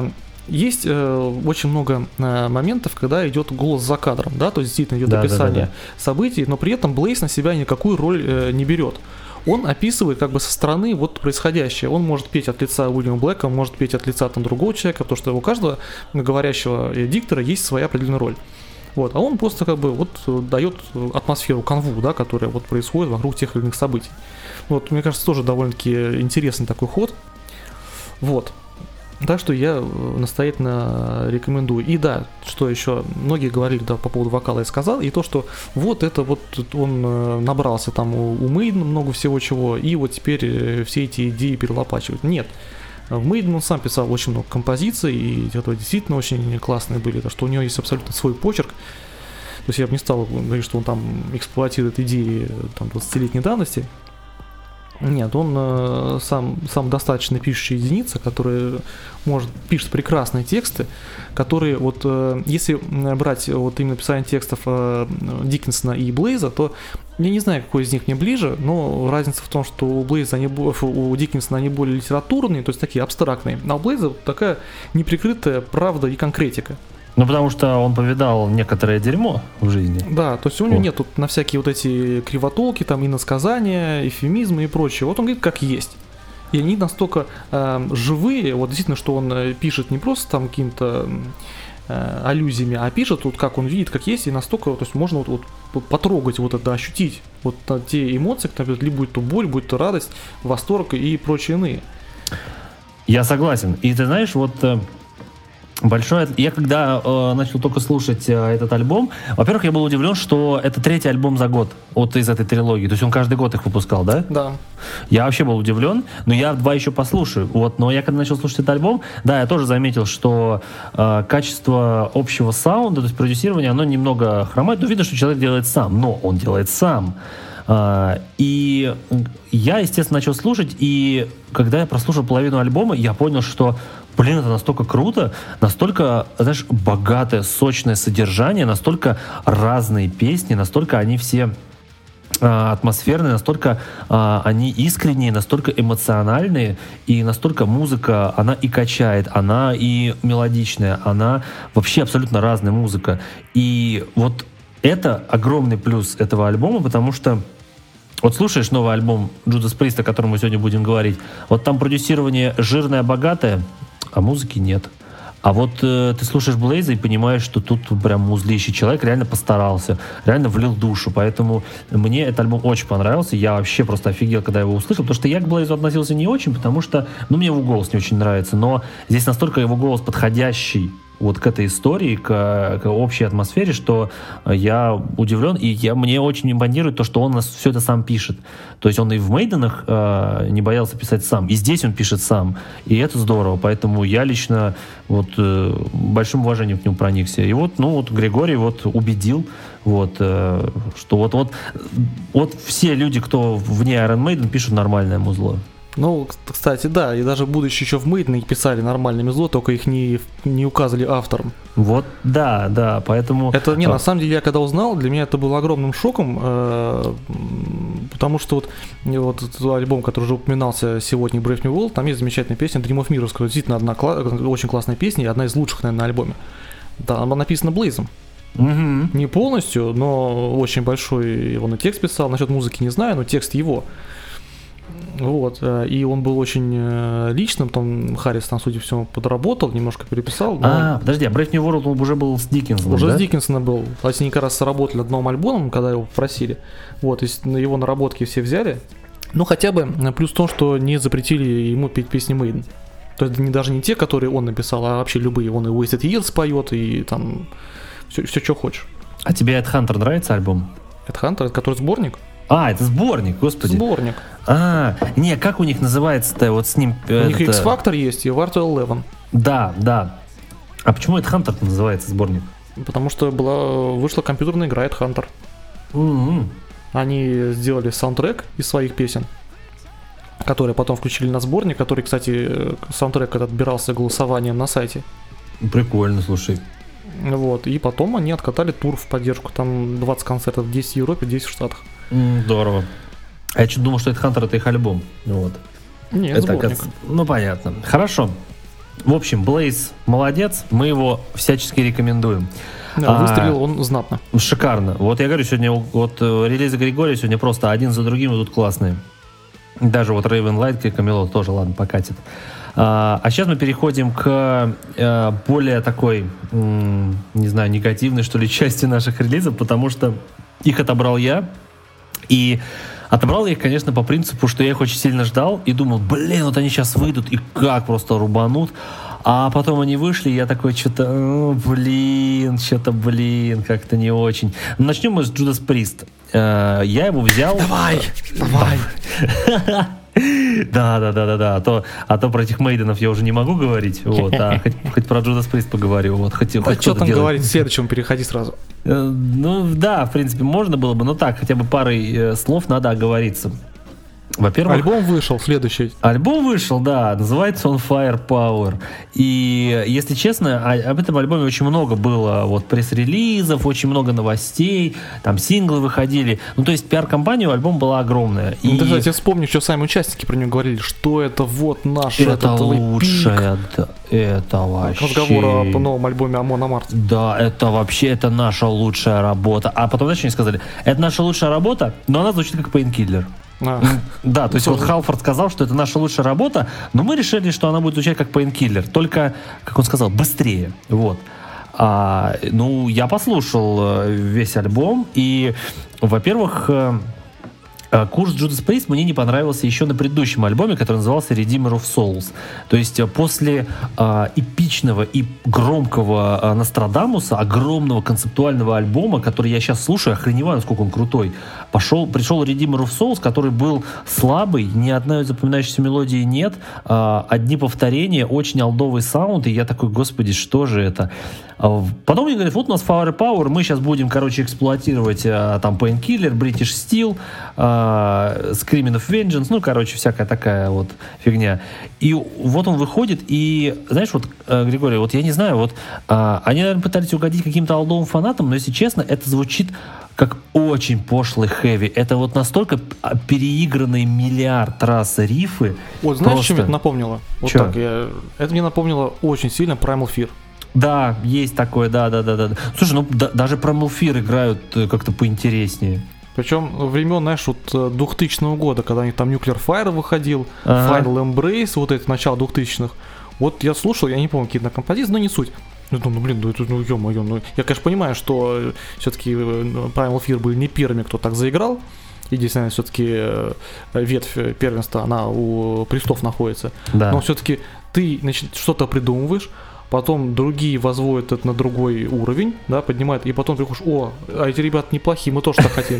C: есть э, очень много э, моментов, когда идет голос за кадром, да, то есть действительно идет
B: Да,
C: описание
B: да, да, да.
C: событий, но при этом Блейз на себя никакую роль э, не берет. Он описывает как бы со стороны вот происходящее. Он может петь от лица Уильяма Блэка, он может петь от лица там другого человека, потому что у каждого говорящего диктора есть своя определенная роль. Вот, а он просто как бы вот дает атмосферу, канву, да, которая вот происходит вокруг тех или иных событий. Вот, мне кажется, тоже довольно-таки интересный такой ход. Вот. Так что я настоятельно рекомендую. И да, что еще, многие говорили, да, по поводу вокала я сказал, и то, что вот это вот он набрался там у Мейдена много всего чего, и вот теперь все эти идеи перелопачивают. Нет. В Мейден он сам писал очень много композиций, и это действительно очень классные были, то что у него есть абсолютно свой почерк. То есть я бы не стал говорить, что он там эксплуатирует идеи там, двадцатилетней давности. Нет, он э, сам, сам достаточно пишущая единица, которая может пишет прекрасные тексты, которые вот э, если брать вот именно написание текстов э, Диккенсона и Блейза, то я не знаю, какой из них мне ближе, но разница в том, что у Блейза они, у Диккенсона они более литературные, то есть такие абстрактные, а у Блейза вот такая неприкрытая правда и конкретика.
B: Ну, потому что он повидал некоторое дерьмо в жизни.
C: Да, то есть у него
B: О.
C: нет тут на всякие вот эти кривотолки, там, иносказания, эфемизмы и прочее. Вот он говорит, как есть. И они настолько э, живые, вот действительно, что он пишет не просто там какими-то э, аллюзиями, а пишет вот как он видит, как есть, и настолько, то есть можно вот, вот потрогать, вот это, ощутить вот те эмоции, либо будет то боль, будет то радость, восторг и прочие иные.
B: Я согласен. И ты знаешь, вот... Большое. Я когда э, начал только слушать э, этот альбом, во-первых, я был удивлен, что это третий альбом за год вот из этой трилогии. То есть он каждый год их выпускал, да?
C: Да.
B: Я вообще был удивлен, но я два еще послушаю. Вот, но я когда начал слушать этот альбом, да, я тоже заметил, что э, качество общего саунда, то есть продюсирования, оно немного хромает. Но видно, что человек делает сам, но он делает сам. Uh, и я, естественно, начал слушать, и когда я прослушал половину альбома, я понял, что, блин, это настолько круто, настолько, знаешь, богатое, сочное содержание, настолько разные песни, настолько они все uh, атмосферные, настолько uh, они искренние, настолько эмоциональные, и настолько музыка, она и качает, она и мелодичная, она вообще абсолютно разная музыка. И вот это огромный плюс этого альбома, потому что вот слушаешь новый альбом Judas Priest, о котором мы сегодня будем говорить, вот там продюсирование жирное, богатое, а музыки нет. А вот э, ты слушаешь Блейза и понимаешь, что тут прям музлищий человек реально постарался, реально влил душу, поэтому мне этот альбом очень понравился, я вообще просто офигел, когда его услышал, потому что я к Блейзу относился не очень, потому что, ну, мне его голос не очень нравится, но здесь настолько его голос подходящий вот к этой истории, к, к общей атмосфере, что я удивлен, и я, мне очень импонирует то, что он нас все это сам пишет. То есть он и в Мейденах э, не боялся писать сам, и здесь он пишет сам, и это здорово, поэтому я лично вот э, большим уважением к нему проникся. И вот, ну вот Григорий вот убедил, вот, э, что вот, вот, вот все люди, кто вне Iron Maiden, пишут нормальное музло.
C: Ну, кстати, да, и даже будучи еще в Мейдене писали нормальными зло, только их не, не указывали автором.
B: Вот, да, да, поэтому...
C: Это, не, на самом деле, я когда узнал, для меня это было огромным шоком, э, потому что вот, вот этот альбом, который уже упоминался сегодня, Brave New World, там есть замечательная песня Dream of Mirrors, действительно одна кла- очень классная песня и одна из лучших, наверное, на альбоме. Да, она написана Блейзом.
B: Угу.
C: Не полностью, но очень большой он и текст писал, насчет музыки не знаю, но текст его. Вот, и он был очень личным, там Харрис там, судя по всему, подработал, немножко переписал. Но...
B: А, подожди, а Brave New World он уже был с Диккенсоном,
C: Уже
B: да?
C: с Диккенсоном был. Они как раз сработали над новым альбомом, когда его попросили. Вот, и его наработки все взяли. Ну, хотя бы плюс в том, что не запретили ему петь песни Мейден. То есть не, даже не те, которые он написал, а вообще любые. Он и Wasted Years поет, и там все, все что хочешь.
B: А тебе Эд Хантер нравится альбом?
C: Эд Хантер, который сборник?
B: А, это сборник, господи.
C: Сборник.
B: А, не, как у них называется-то, вот с ним...
C: У
B: это...
C: них X-Factor есть и Wartel Eleven.
B: Да, да. А почему Эд Хантер называется сборник?
C: Потому что была, вышла компьютерная игра Эд Хантер.
B: Mm-hmm.
C: Они сделали саундтрек из своих песен, которые потом включили на сборник, который, кстати, саундтрек этот отбирался голосованием на сайте.
B: Прикольно, слушай.
C: Вот, и потом они откатали тур в поддержку, там двадцать концертов, десять в Европе, десять в Штатах.
B: Mm, здорово. А я что-то думал, что это Хантер, это их альбом. Вот.
C: Нет,
B: это,
C: сборник.
B: как... Ну, понятно. Хорошо. В общем, Blaze молодец, мы его всячески рекомендуем.
C: Да,
B: А,
C: выстрелил он знатно.
B: Шикарно. Вот я говорю, сегодня вот э, релизы Григория сегодня просто один за другим идут классные. Даже вот Raven Light и Камелот тоже, ладно, покатит. А, а сейчас мы переходим к э, более такой, м, не знаю, негативной, что ли, части наших релизов, потому что их отобрал я. И отобрал я их, конечно, по принципу, что я их очень сильно ждал и думал, блин, вот они сейчас выйдут и как просто рубанут. А потом они вышли, и я такой, что-то, блин, что-то, блин, как-то не очень. Начнем мы с Judas Priest. Э, я его взял...
C: Давай, давай.
B: Да, да, да, да, да. А то, а то про этих мейденов я уже не могу говорить. Вот, а хоть, хоть про Judas Priest поговорю. Вот, хоть,
C: А
B: хоть
C: что там
B: делать.
C: говорить в следующем, переходи сразу.
B: Э, Ну да, в принципе, можно было бы, но так, хотя бы парой э, слов надо оговориться. Во-первых,
C: Альбом вышел, следующий.
B: Альбом вышел, да, называется он Firepower. И, если честно, о- об этом альбоме очень много было вот пресс-релизов, очень много новостей, там синглы выходили. Ну, то есть пиар-компания у альбома была огромная. И
C: Ну, даже я вспомню, что сами участники про него говорили, что это вот наш
B: это
C: этот твой пик.
B: лучшее, да, это вообще...
C: Разговор по новом альбоме Амон Амарт.
B: Да, это вообще, это наша лучшая работа. А потом, знаешь, что они сказали? Это наша лучшая работа, но она звучит как Painkiller.
C: А.
B: Да, то есть вот
C: Слушай.
B: Халфорд сказал, что это наша лучшая работа, но мы решили, что она будет звучать как Painkiller, только, как он сказал, быстрее. Вот. А, ну, я послушал э, весь альбом, и, во-первых, э, э, курс Judas Priest мне не понравился еще на предыдущем альбоме, который назывался Redeemer of Souls. То есть э, после э, эпичного и громкого э, Нострадамуса, огромного концептуального альбома, который я сейчас слушаю, охреневаю, насколько он крутой, пошел, пришел Redeemer of Souls, который был слабый, ни одной запоминающейся мелодии нет, э, одни повторения, очень олдовый саунд, и я такой, господи, что же это? А потом мне говорят, вот у нас Firepower, мы сейчас будем, короче, эксплуатировать э, там Painkiller, British Steel, э, Screaming of Vengeance, ну, короче, всякая такая вот фигня. И вот он выходит, и, знаешь, вот, э, Григорий, вот я не знаю, вот э, они, наверное, пытались угодить каким-то олдовым фанатам, но, если честно, это звучит как очень пошлый хэви. Это вот настолько переигранные миллиард раз рифы.
C: Вот знаешь,
B: Просто...
C: чем это напомнило? Вот
B: Чё?
C: так, я... Это мне напомнило очень сильно Primal Fear.
B: Да, есть такое, да, да, да, да. Слушай, ну да, даже Primal Fear играют э, как-то поинтереснее.
C: Причем времен, знаешь, вот э, двухтысячного года, когда у них там Nuclear Fire выходил,
B: Ага.
C: Final Embrace, вот это начало двухтысячных. Вот я слушал, я не помню какие-то композиции, но не суть. Я думаю, ну блин, ну это, ну ё-моё, ну... Я, конечно, понимаю, что все-таки Primal Fear были не первыми, кто так заиграл. Единственное, все-таки ветвь первенства, она у Престов находится.
B: Да.
C: Но все-таки ты, значит, что-то придумываешь, потом другие возводят это на другой уровень, да, поднимают, и потом приходишь, о, а эти ребята неплохие, мы тоже так хотим.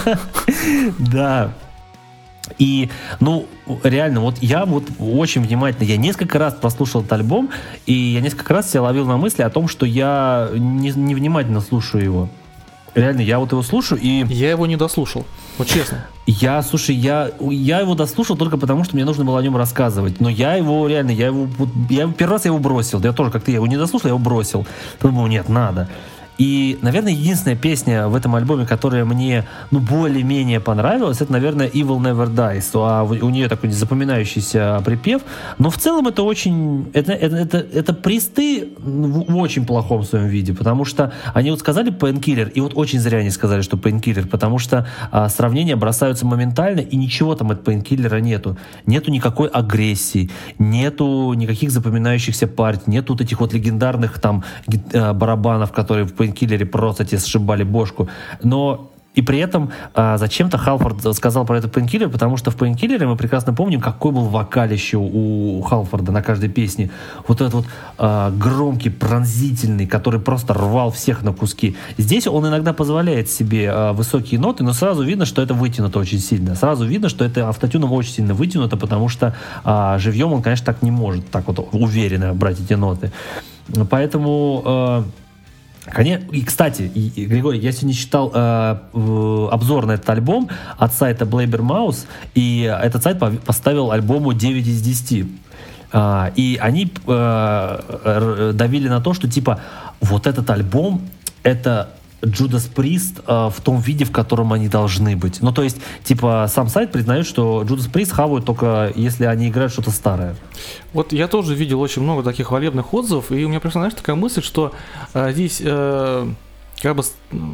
B: Да. И, ну, реально, вот я вот очень внимательно, я несколько раз прослушал этот альбом, и я несколько раз себя ловил на мысли о том, что я не, невнимательно слушаю его. Реально, я вот его слушаю, и
C: Я его не дослушал, вот честно.
B: я, слушай, я, я его дослушал только потому, что мне нужно было о нем рассказывать. Но я его, реально, я его, вот, я первый раз я его бросил. Я тоже, как ты, я его не дослушал, я его бросил. Думаю, нет, надо. И, наверное, единственная песня в этом альбоме, которая мне, ну, более-менее понравилась, это, наверное, Evil Never Dies. А у нее такой запоминающийся припев. Но в целом это очень... Это, это, это, это Присты в, в очень плохом своем виде, потому что они вот сказали Painkiller, и вот очень зря они сказали, что Painkiller, потому что а, сравнения бросаются моментально, и ничего там от Painkiller нету. Нету никакой агрессии, нету никаких запоминающихся партий, нету вот этих вот легендарных там ги- а, барабанов, которые в Painkiller просто тебе сшибали бошку. Но и при этом а, зачем-то Халфорд сказал про это Painkiller, потому что в Painkiller мы прекрасно помним, какой был вокалище у, у Халфорда на каждой песне. Вот этот вот а, громкий, пронзительный, который просто рвал всех на куски. Здесь он иногда позволяет себе а, высокие ноты, но сразу видно, что это вытянуто очень сильно. Сразу видно, что это автотюном очень сильно вытянуто, потому что а, живьем он, конечно, так не может, так вот уверенно брать эти ноты. Поэтому... А, Конечно. И, кстати, и, и, Григорий, я сегодня читал э, э, обзор на этот альбом от сайта Blabbermouth, и этот сайт поставил альбому девять из десяти. Э, и они э, давили на то, что типа вот этот альбом — это Judas Priest э, в том виде, в котором они должны быть. Ну, то есть, типа, сам сайт признает, что Judas Priest хавают только если они играют что-то старое.
C: Вот я тоже видел очень много таких хвалебных отзывов, и у меня пришла, знаешь, такая мысль, что э, здесь э, как бы с,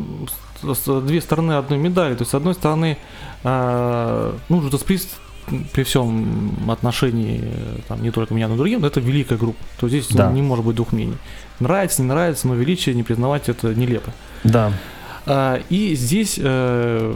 C: с, две стороны одной медали. То есть, с одной стороны, э, ну, Judas Priest при всем отношении там, не только меня, но и другим, но это великая группа. То есть здесь да. не может быть двух мнений. Нравится, не нравится, но величие не признавать это нелепо.
B: Да.
C: А, и здесь, э,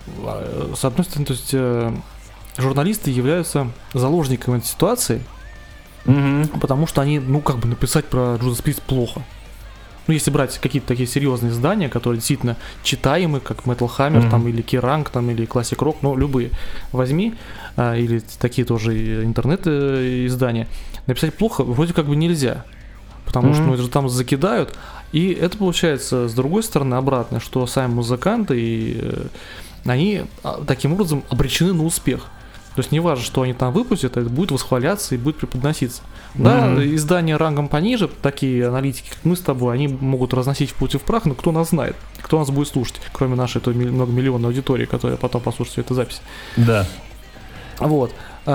C: с одной стороны, то есть э, журналисты являются заложниками этой ситуации, mm-hmm. потому что они, ну, как бы написать про Judas Priest плохо. Ну, если брать какие-то такие серьезные издания, которые действительно читаемы, как Metal Hammer, mm-hmm. там, или Kerrang, там, или Classic Rock, ну, любые возьми, а, или такие тоже интернет-издания, написать плохо вроде как бы нельзя, потому mm-hmm. что, ну, это же там закидают, и это получается, с другой стороны, обратно, что сами музыканты, и, э, они таким образом обречены на успех. То есть не важно, что они там выпустят, это будет восхваляться и будет преподноситься. Mm-hmm. Да, издания рангом пониже, такие аналитики, как мы с тобой, они могут разносить в путь и в прах, но кто нас знает, кто нас будет слушать, кроме нашей той многомиллионной аудитории, которая потом послушает всю эту запись.
B: Да.
C: Вот.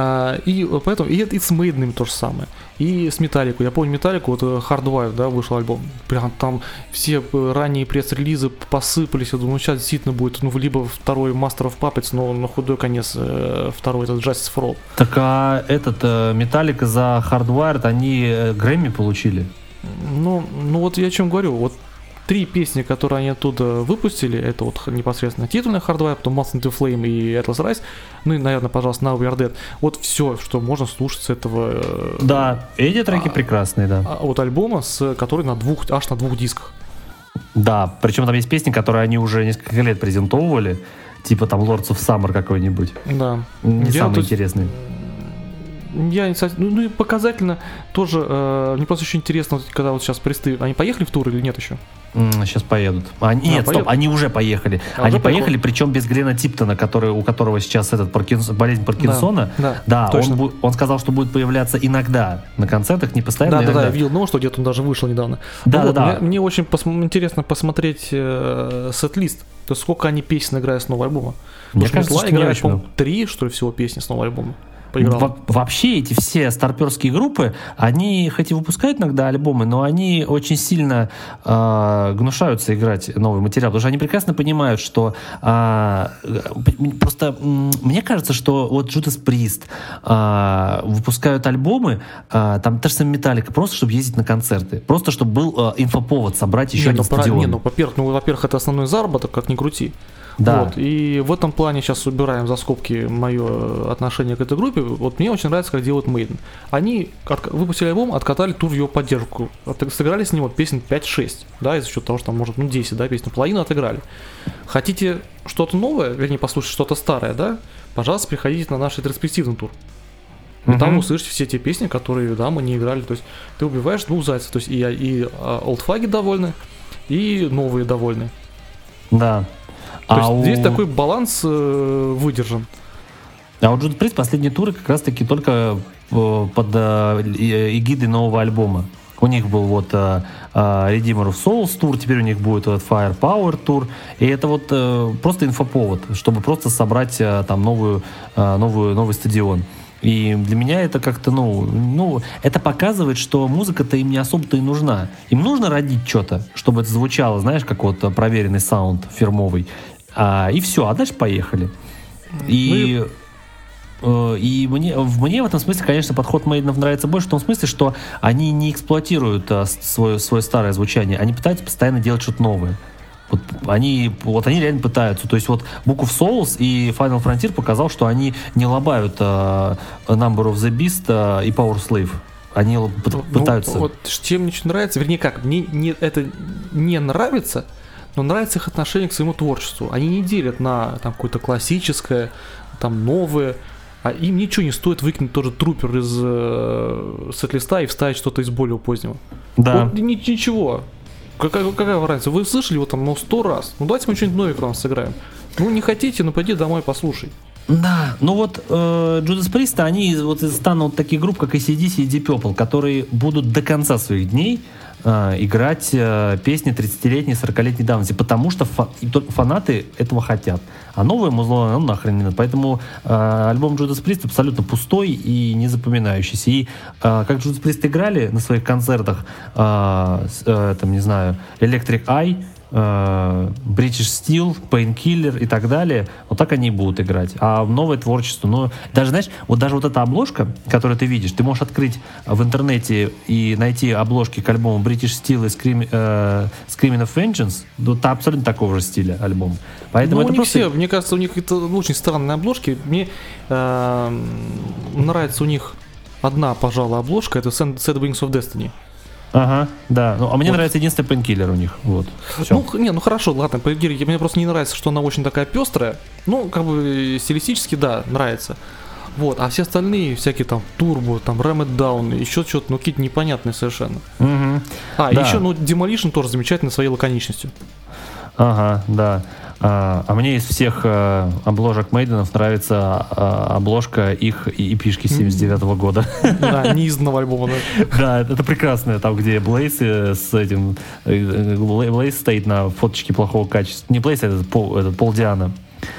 C: И поэтому и это и с Maiden то же самое. И с Metallica. Я помню Metallica, вот Hardwired, да, вышел альбом. Прям там все ранние пресс-релизы посыпались. Я думаю, сейчас действительно будет, ну, либо второй Master of Puppets, но на худой конец второй этот Justice for All.
B: Так а этот Metallica за Hardwired, они Грэмми получили?
C: Ну, ну вот я о чем говорю. Вот три песни, которые они оттуда выпустили, это вот непосредственно титульный Hardwire, потом Moth into Flame и Atlas Rise, ну и, наверное, пожалуйста, Now We Are Dead. Вот все, что можно слушать с этого...
B: Да, эти треки а, прекрасные, да.
C: А, вот альбома, с, который на двух, аж на двух дисках.
B: Да, причем там есть песни, которые они уже несколько лет презентовывали, типа там Lords of Summer какой-нибудь.
C: Да.
B: Не
C: Я
B: самый
C: тут...
B: интересный.
C: Я не ну, ну и показательно тоже, э, мне просто очень интересно, вот, когда вот сейчас присты, они поехали в тур или нет еще?
B: Mm, сейчас поедут. А, нет, а, стоп, они уже поехали. А, они уже поехали, поехали, причем без Глена Типтона, который, у которого сейчас этот Паркинс, болезнь Паркинсона. Да, да, да он, бу- он сказал, что будет появляться иногда на концертах, не постоянно.
C: Да,
B: иногда.
C: да, да, я видел новость, что где-то он даже вышел недавно.
B: Да,
C: ну,
B: да,
C: вот,
B: да.
C: Мне, мне очень пос- интересно посмотреть э, сет-лист. То есть сколько они песен играют с нового альбома.
B: Мне кажется, что
C: играет, по-моему, три, что ли, всего песни с нового альбома.
B: Во- вообще эти все старперские группы, они хоть и выпускают иногда альбомы, но они очень сильно э, гнушаются играть новый материал, потому что они прекрасно понимают, что э, просто э, мне кажется, что вот Judas Priest э, выпускают альбомы, э, там та же самая Metallica, просто чтобы ездить на концерты, просто чтобы был э, инфоповод собрать еще не, один
C: ну,
B: стадион.
C: Не, ну, во-первых, ну, во-первых, это основной заработок, как ни крути.
B: Да.
C: Вот. И в этом плане сейчас убираем за скобки мое отношение к этой группе. Вот мне очень нравится, как делают Maiden. Они от, выпустили альбом, откатали тур в его поддержку. От, сыграли с ним вот песен пять-шесть, да, из-за счета того, что там может, ну, десять, да, песен, половину отыграли. Хотите что-то новое, вернее, послушать что-то старое, да, пожалуйста, приходите на наш ретроспективный тур. И uh-huh. там услышите все те песни, которые, да, мы не играли. То есть ты убиваешь двух зайцев. То есть и, и олдфаги довольны, и новые довольны.
B: Да.
C: То
B: а
C: есть
B: у...
C: здесь такой баланс э, выдержан.
B: А у Judas Priest последние туры как раз-таки только э, под э, эгидой нового альбома. У них был вот э, э, Redeemer of Souls тур, теперь у них будет вот Firepower тур. И это вот э, просто инфоповод, чтобы просто собрать э, там новую, э, новую, новый стадион. И для меня это как-то, ну, ну, это показывает, что музыка-то им не особо-то и нужна. Им нужно родить что-то, чтобы это звучало, знаешь, как вот проверенный саунд фирмовый. А, и все, а дальше поехали. И, ну, и... И мне, мне в этом смысле, конечно, подход Мейденов нравится больше, в том смысле, что они не эксплуатируют а, свое, свое старое звучание, они пытаются постоянно делать что-то новое. Вот они, вот они реально пытаются. То есть вот Book of Souls и Final Frontier показал, что они не лобают uh, Number of the Beast uh, и Power Slave. Они ну, пытаются...
C: Вот чем мне очень нравится, вернее как, мне не, это не нравится, но нравится их отношение к своему творчеству. Они не делят на там, какое-то классическое, там новое, а им ничего не стоит выкинуть тоже трупер из э, сет-листа и вставить что-то из более позднего.
B: Да.
C: Вот, ничего. Какая, какая разница? Вы слышали его там, ну, сто раз. Ну, давайте мы что-нибудь новенькое вам сыграем. Ну, не хотите, ну, пойди домой, послушай.
B: Да, ну вот э, Judas Priest, они вот станут таких групп, как эй си/ди си и Deep Purple, которые будут до конца своих дней э, играть э, песни тридцатилетней, сорокалетней давности, потому что фа- фанаты этого хотят. А новое музло, ну нахрен не надо. Поэтому э, альбом Judas Priest абсолютно пустой и не запоминающийся. И э, как Judas Priest играли на своих концертах, э, э, там, не знаю, Electric Eye, British Steel, Painkiller и так далее, вот так они и будут играть. А новое творчество, ну, даже, знаешь, вот даже вот эта обложка, которую ты видишь, ты можешь открыть в интернете и найти обложки к альбому British Steel и Scream, э, Screaming of Vengeance, ну, это абсолютно такого же стиля альбом. Поэтому
C: ну,
B: это
C: у них
B: просто...
C: все, мне кажется, у них это очень странные обложки. Мне э, нравится у них одна, пожалуй, обложка, это Sad Wings of Destiny.
B: Ага, да. Ну, а мне
C: вот.
B: нравится единственный Painkiller у них. Вот. Всё.
C: Ну, не, ну хорошо, ладно, Painkiller, мне просто не нравится, что она очень такая пестрая. Ну, как бы стилистически, да, нравится. Вот, а все остальные, всякие там Turbo, там Ram It Down, еще что-то, ну, какие-то непонятные совершенно.
B: Угу.
C: А,
B: да.
C: еще, ну, Demolition тоже замечательный своей лаконичностью.
B: Ага, да. А, а мне из всех а, обложек Мейденов нравится а, обложка их эпишки семьдесят девятого года.
C: Да, неизданного альбома, да.
B: Да, это прекрасное, там, где Блейз с этим... Блейз стоит на фоточке плохого качества. Не Блейз, а этот Пол, этот Пол Диана.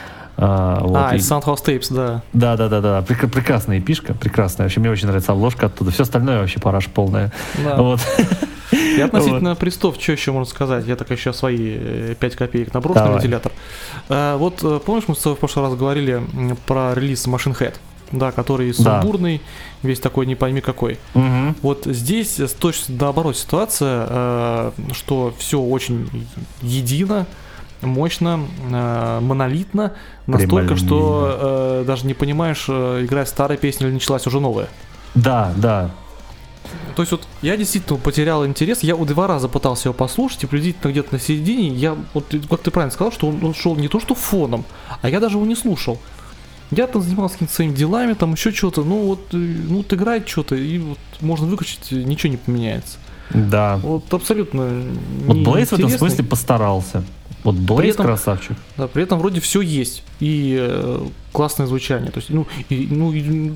B: А, вот,
C: а
B: и...
C: Soundhouse Tapes, да.
B: Да, да, да, да. Прек- прекрасная эпишка, прекрасная. Вообще, мне очень нравится обложка оттуда. Все остальное вообще параш полная.
C: Да.
B: Вот.
C: И относительно вот. Престов, что еще можно сказать? Я так еще свои пять копеек наброшу на вентилятор. А, вот помнишь, мы с тобой в прошлый раз говорили про релиз Machine Head, да, который сумбурный, да. Весь такой не пойми какой. Угу. Вот здесь точно наоборот ситуация, что все очень едино, мощно, монолитно, настолько, что даже не понимаешь, играть старая песня или началась уже новая.
B: Да, да.
C: То есть вот я действительно потерял интерес, я вот два раза пытался его послушать, и приблизительно где-то на середине, я, вот как ты правильно сказал, что он, он шел не то что фоном, а я даже его не слушал. Я там занимался какими-то своими делами, там еще что-то, ну вот, ну вот играет что-то, и вот можно выключить, ничего не поменяется.
B: Да.
C: Вот абсолютно.
B: Вот Блейз в этом смысле постарался. Вот Блейз красавчик.
C: Да, при этом вроде все есть. И э, классное звучание. То есть, ну, и, ну и,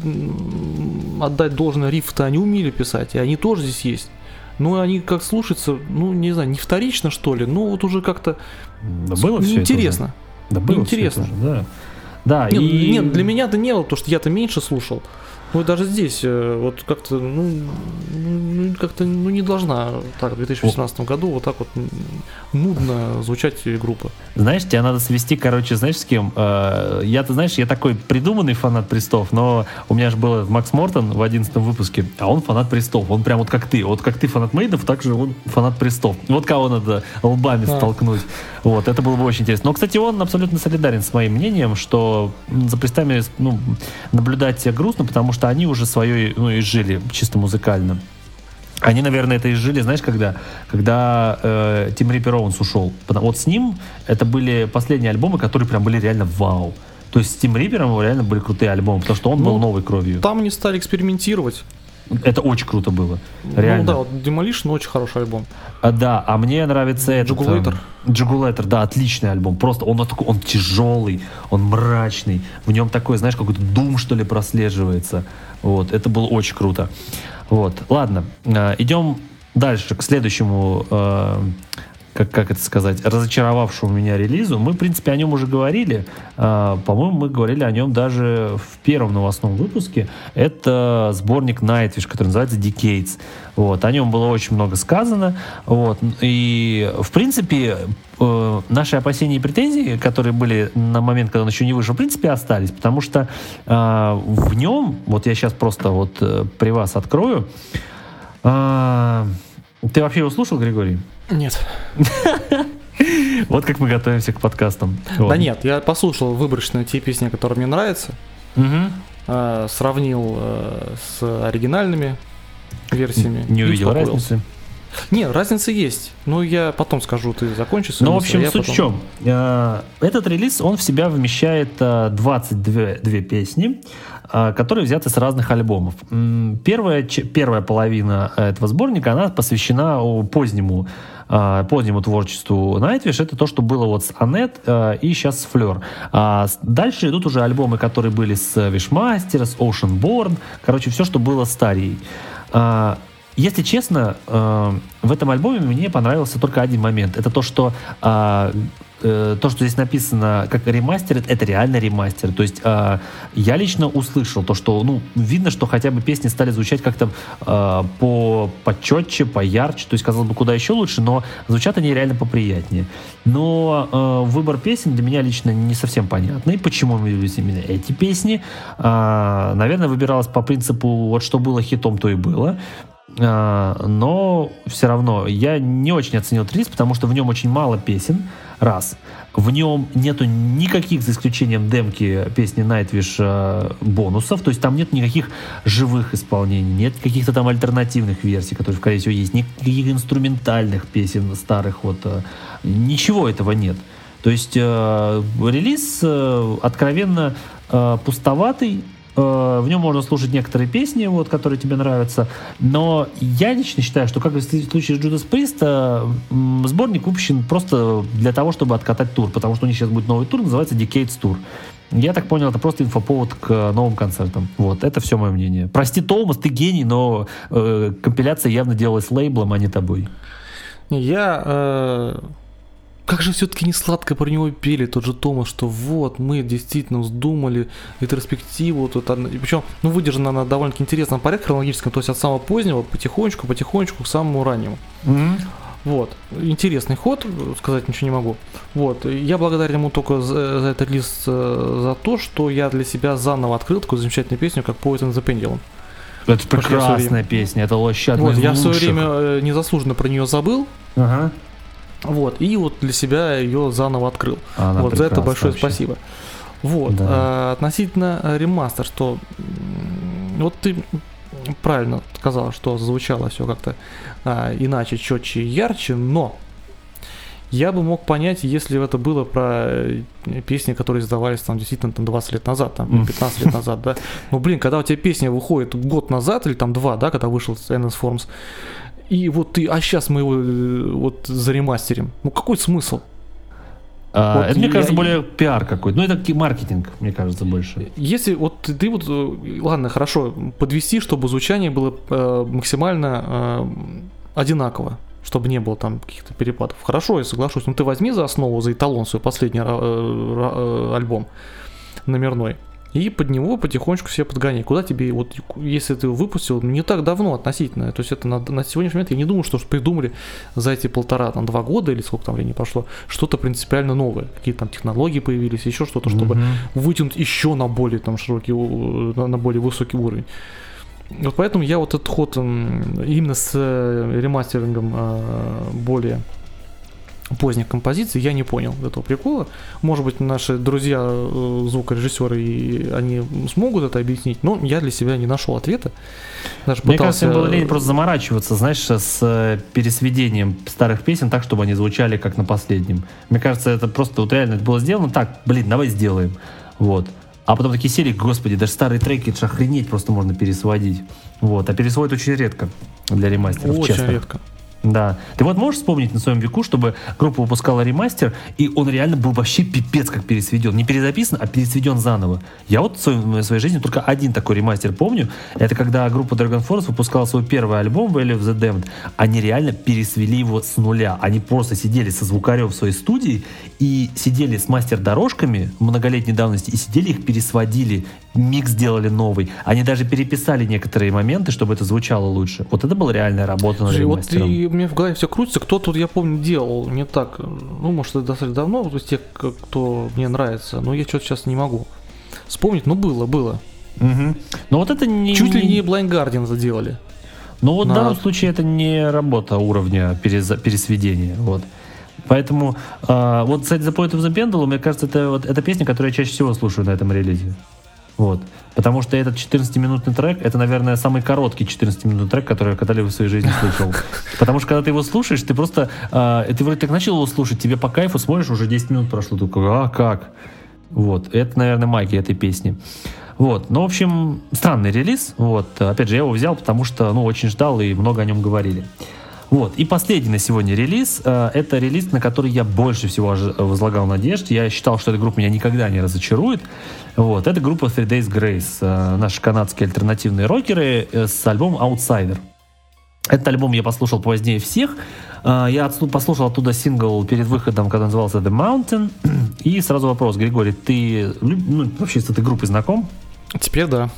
C: отдать должное, рифы-то они умели писать, и они тоже здесь есть. Но они как слушаются, ну, не знаю, не вторично, что ли, но вот уже как-то
B: да было все
C: неинтересно.
B: Да было
C: неинтересно.
B: Все это уже, да. Да,
C: нет,
B: и...
C: нет, для меня это не было, потому что я-то меньше слушал. Ну, даже здесь вот как-то, ну, ну, как-то, ну, не должна так в две тысячи восемнадцатом году вот так вот нудно звучать группа.
B: Знаешь, тебя надо свести, короче, знаешь, с кем? Я, ты знаешь, я такой придуманный фанат Престов, но у меня же был Макс Мортон в одиннадцатом выпуске, а он фанат Престов. Он прям вот как ты. Вот как ты фанат Мейдов, так же он фанат Престов. Вот кого надо лбами а. столкнуть. Вот, это было бы очень интересно. Но, кстати, он абсолютно солидарен с моим мнением, что за Престами, ну, наблюдать грустно, потому что они уже свое, ну, изжили чисто музыкально. Они, наверное, это изжили, знаешь, когда? Когда э, Тим Риппер Оуэнс ушел. Вот с ним это были последние альбомы, которые прям были реально вау. То есть с Тим Риппером реально были крутые альбомы, потому что он ну, был новой кровью.
C: Там они стали экспериментировать.
B: Это очень круто было. Реально.
C: Ну да, вот Demolition очень хороший альбом.
B: А, да, а мне нравится этот...
C: Jugulator.
B: Jugulator, да, отличный альбом. Просто он, он такой, он тяжелый, он мрачный. В нем такой, знаешь, какой-то дум, что ли, прослеживается. Вот, это было очень круто. Вот, ладно, э, идем дальше к следующему... Э, Как, как это сказать, разочаровавшему меня релизу. Мы, в принципе, о нем уже говорили. А, по-моему, мы говорили о нем даже в первом новостном выпуске. Это сборник Nightwish, который называется Decades. Вот. О нем было очень много сказано. Вот. И, в принципе, э, наши опасения и претензии, которые были на момент, когда он еще не вышел, в принципе, остались. Потому что э, в нем, вот я сейчас просто вот э, при вас открою. Э, ты вообще его слушал, Григорий?
C: Нет.
B: Вот как мы готовимся к подкастам.
C: Да нет, я послушал выборочно те песни, которые мне нравятся, сравнил с оригинальными версиями.
B: Не увидел разницы?
C: Нет, разница есть. Ну, я потом скажу, ты закончишь.
B: Ну, в общем, суть в чем. Этот релиз, он в себя вмещает двадцать две песни, которые взяты с разных альбомов. Первая, первая половина этого сборника, она посвящена позднему, позднему творчеству Nightwish. Это то, что было вот с Анет и сейчас с Fleur. А дальше идут уже альбомы, которые были с Wishmaster, с Oceanborn. Короче, все, что было с Тарией. если честно, э, в этом альбоме мне понравился только один момент. Это то, что э, э, то, что здесь написано как ремастер, это реально ремастер. То есть э, я лично услышал то, что, ну, видно, что хотя бы песни стали звучать как-то э, по почетче, поярче. То есть, казалось бы, куда еще лучше, но звучат они реально поприятнее. Но э, выбор песен для меня лично не совсем понятный. Почему мы любим именно эти песни? Э, наверное, выбиралось по принципу, вот что было хитом, то и было. Но все равно я не очень оценил релиз, потому что в нем очень мало песен, раз. В нем нету никаких, за исключением демки песни Nightwish, бонусов, то есть там нет никаких живых исполнений, нет каких-то там альтернативных версий, которые, скорее всего, есть, никаких инструментальных песен старых, вот, ничего этого нет. То есть релиз откровенно пустоватый. В нем можно слушать некоторые песни, вот, которые тебе нравятся, но я лично считаю, что, как в случае с Judas Priest, сборник выпущен просто для того, чтобы откатать тур, потому что у них сейчас будет новый тур, называется Decades Tour. Я так понял, это просто инфоповод к новым концертам. Вот, это все мое мнение. Прости, Томас, ты гений, но э, компиляция явно делалась лейблом, а не тобой.
C: Я... Э... Как же все-таки не сладко про него пели, тот же Томас, что вот, мы действительно вздумали ретроспективу, тут, причем, ну, выдержана она довольно-таки интересном порядке хронологическом, то есть от самого позднего потихонечку, потихонечку к самому раннему. Mm-hmm. Вот, интересный ход, сказать ничего не могу. Вот, я благодарен ему только за, за этот лист, за то, что я для себя заново открыл такую замечательную песню, как Poet in the Pendulum.
B: Это прекрасная песня, это лощадная
C: вот,
B: из
C: я
B: лучших.
C: в свое время незаслуженно про нее забыл.
B: Ага.
C: Вот, и вот для себя ее заново открыл.
B: Она
C: вот за это большое
B: вообще.
C: Спасибо. Вот, да. а, относительно ремастер, что вот ты правильно сказал, что звучало все как-то а, иначе, четче и ярче, но я бы мог понять, если это было про песни, которые издавались там действительно там, двадцать лет назад, там, пятнадцать лет назад, да. Ну, блин, когда у тебя песня выходит год назад или там два, да, когда вышел Endless Forms, и вот ты, а сейчас мы его вот заремастерим. Ну какой смысл?
B: А,
C: вот
B: это, мне
C: я,
B: кажется,
C: я...
B: более пиар какой-то. Ну, это маркетинг, мне кажется, больше.
C: Если вот ты вот, ладно, хорошо, подвести, чтобы звучание было э, максимально э, одинаково, чтобы не было там каких-то перепадов. Хорошо, я соглашусь. Но ты возьми за основу, за эталон свой последний э, э, альбом номерной. И под него потихонечку все подгоняй. Куда тебе, вот если ты выпустил, не так давно относительно, то есть это на, на сегодняшний момент я не думаю, что придумали за эти полтора, там, два года или сколько там времени прошло, что-то принципиально новое. Какие-то там технологии появились, еще что-то, чтобы mm-hmm. вытянуть еще на более там широкий, на, на более высокий уровень. Вот поэтому я вот этот ход именно с ремастерингом более поздних композиций я не понял этого прикола. Может быть, наши друзья звукорежиссеры, и они смогут это объяснить, но я для себя не нашел ответа. Даже
B: Мне
C: пытался...
B: кажется, им было лень просто заморачиваться, знаешь, с пересведением старых песен так, чтобы они звучали как на последнем. Мне кажется, это просто вот реально это было сделано так, блин, давай сделаем. Вот. А потом такие серии, господи, даже старые треки, это ж охренеть просто можно пересводить. Вот. А пересводить очень редко для ремастеров,
C: очень
B: честно.
C: редко.
B: Да. Ты вот можешь вспомнить на своем веку, чтобы группа выпускала ремастер, и он реально был вообще пипец как пересведен. Не перезаписан, а пересведен заново. Я вот в своей, в своей жизни только один такой ремастер помню. Это когда группа Dragon Force выпускала свой первый альбом Valley of the Damned. Они реально пересвели его с нуля. Они просто сидели со звукарем в своей студии и сидели с мастер-дорожками многолетней давности и сидели их пересводили. Микс сделали новый. Они даже переписали некоторые моменты, чтобы это звучало лучше. Вот это была реальная работа над ремастером.
C: Вот и у меня в голове все крутится. Кто тут, я помню, делал не так. Ну, может, это достаточно давно, то есть тех, кто мне нравится. Но я что-то сейчас не могу вспомнить. Ну, было, было.
B: Угу. Но вот это не...
C: Чуть ли не Blind Guardian заделали.
B: Но вот
C: На...
B: в данном случае это не работа уровня перез... пересведения. Вот. Поэтому э, вот, кстати, The Poet of the Pendulum, мне кажется, это, вот, это песня, которую я чаще всего слушаю на этом релизе. Вот. Потому что этот четырнадцатиминутный трек, это, наверное, самый короткий четырнадцатиминутный трек, который я когда-либо в своей жизни слышал. Потому что, когда ты его слушаешь, ты просто... Э, ты вроде так начал его слушать, тебе по кайфу смотришь, уже десять минут прошло, ты такой, а, как? Вот. Это, наверное, магия этой песни. Вот. Ну, в общем, странный релиз. Вот. Опять же, я его взял, потому что, ну, очень ждал и много о нем говорили. Вот. И последний на сегодня релиз. Э, это релиз, на который я больше всего возлагал надежд. Я считал, что эта группа меня никогда не разочарует. Вот. Это группа Three Days Grace. Э, наши канадские альтернативные рокеры э, с альбомом Outsider. Этот альбом я послушал позднее всех. Я послушал оттуда сингл перед выходом, когда назывался The Mountain. И сразу вопрос, Григорий, ты ну, вообще с этой группой знаком?
C: Теперь да.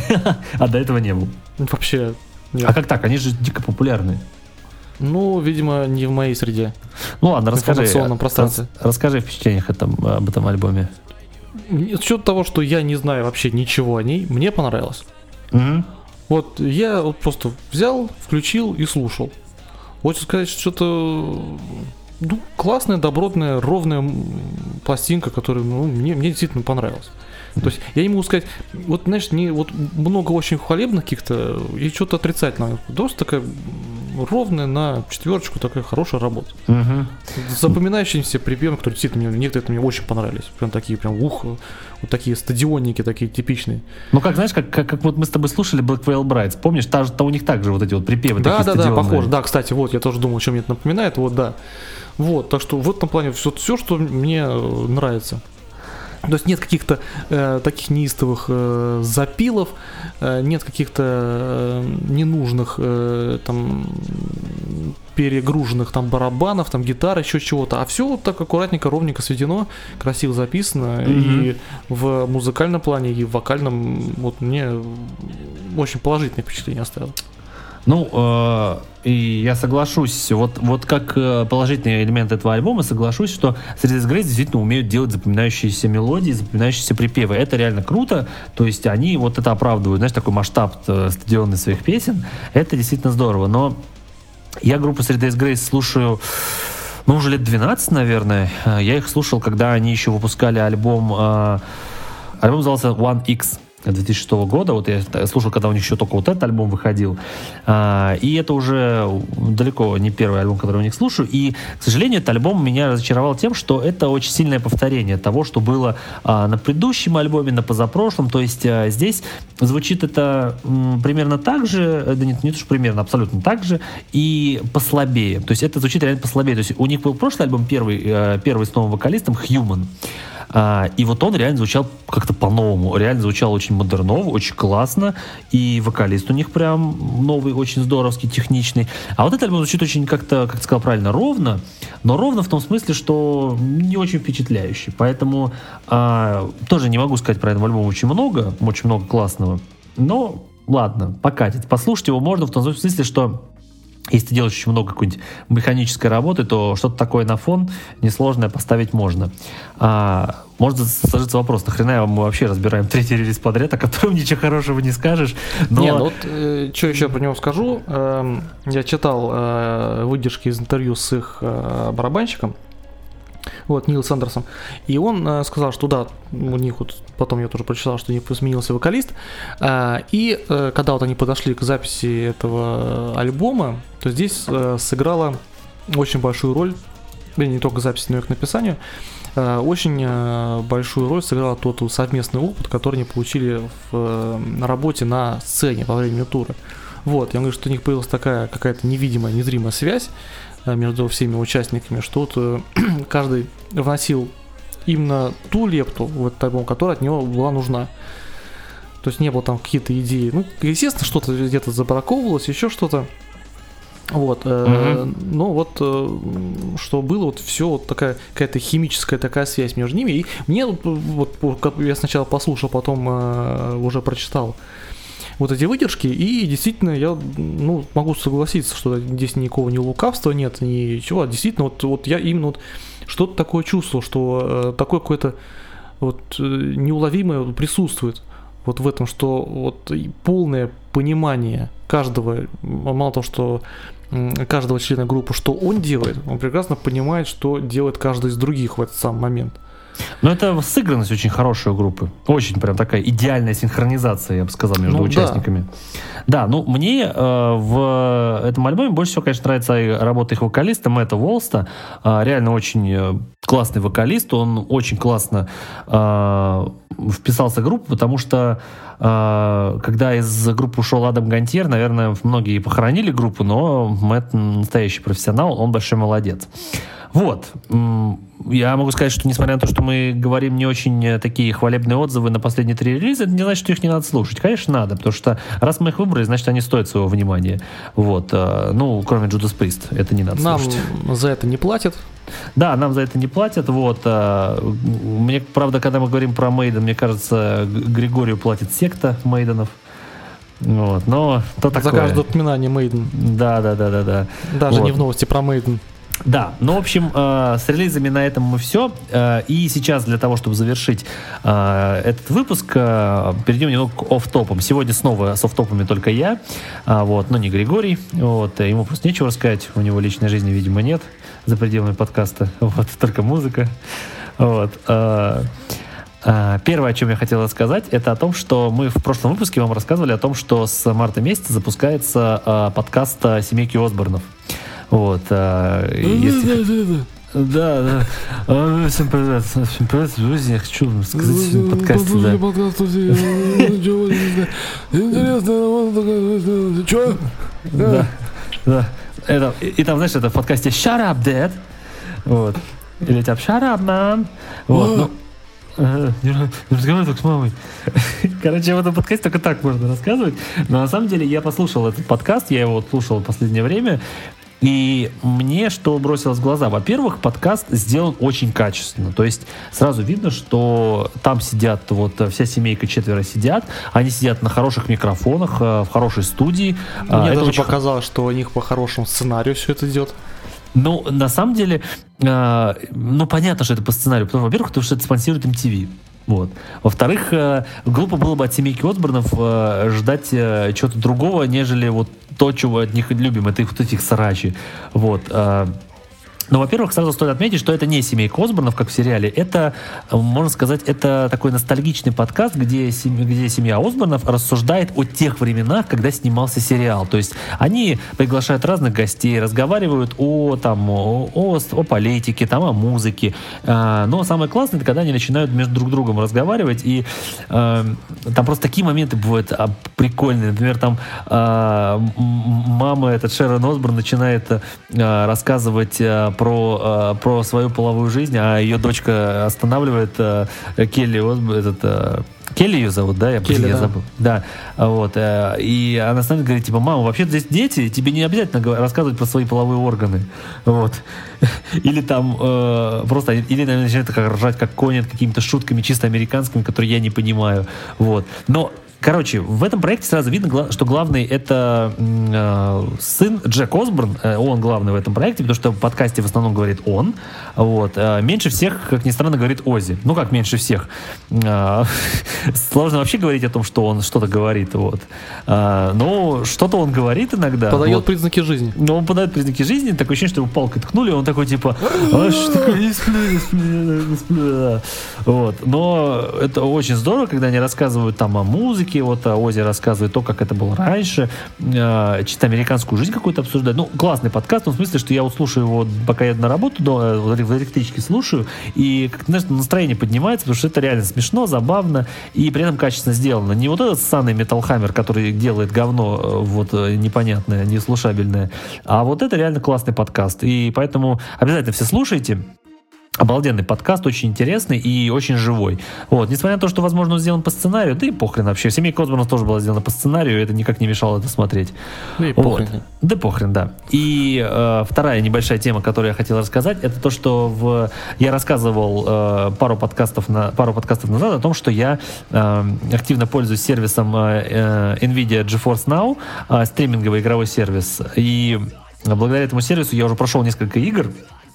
B: А до этого не был?
C: Вообще нет.
B: А как так? Они же дико популярны.
C: Ну, видимо, не в моей среде.
B: Ну ладно, расскажи,
C: рас,
B: расскажи о впечатлениях этом, об этом альбоме.
C: С учетом того, что я не знаю вообще ничего о ней, мне понравилось.
B: Mm-hmm.
C: Вот я вот просто взял, включил и слушал. Хочу сказать, что что-то ну, классная, добротная, ровная пластинка, которая ну, мне, мне действительно понравилась. То есть я не могу сказать, вот знаешь, не вот много очень хвалебных каких-то и что-то отрицательного. Просто такая ровная на четверочку такая хорошая работа.
B: Угу.
C: Запоминающиеся припевы, которые действительно мне, некоторые мне очень понравились. Прям такие, прям ух, вот такие стадионники, такие типичные.
B: Ну как, знаешь, как, как, как вот мы с тобой слушали Black Veil Brides, помнишь, та, та у них также вот эти вот припевы
C: да,
B: такие
C: да,
B: стадионные.
C: Да, да, похоже. Да, кстати, вот я тоже думал, что мне это напоминает, вот да. Вот, так что в этом плане все, все что мне нравится. То есть нет каких-то э, таких неистовых э, запилов, э, нет каких-то э, ненужных э, там перегруженных там барабанов, там гитар, еще чего-то, а все вот так аккуратненько, ровненько сведено, красиво записано, mm-hmm. и в музыкальном плане, и в вокальном вот мне очень положительное впечатление оставило.
B: Ну, э, и я соглашусь, вот, вот как положительный элемент этого альбома, соглашусь, что Three Days Grace действительно умеют делать запоминающиеся мелодии, запоминающиеся припевы. Это реально круто, то есть они вот это оправдывают, знаешь, такой масштаб стадионный своих песен, это действительно здорово, но я группу Three Days Grace слушаю, ну, уже лет двенадцать, наверное, я их слушал, когда они еще выпускали альбом, э, альбом назывался One X, две тысячи шестого года, вот я слушал, когда у них еще только вот этот альбом выходил, а, и это уже далеко не первый альбом, который у них слушаю, и, к сожалению, этот альбом меня разочаровал тем, что это очень сильное повторение того, что было а, на предыдущем альбоме, на позапрошлом, то есть а, здесь звучит это м, примерно так же, да нет, не то, что примерно, абсолютно так же, и послабее, то есть это звучит реально послабее, то есть у них был прошлый альбом, первый, э, первый с новым вокалистом, Human, Uh, и вот он реально звучал как-то по-новому, реально звучал очень модерново, очень классно, и вокалист у них прям новый, очень здоровский, техничный. А вот этот альбом звучит очень как-то, как ты сказал правильно, ровно, но ровно в том смысле, что не очень впечатляющий. Поэтому uh, тоже не могу сказать про этот альбом очень много, очень много классного, но ладно, покатит. Послушать его можно в том смысле, что если ты делаешь очень много какой-нибудь механической работы, то что-то такое на фон несложное поставить можно. А, может сложиться вопрос, нахрена мы вообще разбираем третий релиз подряд, о котором ничего хорошего не скажешь. Но...
C: Не, ну вот э, что еще про него скажу. Э, я читал э, выдержки из интервью с их э, барабанщиком, вот, Нил Сандерсом, и он э, сказал, что да, у них вот, потом я тоже прочитал, что у них сменился вокалист, э, и э, когда вот они подошли к записи этого альбома, то здесь э, сыграла очень большую роль, не только запись, но и к написанию, э, очень э, большую роль сыграл тот совместный опыт, который они получили в, э, на работе на сцене во время тура. Вот, я говорю, что у них появилась такая какая-то невидимая, незримая связь между всеми участниками, что вот э, каждый вносил именно ту лепту в этот альбом, которая от него была нужна. То есть не было там какие-то идеи. Ну, естественно, что-то где-то забраковывалось, еще что-то. Вот. Э, mm-hmm. Но вот э, что было, вот все вот такая какая-то химическая такая связь между ними. И мне вот, вот как я сначала послушал, потом э, уже прочитал вот эти выдержки, и действительно я ну, могу согласиться, что здесь никакого ни лукавства нет, ничего, а действительно вот, вот я именно вот что-то такое чувствовал, что э, такое какое-то вот э, неуловимое присутствует вот в этом, что вот полное понимание каждого, мало того, что э, каждого члена группы, что он делает, он прекрасно понимает, что делает каждый из других в этот самый момент.
B: Но это сыгранность очень хорошая у группы. Очень прям такая идеальная синхронизация, я бы сказал, между ну, участниками. Да, да ну мне э, в этом альбоме больше всего, конечно, нравится работа их вокалиста Мэтта Волста. Э, реально очень э, классный вокалист. Он очень классно э, вписался в группу, потому что э, когда из группы ушел Адам Гантьер, наверное, многие похоронили группу, но Мэтт настоящий профессионал, он большой молодец. Вот. Я могу сказать, что несмотря на то, что мы говорим не очень такие хвалебные отзывы на последние три релиза, это не значит, что их не надо слушать. Конечно, надо, потому что раз мы их выбрали, значит, они стоят своего внимания. Вот. Ну, кроме Judas Priest, это не надо
C: Нам
B: слушать.
C: Нам за это не платят.
B: Да, нам за это не платят. Вот. Мне, правда, когда мы говорим про Maiden, мне кажется, Григорию платит секта Мейденов. Вот. Но то такое.
C: За каждое упоминание Maiden.
B: Да, да, да, да, да.
C: Даже
B: вот.
C: не в новости про Maiden.
B: Да, ну, в общем, э, с релизами на этом мы все. Э, и сейчас для того, чтобы завершить э, этот выпуск, э, перейдем немного к офф-топам. Сегодня снова с офф-топами только я, э, вот, но не Григорий. Вот, ему просто нечего рассказать, у него личной жизни, видимо, нет за пределами подкаста. Вот, только музыка. Вот. Э, э, первое, о чем я хотел сказать, это о том, что мы в прошлом выпуске вам рассказывали о том, что с марта месяца запускается э, подкаст семейки Осборнов. Вот, а, если... Да, да. А, всем привет, всем привет, друзья. Я хочу вам сказать в подкасте, да. Интересно, что? Да, да. Это, и там, знаешь, это в подкасте Shut up, Dad. Вот. Или там Shut up, man. Вот, ну... Ага, не, не разговаривай так с мамой. Короче, в этом подкасте только так можно рассказывать. Но на самом деле я послушал этот подкаст, я его слушал в последнее время. И мне что бросилось в глаза? Во-первых, подкаст сделан очень качественно. То есть сразу видно, что там сидят, вот вся семейка, четверо сидят. Они сидят на хороших микрофонах, в хорошей студии.
C: Мне
B: это
C: даже
B: очень...
C: показалось, что у них по хорошему сценарию все это идет.
B: Ну, на самом деле, э, ну, понятно, что это по сценарию. Потому, во-первых, потому что это спонсирует эм ти ви. Вот. Во-вторых, э, глупо было бы от семейки Осборнов э, ждать э, чего-то другого, нежели вот то, чего от них любим. Это вот этих срачи. Вот. Э, Ну, во-первых, сразу стоит отметить, что это не семейка Осборнов, как в сериале. Это, можно сказать, это такой ностальгичный подкаст, где, семья, где семья Осборнов рассуждает о тех временах, когда снимался сериал. То есть они приглашают разных гостей, разговаривают о, там, о, о, о политике, там, о музыке. Но самое классное, это когда они начинают между друг другом разговаривать, и э, там просто такие моменты бывают прикольные. Например, там э, мама, этот Шерон Осборн, начинает э, рассказывать э, Про, про свою половую жизнь, а ее дочка останавливает э, Келли Осборн, этот, э, Келли ее зовут, да? Я,
C: Келли,
B: я
C: да.
B: забыл. Да. Вот. Э, и она становится говорит, типа, мама, вообще здесь дети, тебе не обязательно рассказывать про свои половые органы. Вот. Или там э, просто, или наверное, начинает как ржать, как конь, какими-то шутками чисто американскими, которые я не понимаю. Вот. Но короче, в этом проекте сразу видно, что главный это э, сын Джек Осборн, э, он главный в этом проекте, потому что в подкасте в основном говорит он, вот, э, меньше всех, как ни странно, говорит Оззи. Ну как меньше всех? Э, сложно вообще говорить о том, что он что-то говорит, вот. Э, но что-то он говорит иногда.
C: Подает
B: вот.
C: признаки жизни.
B: Но он подает признаки жизни, такое ощущение, что его палкой ткнули, он такой типа, а что такое, не сплю, не сплю, не сплю, вот. Но это очень здорово, когда они рассказывают там о музыке, вот Оззи рассказывает то, как это было раньше, э, чисто американскую жизнь какую-то обсуждает. Ну, классный подкаст, в том смысле, что я вот слушаю его, пока я на работу, до, в электричке слушаю, и, как знаешь, настроение поднимается, потому что это реально смешно, забавно, и при этом качественно сделано. Не вот этот ссаный Metal Hammer, который делает говно вот непонятное, неслушабельное, а вот это реально классный подкаст. И поэтому обязательно все слушайте. Обалденный подкаст, очень интересный и очень живой. Вот. Несмотря на то, что, возможно, он сделан по сценарию, да и похрен вообще. Семейка Осборнов тоже была сделана по сценарию, это никак не мешало это смотреть.
C: Да и
B: вот.
C: похрен.
B: Да похрен, да. И э, вторая небольшая тема, которую я хотел рассказать, это то, что в... я рассказывал э, пару, подкастов на... пару подкастов назад о том, что я э, активно пользуюсь сервисом э, NVIDIA GeForce Now, э, стриминговый игровой сервис. И благодаря этому сервису я уже прошел несколько игр.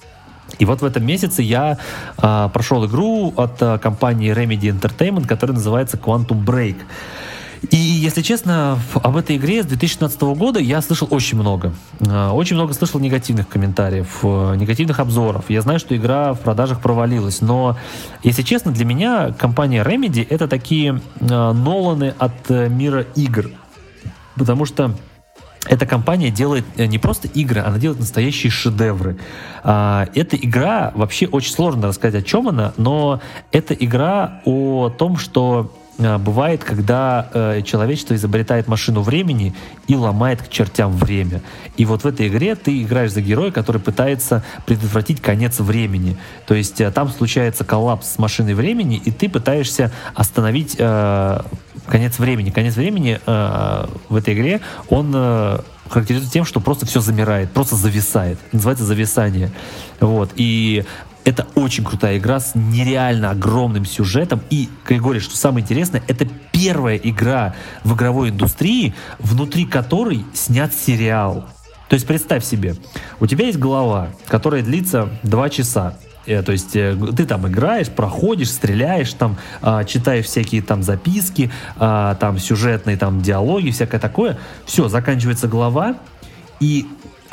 B: И вот в этом месяце я а, прошел игру от а, компании Remedy Entertainment, которая называется Quantum Break. И, если честно, об этой игре с две тысячи шестнадцатого года я слышал очень много. А, очень много слышал негативных комментариев, а, негативных обзоров. Я знаю, что игра в продажах провалилась. Но, если честно, для меня компания Remedy — это такие а, Ноланы от а, мира игр. Потому что эта компания делает не просто игры, она делает настоящие шедевры. Эта игра, вообще очень сложно рассказать, о чем она, но это игра о том, что э, бывает, когда э, человечество изобретает машину времени и ломает к чертям время. И вот в этой игре ты играешь за героя, который пытается предотвратить конец времени. То есть э, там случается коллапс с машиной времени, и ты пытаешься остановить э, конец времени. Конец времени э, в этой игре, он... Э, характеризуется тем, что просто все замирает, просто зависает. Называется зависание. Вот. И это очень крутая игра с нереально огромным сюжетом. И, Григорий, что самое интересное, это первая игра в игровой индустрии, внутри которой снят сериал. То есть представь себе, у тебя есть глава, которая длится два часа. То есть ты там играешь, проходишь, стреляешь, там читаешь всякие там записки, там сюжетные там диалоги, всякое такое. Все, заканчивается глава, и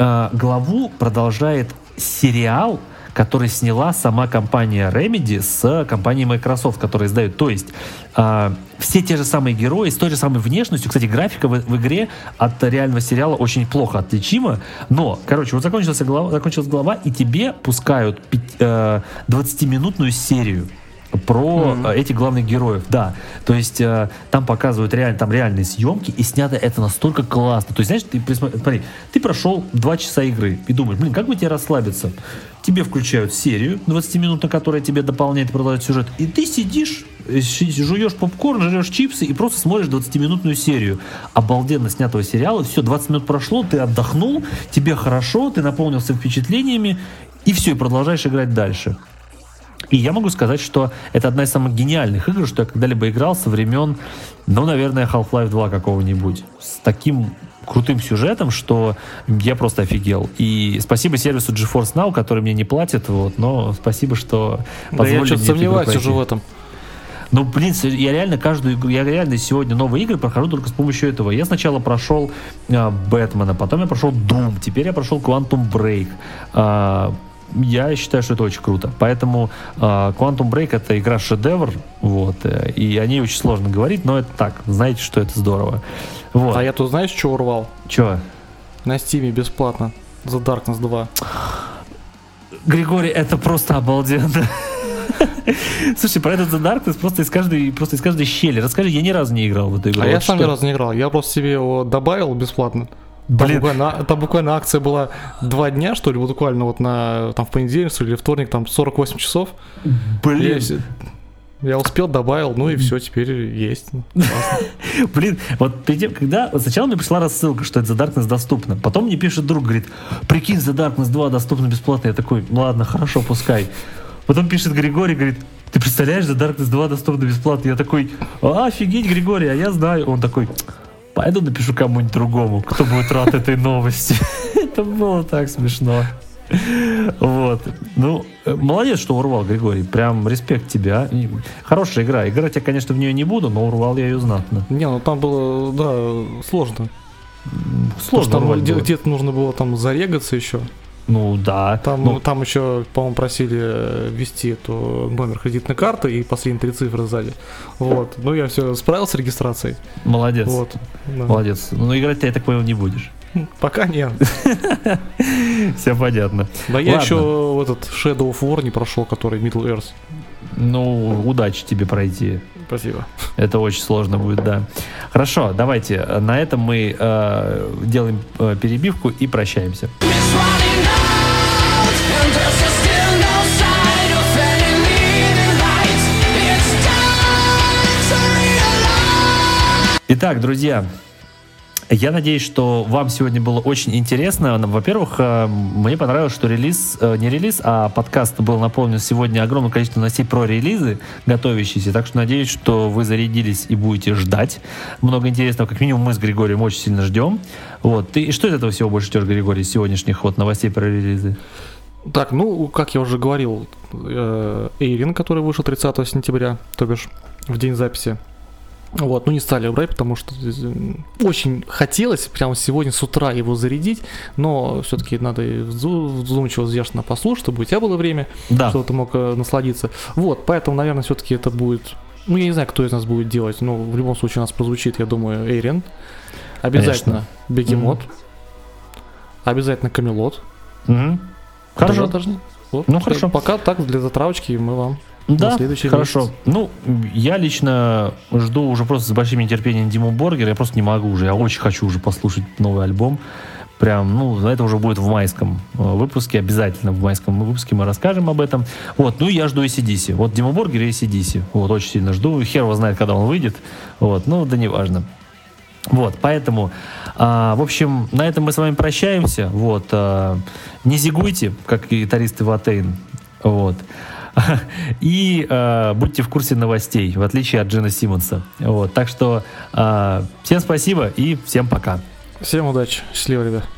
B: главу продолжает сериал, который сняла сама компания Remedy с компанией Microsoft, которая издает. То есть э, все те же самые герои с той же самой внешностью. Кстати, графика в, в игре от реального сериала очень плохо отличима. Но, короче, вот закончилась глава, закончилась глава, и тебе пускают э, двадцатиминутную серию про mm-hmm. этих главных героев, да. То есть э, там показывают реально, там реальные съемки, и снято это настолько классно. То есть, знаешь, ты, смотри, ты прошел два часа игры и думаешь, блин, как бы тебе расслабиться? Тебе включают серию двадцатиминутную, которая тебе дополняет и продолжает сюжет, и ты сидишь, жуешь попкорн, жрешь чипсы и просто смотришь двадцатиминутную серию обалденно снятого сериала. Все, двадцать минут прошло, ты отдохнул, тебе хорошо, ты наполнился впечатлениями, и все, и продолжаешь играть дальше. И я могу сказать, что это одна из самых гениальных игр, что я когда-либо играл со времен, ну, наверное, Half-Life два какого-нибудь. С таким крутым сюжетом, что я просто офигел. И спасибо сервису GeForce Now, который мне не платит, вот, но спасибо, что позволили
C: да я что-то
B: мне
C: сомневаюсь уже в этом.
B: Ну, блин, я реально каждую игру, я реально сегодня новые игры прохожу только с помощью этого. Я сначала прошел а, Бэтмена, потом я прошел Doom, теперь я прошел Quantum Break. А, я считаю, что это очень круто. Поэтому э, Quantum Break — это игра-шедевр, вот, э, и о ней очень сложно говорить, но это так, знаете, что это здорово. Вот.
C: А я тут знаешь, что урвал?
B: Че?
C: На Стиме бесплатно. The Darkness два.
B: Григорий, это просто обалденно. Слушай, про этот The Darkness просто из каждой, просто из каждой щели. Расскажи, я ни разу не играл в эту игру.
C: А
B: вот
C: я сам
B: что?
C: ни разу не играл. Я просто себе его добавил бесплатно.
B: Блин.
C: Там буквально, там буквально акция была два дня, что ли, вот буквально вот на там в понедельник или вторник, там сорок восемь часов.
B: Блин.
C: Я, я успел, добавил, ну и все, теперь есть.
B: Блин, вот перед тем, когда... Вот сначала мне пришла рассылка, что это The Darkness доступно. Потом мне пишет друг, говорит, прикинь, The Darkness два доступно бесплатно. Я такой, ну ладно, хорошо, пускай. Потом пишет Григорий, говорит, ты представляешь, The Darkness два доступно бесплатно. Я такой, а, офигеть, Григорий, а я знаю. Он такой... Пойду напишу кому-нибудь другому, кто будет рад этой новости. Это было так смешно. Вот. Ну, молодец, что урвал, Григорий. Прям респект тебе, а. Хорошая игра. Играть я, конечно, в нее не буду, но урвал я ее знатно.
C: Не, ну там было, да, сложно.
B: Сложно
C: там
B: урвать
C: где-
B: было.
C: где-то нужно было там зарегаться еще.
B: Ну, да.
C: Там,
B: Ну,
C: там еще, по-моему, просили ввести эту номер кредитной карты и последние три цифры сзади. Вот. Ну, я все справился с регистрацией.
B: молодец.
C: Вот. Да.
B: Молодец. Ну, играть ты, я так понял, не будешь.
C: Пока нет.
B: Все понятно.
C: Да я
B: Ладно.
C: еще этот Shadow of War не прошел, который Middle Earth.
B: Ну, удачи тебе пройти.
C: Спасибо.
B: Это очень сложно будет, да. Хорошо, давайте. На этом мы э, делаем э, перебивку и прощаемся. Итак, друзья, я надеюсь, что вам сегодня было очень интересно. Во-первых, э, мне понравилось, что релиз, э, не релиз, а подкаст был наполнен сегодня огромным количеством новостей про релизы, готовящиеся. Так что надеюсь, что вы зарядились и будете ждать много интересного. Как минимум мы с Григорием очень сильно ждем. Вот. Ты что из этого всего больше ждешь, Григорий, из сегодняшних вот новостей про релизы?
C: Так, ну, как я уже говорил, Эйрин, который вышел тридцатого сентября, то бишь в день записи. Вот, ну не стали брать, потому что очень хотелось прямо сегодня с утра его зарядить, но все-таки надо вдумчиво, взвешенно послушать, чтобы у тебя было время,
B: Да.
C: чтобы ты мог э, насладиться. Вот, поэтому, наверное, все-таки это будет, ну я не знаю, кто из нас будет делать, но в любом случае у нас прозвучит, я думаю, Эйрин. Обязательно Бегемот.
B: Мгм.
C: Обязательно Камелот.
B: Мгм. Хорошо.
C: Даже, даже не- вот,
B: Ну,
C: что
B: хорошо.
C: Пока так, для затравочки мы вам
B: Да,
C: на следующий
B: хорошо.
C: месяц.
B: Ну, я лично жду уже просто с большим нетерпением Диму Боргера. Я просто не могу уже. Я очень хочу уже послушать новый альбом. Прям, ну, это уже будет в майском выпуске. Обязательно в майском выпуске мы расскажем об этом. Вот, ну, я жду эй си ди си. Вот Дима Боргер и эй си ди си. Вот, очень сильно жду. Хер его знает, когда он выйдет. Вот, ну, да неважно. Вот, поэтому, а, в общем, на этом мы с вами прощаемся. Вот, а, не зигуйте, как гитаристы Watain. Вот. И э, будьте в курсе новостей, в отличие от Джина Симмонса. Вот, так что э, всем спасибо и всем пока.
C: Всем удачи. Счастливо, ребят.